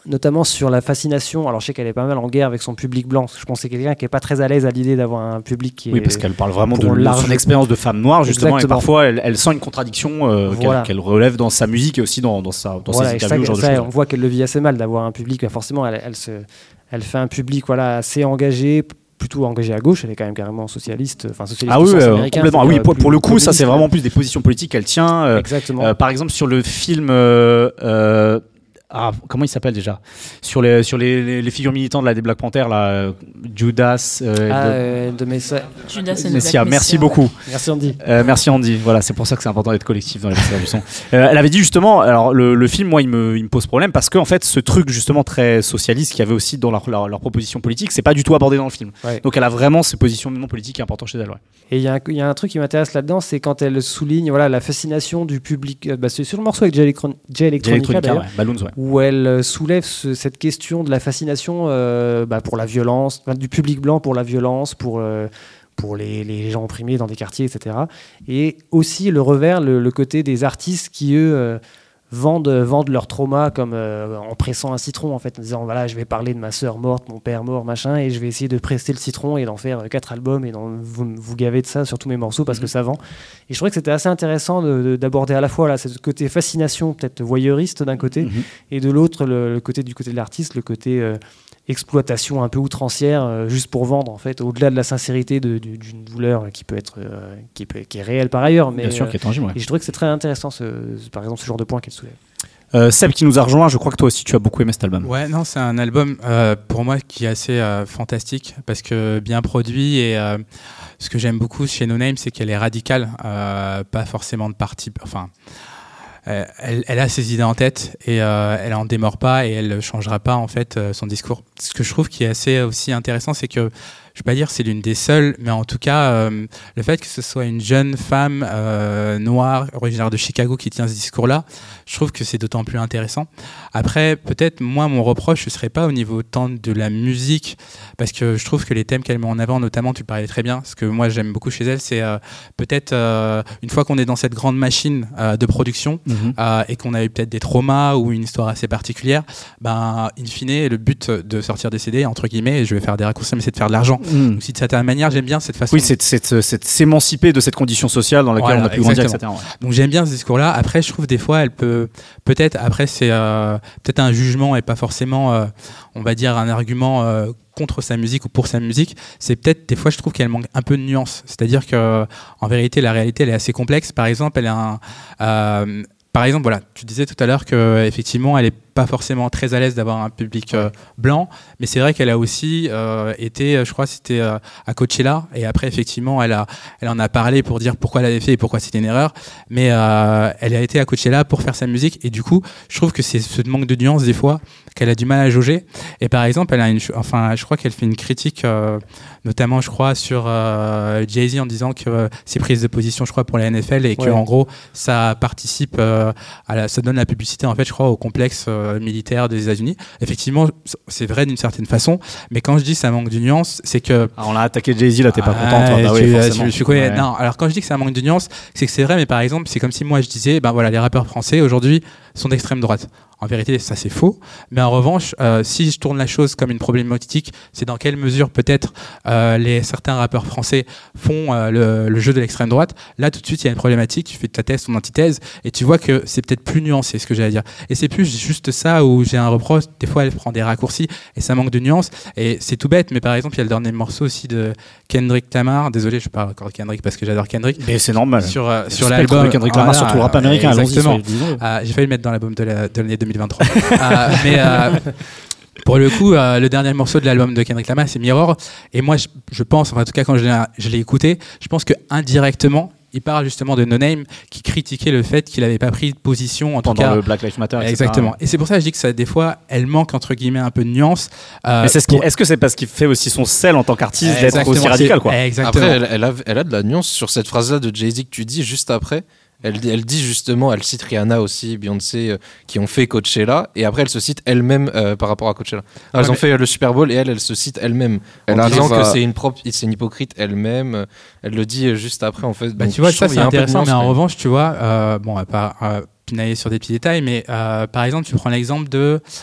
notamment sur la fascination. Alors je sais qu'elle est pas mal en guerre avec son public blanc. Je pense que c'est quelqu'un qui est pas très à l'aise à l'idée d'avoir un public qui est. Oui, parce qu'elle parle vraiment de large... son expérience de femme noire, justement, Exactement. et parfois elle, elle sent une contradiction euh, voilà. qu'elle, qu'elle relève dans sa musique et aussi dans, dans, sa, dans voilà, ses et interviews. ça, Genre ça, de choses. on voit qu'elle le vit assez mal d'avoir un public. Ben forcément, elle, elle, se, elle fait un public voilà, assez engagé. Plutôt engagée à gauche, elle est quand même carrément socialiste, enfin socialiste. Ah oui, euh, américain, complètement. Ah oui, pour, pour le coup, ça c'est communiste. vraiment plus des positions politiques qu'elle tient. Euh, Exactement. Euh, par exemple, sur le film. Euh, euh, Ah, comment il s'appelle déjà sur les sur les, les, les figures militantes là, des Black Panthers là, euh, Judas euh, ah, de, euh, de Messa... Judas and Messia. Black Merci Messiah, beaucoup. ouais. Merci Andy. Euh, merci Andy. Voilà, c'est pour ça que c'est important d'être collectif dans les festivals du son. Euh, elle avait dit justement, alors le, le film, moi, il me, il me pose problème parce qu'en fait, ce truc justement très socialiste qu'il y avait aussi dans leur, leur, leur proposition politique, c'est pas du tout abordé dans le film. Ouais. Donc elle a vraiment ce positionnement politique important chez elle. Ouais. Et il y, y a un truc qui m'intéresse là-dedans, c'est quand elle souligne voilà, la fascination du public. Euh, bah, c'est sur le morceau avec Jay Electron- Electronica, d'ailleurs, ouais, Balloons, ouais. où elle euh, soulève ce- cette question de la fascination euh, bah, pour la violence, enfin, du public blanc pour la violence, pour, euh, pour les, les gens opprimés dans des quartiers, et cetera. Et aussi le revers, le, le côté des artistes qui, eux, euh, vendent, vendent leur trauma comme euh, en pressant un citron, en fait, en disant voilà, je vais parler de ma sœur morte, mon père mort, machin, et je vais essayer de presser le citron et d'en faire quatre albums et d'en vous, vous gaver de ça sur tous mes morceaux parce mm-hmm. que ça vend. Et je trouvais que c'était assez intéressant de, de, d'aborder à la fois là, ce côté fascination, peut-être voyeuriste d'un côté, mm-hmm. et de l'autre, le, le côté du côté de l'artiste, le côté euh, exploitation un peu outrancière, euh, juste pour vendre, en fait, au-delà de la sincérité de, de, d'une douleur qui peut être, euh, qui, peut, qui est réelle par ailleurs. Mais, Bien sûr, euh, qui est tangible. Ouais. Et je trouvais que c'est très intéressant, ce, ce, par exemple, ce genre de point qu'elle soulève. Euh, Seb qui nous a rejoint, je crois que toi aussi tu as beaucoup aimé cet album. Ouais, non, c'est un album euh, pour moi qui est assez euh, fantastique parce que bien produit et euh, ce que j'aime beaucoup chez No Name, c'est qu'elle est radicale, euh, pas forcément de parti, enfin. Euh, elle, elle a ses idées en tête et euh, elle en démord pas et elle changera pas en fait euh, son discours. Ce que je trouve qui est assez aussi intéressant, c'est que je vais pas dire que c'est l'une des seules, mais en tout cas euh, le fait que ce soit une jeune femme euh, noire originaire de Chicago qui tient ce discours-là, je trouve que c'est d'autant plus intéressant. Après, peut-être moi mon reproche ce serait pas au niveau tant de la musique, parce que je trouve que les thèmes qu'elle met en avant, notamment tu le parlais très bien, ce que moi j'aime beaucoup chez elle, c'est euh, peut-être euh, une fois qu'on est dans cette grande machine euh, de production mmh. euh, et qu'on a eu peut-être des traumas ou une histoire assez particulière, ben in fine le but de sortir des C D entre guillemets, et je vais faire des raccourcis, mais c'est de faire de l'argent. Mmh. Donc, si de certaine manière j'aime bien cette façon. Oui, c'est, c'est, c'est, c'est s'émanciper de cette condition sociale dans laquelle voilà, on a pu grandir, et cetera. Ouais. Donc j'aime bien ce discours-là. Après, je trouve des fois elle peut peut-être après c'est euh, peut-être un jugement et pas forcément euh, on va dire un argument euh, contre sa musique ou pour sa musique. C'est peut-être des fois je trouve qu'elle manque un peu de nuance. C'est-à-dire que en vérité la réalité elle est assez complexe. Par exemple, elle a un euh, par exemple, voilà, tu disais tout à l'heure qu'effectivement, elle n'est pas forcément très à l'aise d'avoir un public euh, blanc, mais c'est vrai qu'elle a aussi euh, été, je crois, c'était euh, à Coachella, et après, effectivement, elle, a, elle en a parlé pour dire pourquoi elle avait fait et pourquoi c'était une erreur, mais euh, elle a été à Coachella pour faire sa musique, et du coup, je trouve que c'est ce manque de nuance, des fois, qu'elle a du mal à jauger. Et par exemple, elle a une, enfin, je crois qu'elle fait une critique, euh, notamment, je crois, sur euh, Jay-Z en disant que euh, ses prises de position, je crois, pour la N F L, et que ouais. en gros, ça participe, euh, à la, ça donne la publicité, en fait, je crois, au complexe euh, militaire des États-Unis. Effectivement, c'est vrai d'une certaine façon, mais quand je dis ça manque de nuance, c'est que. Ah, on l'a attaqué Jay-Z, là, t'es pas ah, content, toi. Bah tu, oui, forcément. Tu, tu connais, ouais. Non, alors quand je dis que ça manque de nuance, c'est que c'est vrai, mais par exemple, c'est comme si moi je disais, ben voilà, les rappeurs français aujourd'hui sont d'extrême droite. En vérité, ça c'est faux. Mais en revanche, euh, si je tourne la chose comme une problématique, c'est dans quelle mesure peut-être euh, les certains rappeurs français font euh, le, le jeu de l'extrême droite. Là, tout de suite, il y a une problématique. Tu fais ta thèse, ton antithèse, et tu vois que c'est peut-être plus nuancé, ce que j'allais dire. Et c'est plus juste ça où j'ai un reproche. Des fois, elle prend des raccourcis et ça manque de nuance. Et c'est tout bête, mais par exemple, il y a le dernier morceau aussi de Kendrick Lamar. Désolé, je parle encore de Kendrick parce que j'adore Kendrick. Mais c'est normal. Sur euh, sur l'album de Kendrick Lamar, voilà, sur tout le rap américain. Exactement. Euh, j'ai failli le mettre dans l'album de, la, de l'année deux mille vingt-trois. euh, mais euh, pour le coup, euh, le dernier morceau de l'album de Kendrick Lamar, c'est Mirror. Et moi, je, je pense, enfin, en tout cas, quand je l'ai, je l'ai écouté, je pense que indirectement, il parle justement de No Name qui critiquait le fait qu'il n'avait pas pris de position en pendant tout cas, le Black Lives Matter. et cetera. Exactement. Et c'est pour ça que je dis que ça, des fois, elle manque entre guillemets un peu de nuance. Euh, Mais c'est ce qui, pour... Est-ce que c'est parce qu'il fait aussi son sel en tant qu'artiste euh, d'être aussi radical, quoi. Exactement. Après, elle, elle, a, elle a de la nuance sur cette phrase-là de Jay-Z que tu dis juste après. Elle, elle dit justement, elle cite Rihanna aussi, Beyoncé, euh, qui ont fait Coachella, et après elle se cite elle-même euh, par rapport à Coachella. Alors, ouais, elles ont fait euh, le Super Bowl et elle, elle se cite elle-même elle en disant à... que c'est une propre, c'est une hypocrite elle-même. Elle le dit juste après en fait. Bah, donc, tu vois, ça c'est intéressant, mais en mais... revanche, tu vois, euh, bon, à part euh, pinailler sur des petits détails, mais euh, par exemple, tu prends l'exemple de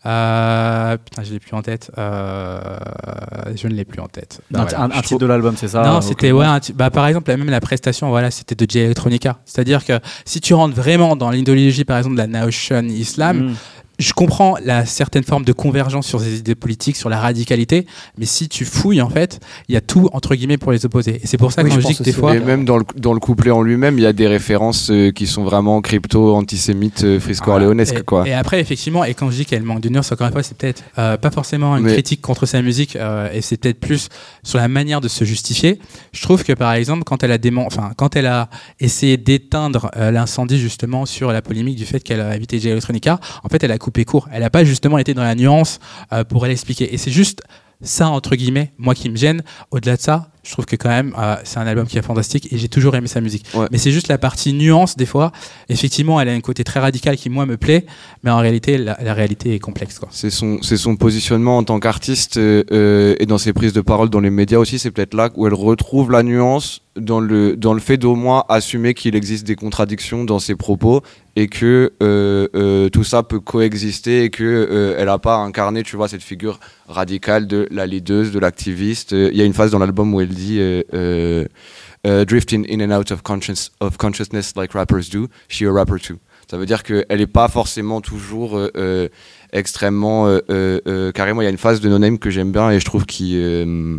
Euh, putain, je l'ai plus en tête. Euh, je ne l'ai plus en tête. Un, Voilà. un, un Je titre trouve- de l'album, c'est ça? Non, euh, c'était ouais. un ti- bah, par exemple, même la prestation, voilà, c'était de Jay Electronica. C'est-à-dire que si tu rentres vraiment dans l'idéologie, par exemple, de la Nation Islam. Mm. Je comprends la certaine forme de convergence sur ces idées politiques, sur la radicalité, mais si tu fouilles, en fait, il y a tout, entre guillemets, pour les opposer. Et c'est pour ça que Oui, quand je je dis pense que des aussi, fois... Et même dans le, dans le couplet en lui-même, il y a des références euh, qui sont vraiment crypto, antisémites, euh, frisco-orléonesques, Et, quoi. et après, effectivement, et quand je dis qu'elle manque de nuance, encore une fois, c'est peut-être euh, pas forcément une Mais- critique contre sa musique, euh, et c'est peut-être plus sur la manière de se justifier. Je trouve que, par exemple, quand elle a, démon... enfin, quand elle a essayé d'éteindre euh, l'incendie, justement, sur la polémique du fait qu'elle a invité Jay Electronica, en fait, elle a coupé court. Elle n'a pas justement été dans la nuance euh, pour elle expliquer. Et c'est juste ça, entre guillemets, moi qui me gêne. Au-delà de ça, je trouve que quand même, euh, c'est un album qui est fantastique et j'ai toujours aimé sa musique. Ouais. Mais c'est juste la partie nuance, des fois. Effectivement, elle a un côté très radical qui, moi, me plaît, mais en réalité, la, la réalité est complexe, quoi. C'est son, c'est son positionnement en tant qu'artiste euh, euh, et dans ses prises de parole dans les médias aussi, c'est peut-être là où elle retrouve la nuance dans le, dans le fait d'au moins assumer qu'il existe des contradictions dans ses propos et que euh, euh, tout ça peut coexister et qu'elle euh, n'a pas incarné, tu vois, cette figure radicale de la leaduse, de l'activiste. Il euh, y a une phase dans l'album où elle dit euh, euh, euh, drifting in and out of, conscious, of consciousness like rappers do, she a rapper too. Ça veut dire qu'elle n'est pas forcément toujours euh, euh, extrêmement euh, euh, euh, carrément. Il y a une phase de No Name que j'aime bien et je trouve qui euh,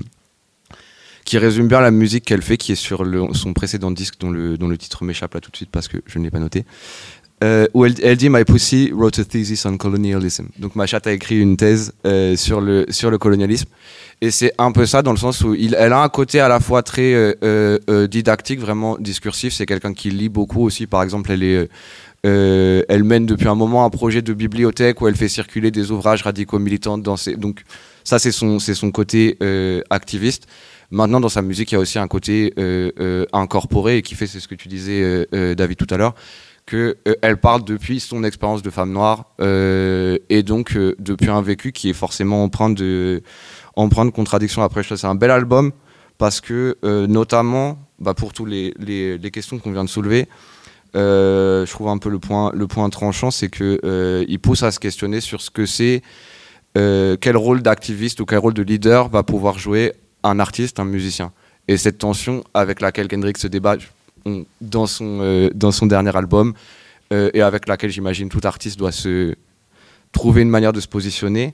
qui résume bien la musique qu'elle fait, qui est sur le, son précédent disque dont le, dont le titre m'échappe là tout de suite parce que je ne l'ai pas noté. Euh, où elle, elle dit My pussy wrote a thesis on colonialism. Donc ma chatte a écrit une thèse euh, sur, le, sur le colonialisme. Et c'est un peu ça dans le sens où il, elle a un côté à la fois très euh, euh, didactique, vraiment discursif. C'est quelqu'un qui lit beaucoup aussi. Par exemple, elle est... Euh, elle mène depuis un moment un projet de bibliothèque où elle fait circuler des ouvrages radicaux-militants dans ses... Donc ça, c'est son, c'est son côté euh, activiste. Maintenant, dans sa musique, il y a aussi un côté euh, euh, incorporé et qui fait, c'est ce que tu disais, euh, euh, David, tout à l'heure, qu'elle euh, parle depuis son expérience de femme noire euh, et donc euh, depuis un vécu qui est forcément empreint de, empreint de contradiction. Après, je trouve que c'est un bel album parce que, euh, notamment, bah, pour toutes les, les, les questions qu'on vient de soulever, euh, je trouve un peu le point, le point tranchant, c'est qu'il euh, pousse à se questionner sur ce que c'est, euh, quel rôle d'activiste ou quel rôle de leader va pouvoir jouer un artiste, un musicien. Et cette tension avec laquelle Kendrick se débat on, dans, son, euh, dans son dernier album euh, et avec laquelle j'imagine tout artiste doit se trouver une manière de se positionner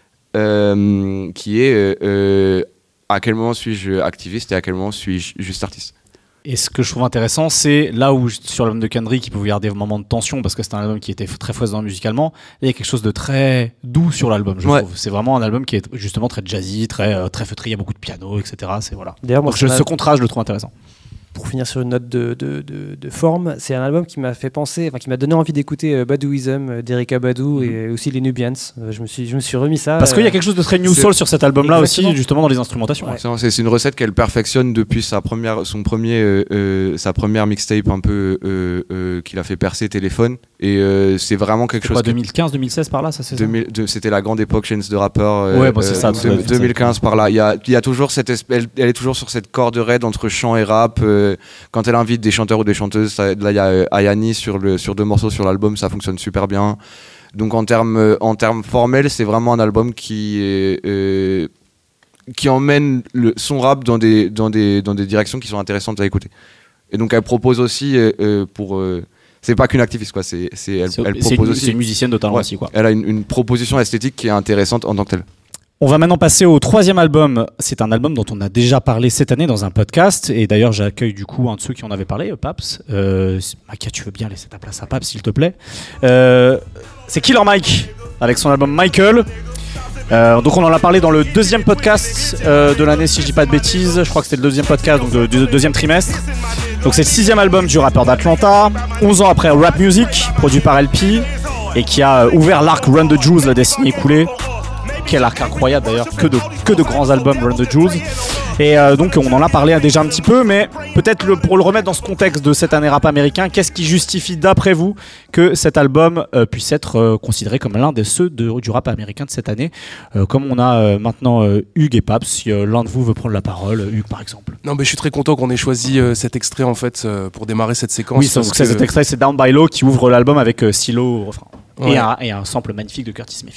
euh, qui est euh, euh, à quel moment suis-je activiste et à quel moment suis-je juste artiste. Et ce que je trouve intéressant, c'est là où sur l'album de Kendrick, il pouvait y avoir des moments de tension parce que c'est un album qui était très foisonnant musicalement. Il y a quelque chose de très doux sur l'album, je ouais. trouve. C'est vraiment un album qui est justement très jazzy, très euh, très feutré. Il y a beaucoup de piano, et cetera. C'est voilà. D'ailleurs, moi, Donc je, ça ce contraste, je le trouve intéressant. Pour finir sur une note de, de, de, de forme, c'est un album qui m'a fait penser, enfin qui m'a donné envie d'écouter euh, Badouism euh, d'Erykah Badu mm-hmm. et aussi les Nubians. Euh, je me suis, je me suis remis ça. Parce euh, qu'il y a quelque chose de très new soul sur cet album-là Exactement. aussi, justement dans les instrumentations. Ouais. C'est, c'est une recette qu'elle perfectionne depuis sa première, son premier, euh, euh, sa première mixtape un peu euh, euh, qu'il a fait percer Téléphone. Et euh, c'est vraiment quelque c'est chose. Quoi, deux mille quinze deux mille seize par là, ça c'est deux mille, de, C'était la grande époque Chance de rappeur. Euh, ouais, bon, c'est ça. Euh, deux mille quinze par là. Il y a, il y a toujours cette espèce, elle, elle est toujours sur cette corde raide entre chant et rap. Euh, quand elle invite des chanteurs ou des chanteuses, ça, là il y a euh, Ayani sur le sur deux morceaux sur l'album, ça fonctionne super bien. Donc en termes euh, en termes formels, c'est vraiment un album qui est, euh, qui emmène le, son rap dans des dans des dans des directions qui sont intéressantes à écouter. Et donc elle propose aussi euh, euh, pour euh, c'est pas qu'une activiste quoi, c'est c'est elle, c'est, elle c'est propose une, aussi c'est une musicienne de talent ouais, aussi quoi. Elle a une, une proposition esthétique qui est intéressante en tant que telle. On va maintenant passer au troisième album. C'est un album dont on a déjà parlé cette année dans un podcast. Et d'ailleurs, j'accueille du coup un de ceux qui en avait parlé, Paps. Euh, Makia, tu veux bien laisser ta place à Paps, s'il te plaît. Euh, c'est Killer Mike, avec son album Michael. Euh, donc on en a parlé dans le deuxième podcast euh, de l'année, si je dis pas de bêtises. Je crois que c'était le deuxième podcast, donc de, du deuxième trimestre. Donc c'est le sixième album du rappeur d'Atlanta. onze ans après Rap Music, produit par L P. Et qui a ouvert l'arc Run the Jewels, la décennie écoulée. Quel arc incroyable d'ailleurs, que de, que de grands albums Run the Jewels. Et euh, donc on en a parlé déjà un petit peu, mais peut-être le, pour le remettre dans ce contexte de cette année rap américain, qu'est-ce qui justifie d'après vous que cet album euh, puisse être euh, considéré comme l'un des ceux de, du rap américain de cette année euh, Comme on a euh, maintenant euh, Hugues et Paps, si euh, l'un de vous veut prendre la parole, Hugues par exemple. Non mais je suis très content qu'on ait choisi euh, cet extrait en fait euh, pour démarrer cette séquence. Oui, donc que... cet extrait c'est Down by Law qui ouvre l'album avec euh, Silo au refrain. Ouais. Et, un, et un sample magnifique de Curtis Mayfield.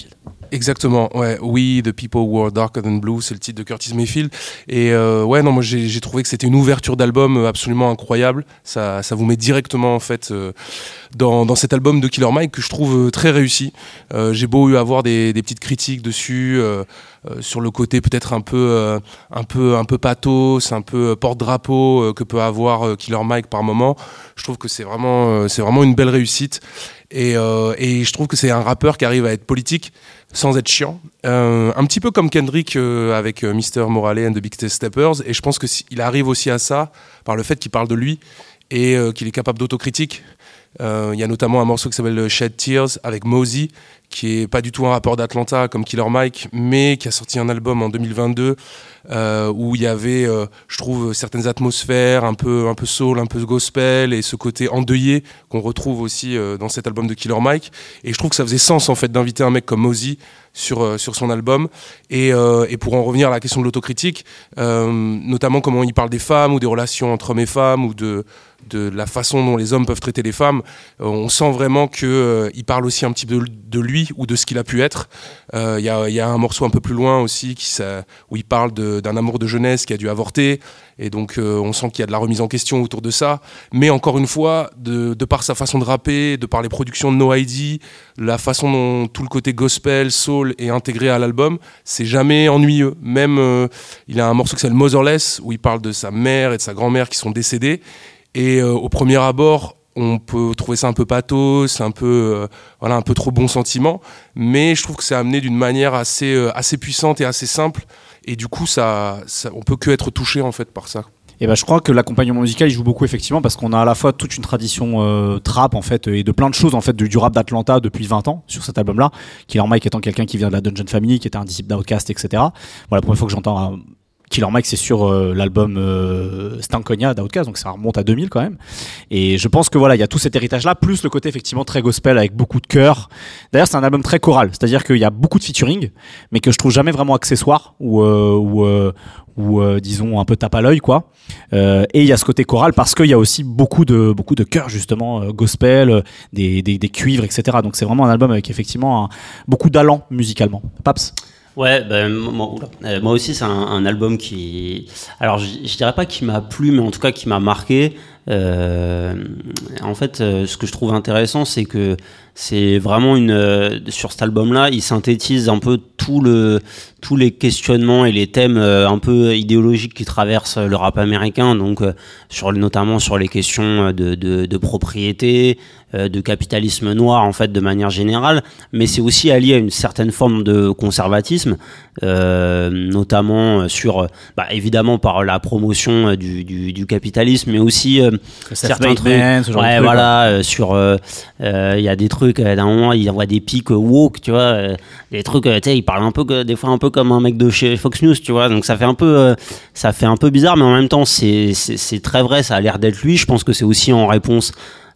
Exactement, ouais. We, The People Who Are Darker Than Blue, c'est le titre de Curtis Mayfield. Et euh, ouais, non, moi j'ai, j'ai trouvé que c'était une ouverture d'album absolument incroyable. Ça, ça vous met directement en fait euh, dans, dans cet album de Killer Mike que je trouve euh, très réussi. Euh, j'ai beau eu avoir des, des petites critiques dessus. Euh, Euh, sur le côté peut-être un peu, euh, un peu, un peu pathos, un peu euh, porte-drapeau euh, que peut avoir euh, Killer Mike par moment. Je trouve que c'est vraiment, euh, c'est vraiment une belle réussite. Et, euh, et je trouve que c'est un rappeur qui arrive à être politique sans être chiant. Euh, un petit peu comme Kendrick euh, avec euh, mister Morale and the Big Steppers. Et je pense qu'il arrive aussi à ça par le fait qu'il parle de lui et euh, qu'il est capable d'autocritique. Il euh, y a notamment un morceau qui s'appelle Shed Tears avec Mosey, qui est pas du tout un rappeur d'Atlanta comme Killer Mike, mais qui a sorti un album en deux mille vingt-deux euh, où il y avait, euh, je trouve, certaines atmosphères un peu, un peu soul, un peu gospel, et ce côté endeuillé qu'on retrouve aussi euh, dans cet album de Killer Mike. Et je trouve que ça faisait sens en fait d'inviter un mec comme Mosey sur, euh, sur son album. Et, euh, et pour en revenir à la question de l'autocritique, euh, notamment comment il parle des femmes ou des relations entre hommes et femmes ou de de la façon dont les hommes peuvent traiter les femmes, euh, on sent vraiment qu'il euh, parle aussi un petit peu de, de lui ou de ce qu'il a pu être. Il euh, y, y a un morceau un peu plus loin aussi qui, ça, où il parle de, d'un amour de jeunesse qui a dû avorter, et donc euh, on sent qu'il y a de la remise en question autour de ça. Mais encore une fois, de, de par sa façon de rapper, de par les productions de No I D, la façon dont tout le côté gospel, soul est intégré à l'album, c'est jamais ennuyeux. Même, euh, il a un morceau qui s'appelle Motherless, où il parle de sa mère et de sa grand-mère qui sont décédées. Et euh, au premier abord, on peut trouver ça un peu pathos, un peu, euh, voilà, un peu trop bon sentiment. Mais je trouve que c'est amené d'une manière assez, euh, assez puissante et assez simple. Et du coup, ça, ça, on peut que être touché en fait par ça. Et ben, je crois que l'accompagnement musical il joue beaucoup effectivement parce qu'on a à la fois toute une tradition euh, trap en fait et de plein de choses en fait du, du rap d'Atlanta depuis vingt ans sur cet album-là. Killer Mike étant quelqu'un qui vient de la Dungeon Family, qui était un disciple d'Outkast, et cetera. Voilà, la première fois que j'entends un Killer Mike, c'est sur euh, l'album euh, Stankonia d'Outkast, donc ça remonte à deux mille quand même. Et je pense que voilà, il y a tout cet héritage-là, plus le côté effectivement très gospel avec beaucoup de chœurs. D'ailleurs, c'est un album très choral, c'est-à-dire qu'il y a beaucoup de featuring, mais que je trouve jamais vraiment accessoire ou euh, ou, euh, ou euh, disons un peu tape à l'œil quoi. Euh, et il y a ce côté choral parce qu'il y a aussi beaucoup de beaucoup de chœurs justement euh, gospel, euh, des, des des cuivres, et cetera. Donc c'est vraiment un album avec effectivement un, beaucoup d'allant musicalement. Paps. Ouais, ben, moi, euh, moi aussi c'est un, un album qui, alors je, je dirais pas qui m'a plu, mais en tout cas qui m'a marqué. Euh, en fait, euh, ce que je trouve intéressant, c'est que c'est vraiment une euh, sur cet album-là, il synthétise un peu tout le tous les questionnements et les thèmes euh, un peu idéologiques qui traversent le rap américain, donc euh, sur notamment sur les questions de de, de propriété, euh, de capitalisme noir en fait de manière générale, mais c'est aussi allié à une certaine forme de conservatisme, euh, notamment sur bah, évidemment par la promotion du du, du capitalisme, mais aussi euh, certains trucs, man, ce genre ouais de truc, voilà, euh, sur il euh, euh, y a des trucs euh, d'un moment il envoie des pics euh, woke, tu vois, euh, des trucs, euh, tu sais, il parle un peu que, des fois un peu comme un mec de chez Fox News, tu vois, donc ça fait un peu euh, ça fait un peu bizarre, mais en même temps c'est c'est, c'est très vrai, ça a l'air d'être lui. Je pense que c'est aussi en réponse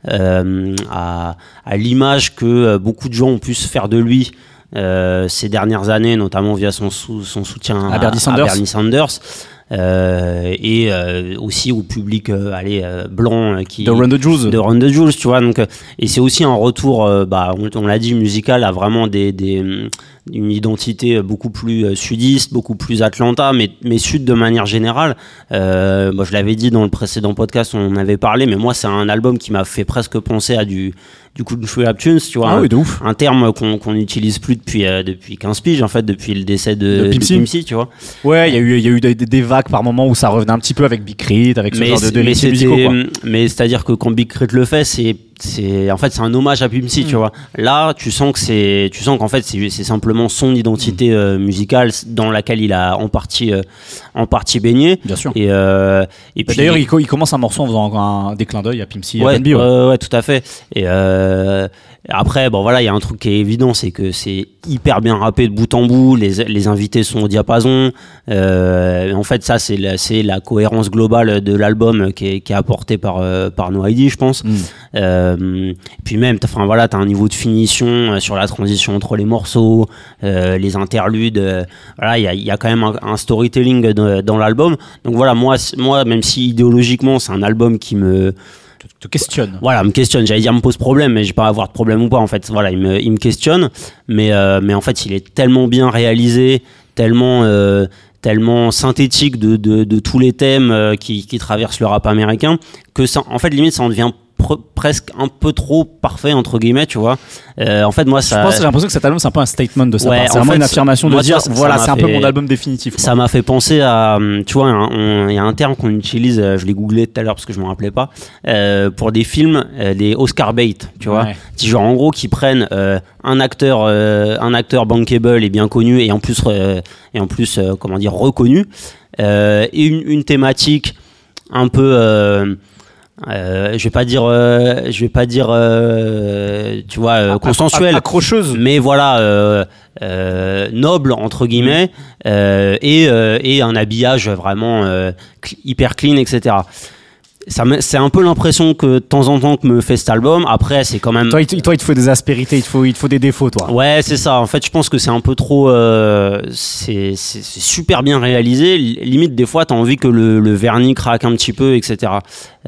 euh, à à l'image que euh, beaucoup de gens ont pu se faire de lui euh, ces dernières années, notamment via son sou- son soutien à, à Bernie Sanders. À Bernie Sanders. Euh, et euh, aussi au public euh, allez, euh, blanc euh, qui de Run the Jewels de Run the Jewels, tu vois, donc euh, et c'est aussi un retour euh, bah on, on l'a dit, musical, à vraiment des des une identité beaucoup plus sudiste, beaucoup plus Atlanta, mais mais sud de manière générale. Euh, moi je l'avais dit dans le précédent podcast, on en avait parlé, mais moi c'est un album qui m'a fait presque penser à du du coup de Country Rap Tunes, tu vois, ah un, oui, de ouf. un terme qu'on qu'on n'utilise plus depuis euh, depuis quinze piges en fait, depuis le décès de, de Pimp C. Pimp C, tu vois. Ouais, il y a eu il y a eu des, des vagues par moment où ça revenait un petit peu avec Big Crit, avec ce mais genre de, de mais récits musicaux quoi. Mais c'est-à-dire que quand Big Crit le fait, c'est c'est en fait c'est un hommage à Pimp C, mm. tu vois. Là, tu sens que c'est tu sens qu'en fait c'est c'est simplement son identité mm. euh, musicale dans laquelle il a en partie euh, en partie baigné. Bien sûr. Et euh, et bah, puis d'ailleurs il, il commence un morceau en faisant un, un déclin d'œil à Pimp C, ouais, à N B, ouais. Euh, ouais, tout à fait. Et euh, après, bon voilà, il y a un truc qui est évident, c'est que c'est hyper bien rappé de bout en bout. Les les invités sont au diapason. Euh, en fait, ça c'est la, c'est la cohérence globale de l'album qui est qui est apportée par euh, par No I D, je pense. Mm. Euh, puis même, enfin voilà, t'as un niveau de finition euh, sur la transition entre les morceaux, euh, les interludes. Euh, voilà, il y a il y a quand même un, un storytelling de, dans l'album. Donc voilà, moi moi même si idéologiquement c'est un album qui me te, te questionne. Voilà, me questionne. J'allais dire me pose problème, mais je vais pas avoir de problème ou pas. En fait, voilà, il me, il me questionne, mais euh, mais en fait, il est tellement bien réalisé, tellement euh, tellement synthétique de, de, de tous les thèmes euh, qui, qui traversent le rap américain que ça, en fait, limite, ça en devient pr- presque un peu trop parfait entre guillemets, tu vois. Euh, en fait, moi, ça. Je pense, j'ai l'impression que cet album, c'est un peu un statement de sa ouais, part. C'est en vraiment fait, une affirmation de moi, dire, ça, voilà, ça c'est un fait, peu mon album définitif. Quoi. Ça m'a fait penser à, tu vois, il y a un terme qu'on utilise, je l'ai googlé tout à l'heure parce que je me rappelais pas, euh, pour des films, euh, des Oscar bait, tu vois. Ouais. Genre, en gros, qui prennent euh, un acteur, euh, un acteur bankable et bien connu et en plus, euh, et en plus, euh, comment dire, reconnu, euh, et une, une thématique un peu. Euh, Euh, je vais pas dire, euh, je vais pas dire, euh, tu vois, euh, consensuelle, accrocheuse, mais voilà, euh, euh, noble entre guillemets, euh, et, euh, et un habillage vraiment euh, hyper clean, et cetera. Ça c'est un peu l'impression que de temps en temps que me fait cet album. Après, c'est quand même. Toi, il te, toi, il te faut des aspérités, il te faut, il te faut des défauts, toi. Ouais, c'est ça. En fait, je pense que c'est un peu trop. Euh, c'est, c'est, c'est super bien réalisé. Limite, des fois, t'as envie que le, le vernis craque un petit peu, et cetera.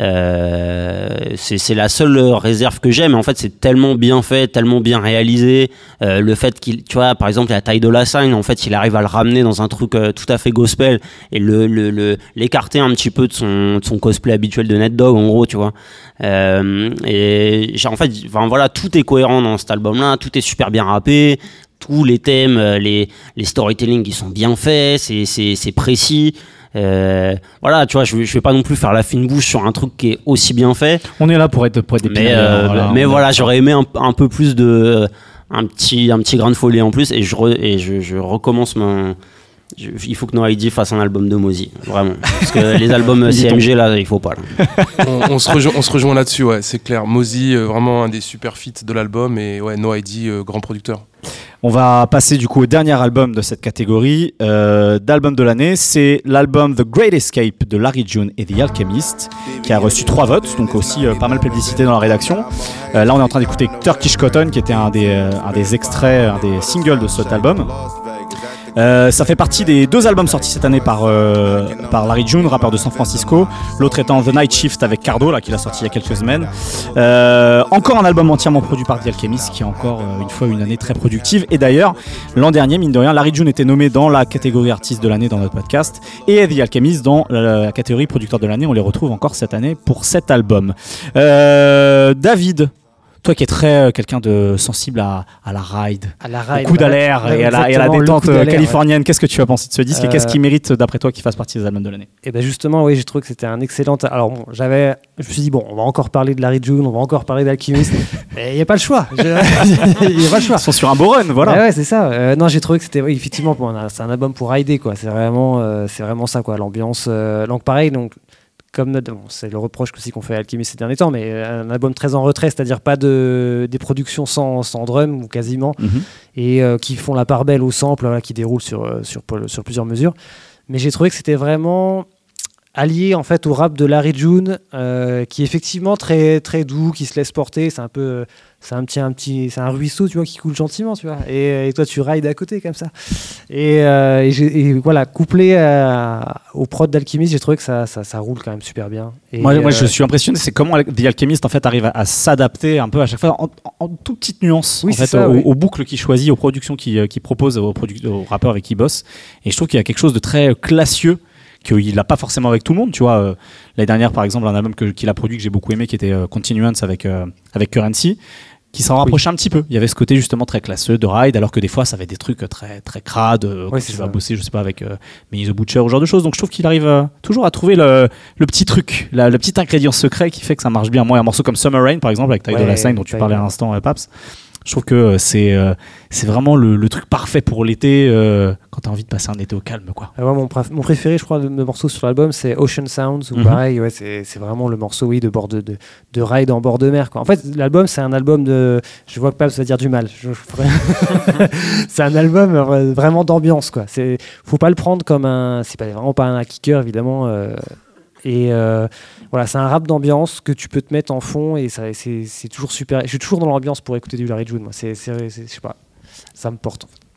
Euh, c'est, c'est la seule réserve que j'ai, mais en fait, c'est tellement bien fait, tellement bien réalisé. Euh, le fait qu'il, tu vois, par exemple, la taille de la scène, en fait, il arrive à le ramener dans un truc euh, tout à fait gospel et le, le, le, l'écarter un petit peu de son, de son cosplay habituel de Nate Dogg, en gros, tu vois. Euh, et j'ai, en fait, enfin, voilà, tout est cohérent dans cet album-là, tout est super bien rappé, tous les thèmes, les, les storytelling, ils sont bien faits, c'est, c'est, c'est précis. Euh, voilà, tu vois, je, je vais pas non plus faire la fine bouche sur un truc qui est aussi bien fait. On est là pour être, pour être des mais, euh, voilà, mais voilà, j'aurais aimé un, un peu plus de, un petit, un petit grain de folie en plus, et je, re, et je, je recommence mon. Je, il faut que No I D fasse un album de Mozzy, vraiment. Parce que les albums C M G, là, il faut pas. Là. on, on, se rejoint, on se rejoint là-dessus, ouais, c'est clair. Mozzy, euh, vraiment un des super feats de l'album, et ouais, No I D, euh, grand producteur. On va passer du coup au dernier album de cette catégorie euh, d'album de l'année. C'est l'album The Great Escape de Larry June et The Alchemist, qui a reçu trois votes, donc aussi euh, pas mal publicité dans la rédaction. Euh, là, on est en train d'écouter Turkish Cotton, qui était un des, euh, un des extraits, un des singles de cet album. Euh, ça fait partie des deux albums sortis cette année par, euh, par Larry June, rappeur de San Francisco. L'autre étant The Night Shift avec Cardo, là, qu'il a sorti il y a quelques semaines. Euh, encore un album entièrement produit par The Alchemist, qui est encore euh, une fois une année très productive. Et d'ailleurs, l'an dernier, mine de rien, Larry June était nommé dans la catégorie artiste de l'année dans notre podcast, et The Alchemist dans la, la catégorie producteur de l'année. On les retrouve encore cette année pour cet album. Euh, David, toi qui es très euh, quelqu'un de sensible à, à la ride, à la ride, au coup d'air ouais, et, à la, et à la détente californienne, ouais. Qu'est-ce que tu as pensé de ce disque euh... et qu'est-ce qui mérite d'après toi qu'il fasse partie des albums de l'année? Et ben justement, oui, j'ai trouvé que c'était un excellent. Alors bon, j'avais, je me suis dit bon, on va encore parler de Larry June, on va encore parler d'Alchemist. Il n'y a pas le choix. Il n'y a pas le choix. Ils sont sur un beau run, voilà. Ouais, ouais c'est ça. Euh, non, j'ai trouvé que c'était oui, effectivement, bon, c'est un album pour rider quoi. C'est vraiment, euh, c'est vraiment ça quoi. L'ambiance, euh, donc pareil, donc. Comme bon, c'est le reproche aussi qu'on fait à Alchemist ces derniers temps, mais un album très en retrait, c'est-à-dire pas de des productions sans, sans drum ou quasiment, mm-hmm. et euh, qui font la part belle au sample, voilà, qui déroule sur, sur sur plusieurs mesures. Mais j'ai trouvé que c'était vraiment allié en fait au rap de Larry June, euh, qui est effectivement très très doux, qui se laisse porter. C'est un peu, c'est un petit un petit, c'est un ruisseau, tu vois, qui coule gentiment, tu vois. Et, et toi, tu rides à côté comme ça. Et, euh, et, j'ai, et voilà, couplé à, au prod d'Alchemist, j'ai trouvé que ça, ça ça roule quand même super bien. Et moi, euh, moi, je suis impressionné, c'est comment The Alchemist en fait arrive à, à s'adapter un peu à chaque fois en, en, en toute petite nuance, oui, en fait, ça, aux, oui. aux boucles qu'il choisit, aux productions qu'il, qu'il propose, aux, produc- aux rappeurs avec qui il bosse. Et je trouve qu'il y a quelque chose de très classieux qu'il n'a pas forcément avec tout le monde, tu vois. Euh, l'année dernière, par exemple, un album que, qu'il a produit que j'ai beaucoup aimé, qui était euh, Continuance avec, euh, avec Currency, qui s'en rapprochait oui. un petit peu. Il y avait ce côté justement très classeux de ride, alors que des fois, ça avait des trucs très, très crades, euh, ouais, quand tu vas bosser, je sais pas, avec euh, Benny the Butcher, ou ce genre de choses. Donc je trouve qu'il arrive euh, toujours à trouver le, le petit truc, la, le petit ingrédient secret qui fait que ça marche bien. Moi, un morceau comme Summer Rain, par exemple, avec Ty Dolla Sign, dont tu parlais à l'instant, euh, Paps, je trouve que c'est, euh, c'est vraiment le, le truc parfait pour l'été, euh, quand tu as envie de passer un été au calme, quoi. Ah ouais, mon, préf- mon préféré, je crois, de, de morceau sur l'album, c'est Ocean Sounds, où mm-hmm. pareil, ouais, c'est, c'est vraiment le morceau oui, de, bord de, de, de ride en bord de mer, quoi. En fait, l'album, c'est un album de... Je vois que Pabs va dire du mal. Je, je... c'est un album euh, vraiment d'ambiance, quoi. C'est, faut pas le prendre comme un... C'est pas, vraiment pas un kicker, évidemment. Euh... Et euh, voilà, c'est un rap d'ambiance que tu peux te mettre en fond et ça, c'est, c'est toujours super. Je suis toujours dans l'ambiance pour écouter du Larry June. Moi, c'est, c'est, c'est, je sais pas, ça me porte. En fait.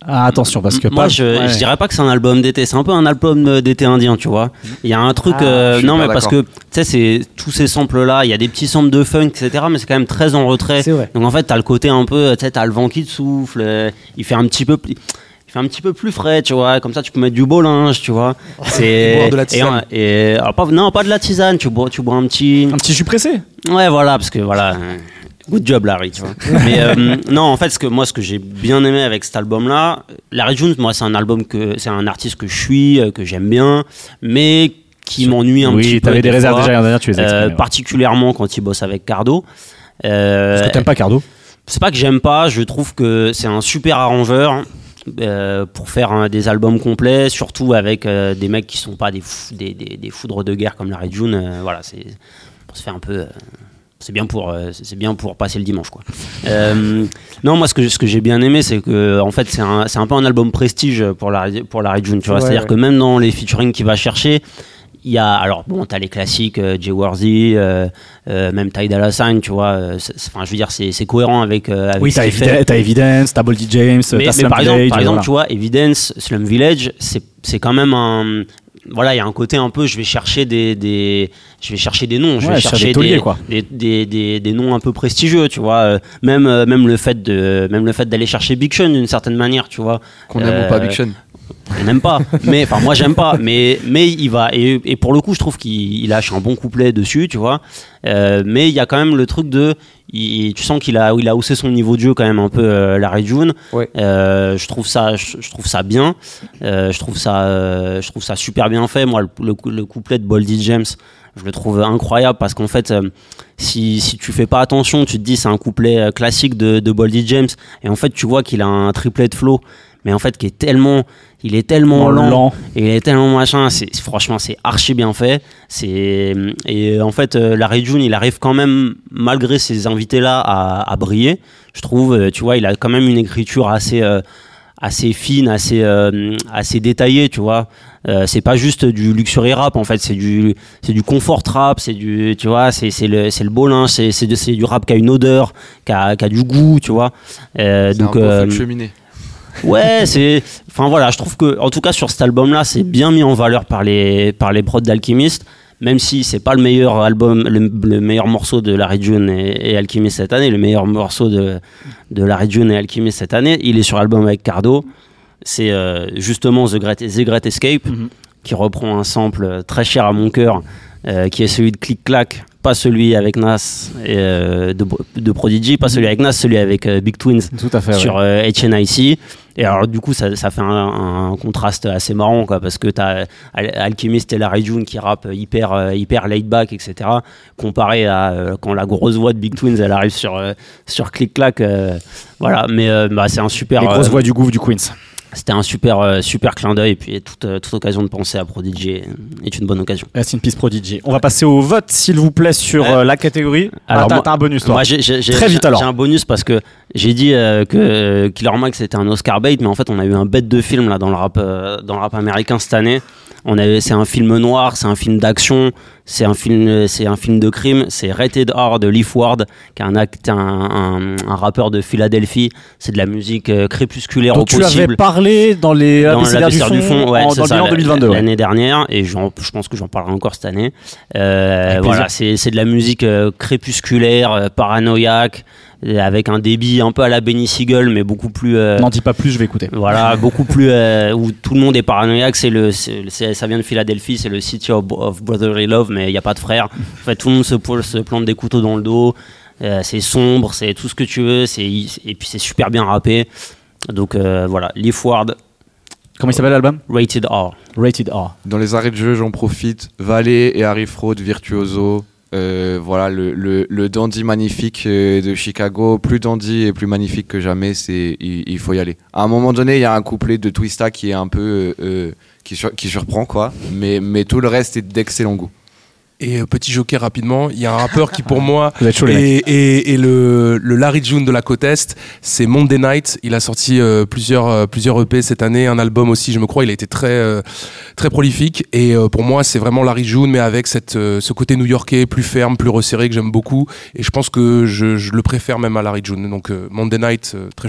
Ah, attention, parce que moi, pas, je, ouais. je dirais pas que c'est un album d'été. C'est un peu un album d'été indien, tu vois. Il y a un truc. Ah, euh, je suis non, pas mais parce d'accord. que tu sais, c'est tous ces samples-là. Il y a des petits samples de funk, et cetera. Mais c'est quand même très en retrait. C'est vrai. Donc en fait, t'as le côté un peu. Tu sais, t'as le vent qui te souffle. euh, il fait un petit peu. Il fait un petit peu plus frais, tu vois. Comme ça, tu peux mettre du beau linge, tu vois. C'est. boire de la tisane. Et, et- alors, pas, non, pas de la tisane. Tu bois, tu bois un petit. Un petit jus pressé. Ouais, voilà, parce que voilà. euh, Good job, Larry, tu vois. Mais euh, non, en fait, ce que, moi, ce que j'ai bien aimé avec cet album-là, Larry June, moi, c'est un album que. C'est un artiste que je suis, euh, que j'aime bien, mais qui m'ennuie un oui, petit peu. t'avais des fois, réserves déjà l'année dernière, tu les as euh, exprimées, ouais. particulièrement quand il bosse avec Cardo. Euh, Parce que t'aimes pas Cardo. c'est pas que j'aime pas, je trouve que c'est un super arrangeur euh, pour faire un- des albums complets, surtout avec euh, des mecs qui sont pas des, fou- des, des, des foudres de guerre comme Larry June. Euh, voilà, c'est pour se faire un peu. euh, c'est bien pour euh, c'est bien pour passer le dimanche, quoi. Euh, non, moi ce que ce que j'ai bien aimé, c'est que en fait c'est un c'est un peu un album prestige pour Larry pour Larry June, tu vois. Ouais, C'est-à-dire ouais. que même dans les featuring qu'il va chercher. Il y a, alors bon, t'as les classiques, euh, Jay Worthy, euh, euh, même Ty Dolla $ign, tu vois. euh, c'est- c'est- Enfin, je veux dire, c'est c'est cohérent avec. euh, avec Oui, ce t'as qu'il fait. Eviden- t'as Evidence, t'as Boldy James, Mais, t'as mais Slum par exemple, Village. par exemple voilà. tu vois, Evidence, Slum Village, c'est c'est quand même un. Voilà, il y a un côté un peu, je vais chercher des, des je vais chercher des noms, je Ouais, vais chercher chercher des tauliers, des, quoi. des, des, des, des noms un peu prestigieux, tu vois. Euh, même euh, même le fait de même le fait d'aller chercher Big Sean d'une certaine manière, tu vois. Qu'on aime Euh, ou pas Big Sean. Il n'aime pas, mais enfin moi j'aime pas, mais mais il va et, et pour le coup je trouve qu'il il lâche un bon couplet dessus, tu vois. Euh, mais il y a quand même le truc de, il- tu sens qu'il a il a haussé son niveau de jeu quand même un peu, euh, Larry June. Ouais. Euh, je trouve ça je, je trouve ça bien, Euh, je trouve ça euh, je trouve ça super bien fait. Moi le, le, le couplet de Boldy James, je le trouve incroyable parce qu'en fait, euh, si, si tu fais pas attention, tu te dis c'est un couplet euh, classique de, de Boldy James, et en fait tu vois qu'il a un triplet de flow, mais en fait qui est tellement, il est tellement lent, lent. et il est tellement machin, c'est franchement c'est archi bien fait. C'est et en fait euh, Larry June, il arrive quand même malgré ces invités là à, à briller. Je trouve, euh, tu vois, il a quand même une écriture assez euh, assez fine, assez euh, assez détaillée, tu vois. Euh, c'est pas juste du luxury rap en fait, c'est du c'est du comfort rap, c'est du tu vois, c'est c'est le c'est le beau linge, c'est c'est de- c'est du rap qui a une odeur, qui a, qui a du goût, tu vois. Euh, C'est donc un beau euh, feu de cheminée. ouais, c'est enfin voilà, je trouve que en tout cas sur cet album là, c'est bien mis en valeur par les par les prods d'Alchemist. Même si c'est pas le meilleur album, le, le meilleur morceau de Larry June et, et Alchemist cette année, le meilleur morceau de, de Larry June et Alchemist cette année, il est sur l'album avec Cardo. C'est euh, justement The Great, The Great Escape, Mhm. qui reprend un sample très cher à mon cœur, euh, qui est celui de Click Clack, pas celui avec Nas et, euh, de, de Prodigy, pas celui avec Nas, celui avec euh, Big Twins Tout à fait. sur ouais. euh, H N I C. Et alors du coup ça, ça fait un, un contraste assez marrant, quoi, parce que t'as Al- Alchemist et Larry June qui rappent hyper euh, hyper laid back, etc., comparé à euh, quand la grosse voix de Big Twins elle arrive sur euh, sur Click Clack, euh, voilà. Mais euh, bah, c'est un super Les grosses euh, voix du Gouffre du Queens. c'était un super euh, super clin d'œil, et puis toute, euh, toute occasion de penser à Prodigy est une bonne occasion. Rest in peace Prodigy. On va passer au vote, s'il vous plaît, sur Ouais. euh, la catégorie. Alors, Alors, t'as moi- t'as un bonus, toi. Moi, j'ai, j'ai- j'ai- Très vite, j'ai- alors. J'ai un bonus parce que j'ai dit euh, que euh, Killer Mike c'était un Oscar bait, mais en fait on a eu un bête de film là dans le rap, euh, dans le rap américain cette année. On a, c'est un film noir, c'est un film d'action, c'est un film, c'est un film de crime. C'est Rated R de Leaf Ward, qui est un, act- un, un, un rappeur de Philadelphie. C'est de la musique euh, crépusculaire Donc au tu possible. avais parlé dans les Dans abécédaires du, l'abécédaire fond, ouais, en- c'est dans le ça, bilan la- deux mille vingt-deux. ouais. l'année dernière, et j'en- je pense que j'en parlerai encore cette année. Euh, Avec voilà, plaisir. c'est c'est de la musique euh, crépusculaire, euh, paranoïaque, euh, avec un débit un peu à la Benny Siegel, mais beaucoup plus. euh, N'en dis pas plus, je vais écouter. Voilà, beaucoup plus euh, où tout le monde est paranoïaque. C'est le, c'est- c'est- ça vient de Philadelphie, c'est le city of, of brotherly love, mais il n'y a pas de frères. En fait, tout le monde se, po- se plante des couteaux dans le dos. Euh, c'est sombre, c'est tout ce que tu veux. C'est, et puis c'est super bien rappé. Donc euh, voilà, Leaf Ward, Comment il s'appelle l'album? Rated R. Rated R. Dans les arrêts de jeu, j'en profite. Valet et Harry Fraud, Virtuoso. Euh, voilà, le, le, le dandy magnifique euh, de Chicago. Plus dandy et plus magnifique que jamais, c'est, il, il faut y aller. À un moment donné, il y a un couplet de Twista qui est un peu. Euh, euh, qui, sur, qui surprend, quoi. Mais, mais tout le reste est d'excellent goût. Et euh, petit joker rapidement, il y a un rappeur qui pour moi Vous êtes chaud, les est, est- est le, le Larry June de la côte Est, c'est Monday Night. Il a sorti euh, plusieurs, euh, plusieurs E P cette année, un album aussi, je me crois, il a été très, euh, très prolifique. Et euh, pour moi, c'est vraiment Larry June, mais avec cette, euh, ce côté new-yorkais, plus ferme, plus resserré, que j'aime beaucoup. Et je pense que je, je le préfère même à Larry June. Donc euh, Monday Night, euh, très chaud.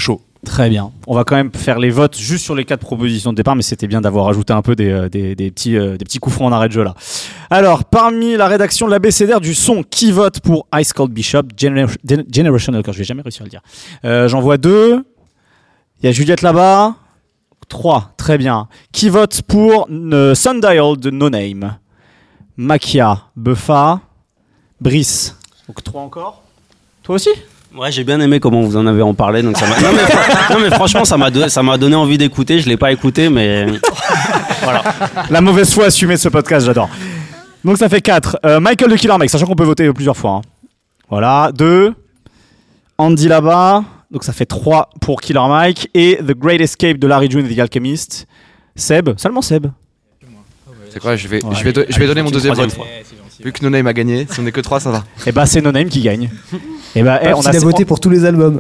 Très bien. On va quand même faire les votes juste sur les quatre propositions de départ, mais c'était bien d'avoir ajouté un peu des, euh, des, des, petits, euh, des petits coups francs en arrêt de jeu là. Alors, parmi la rédaction de l'abécédaire du son, qui vote pour Ice Cold Bishop, Gener- Generational Curse? Je vais jamais réussir à le dire. Euh, j'en vois deux. Il y a Juliette là-bas. Trois. Très bien. Qui vote pour euh, Sundial de No Name? Makia, Buffa, Brice. Donc trois encore. Toi aussi? Ouais, j'ai bien aimé comment vous en avez en parlé. Donc ça m'a... Non, mais, fr- non mais franchement, ça m'a, do... ça m'a donné envie d'écouter. Je l'ai pas écouté, mais voilà. La mauvaise foi assumée de ce podcast, j'adore. Donc ça fait quatre. Euh, Michael de Killer Mike, sachant qu'on peut voter plusieurs fois. Hein. Voilà. deux. Andy là-bas. Donc ça fait trois pour Killer Mike. Et The Great Escape de Larry June et The Alchemist. Seb. Seulement Seb. C'est quoi, je vais, Ouais, je vais, do- je vais donner mon deuxième vote. fois. Vu que No Name a gagné, si on est que trois, ça va. Et bah c'est No Name qui gagne. Et bah eh, Paps, on il a a voté pour tous les albums.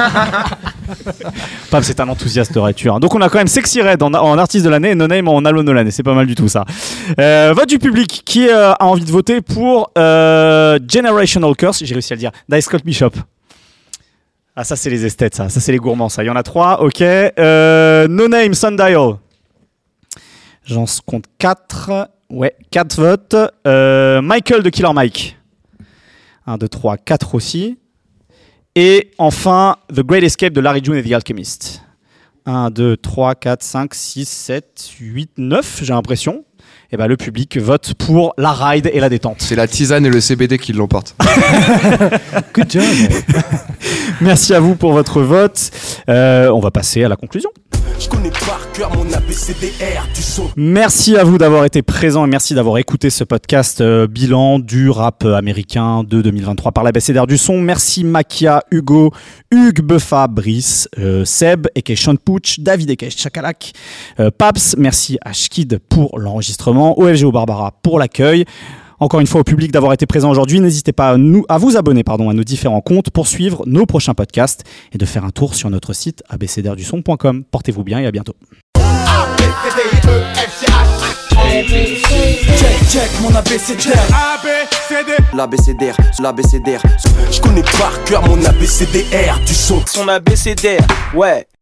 Pam, c'est un enthousiaste de Rature. Donc on a quand même Sexy Red en, en artiste de l'année et No Name en album de l'année. C'est pas mal du tout ça. Euh, vote du public. Qui euh, a envie de voter pour euh, Generational Curse? J'ai réussi à le dire. d'Ice Cold Bishop. Ah ça c'est les esthètes ça. Ça c'est les gourmands ça. Il y en a trois. Ok. Euh, No Name Sundial. J'en compte quatre. Ouais, quatre votes. Euh, Michael de Killer Mike. un, deux, trois, quatre aussi. Et enfin, The Great Escape de Larry June et The Alchemist. un, deux, trois, quatre, cinq, six, sept, huit, neuf, j'ai l'impression. Et ben, le public vote pour la ride et la détente. C'est la tisane et le C B D qui l'emportent. Good job. Merci à vous pour votre vote. Euh, on va passer à la conclusion. Je connais par cœur mon A B C D R du son. Merci à vous d'avoir été présents et merci d'avoir écouté ce podcast euh, bilan du rap américain de deux mille vingt-trois par l'abécédaire du son. Merci Makia, Hugo, Hugues, Buffa, Brice, euh, Seb, aka Sean Pooch, David, aka Chakalak, euh, Paps. Merci à Shkid pour l'enregistrement, O F G O Barbara pour l'accueil. Encore une fois au public d'avoir été présent aujourd'hui. N'hésitez pas à, nous, à vous abonner pardon, à nos différents comptes pour suivre nos prochains podcasts et de faire un tour sur notre site a b c d r du son point com. Portez-vous bien et à bientôt. Check, check mon abécédaire. A B C D. L'abécédaire, l'abécédaire. Je connais par cœur mon A B C D R du son. Son abécédaire, ouais.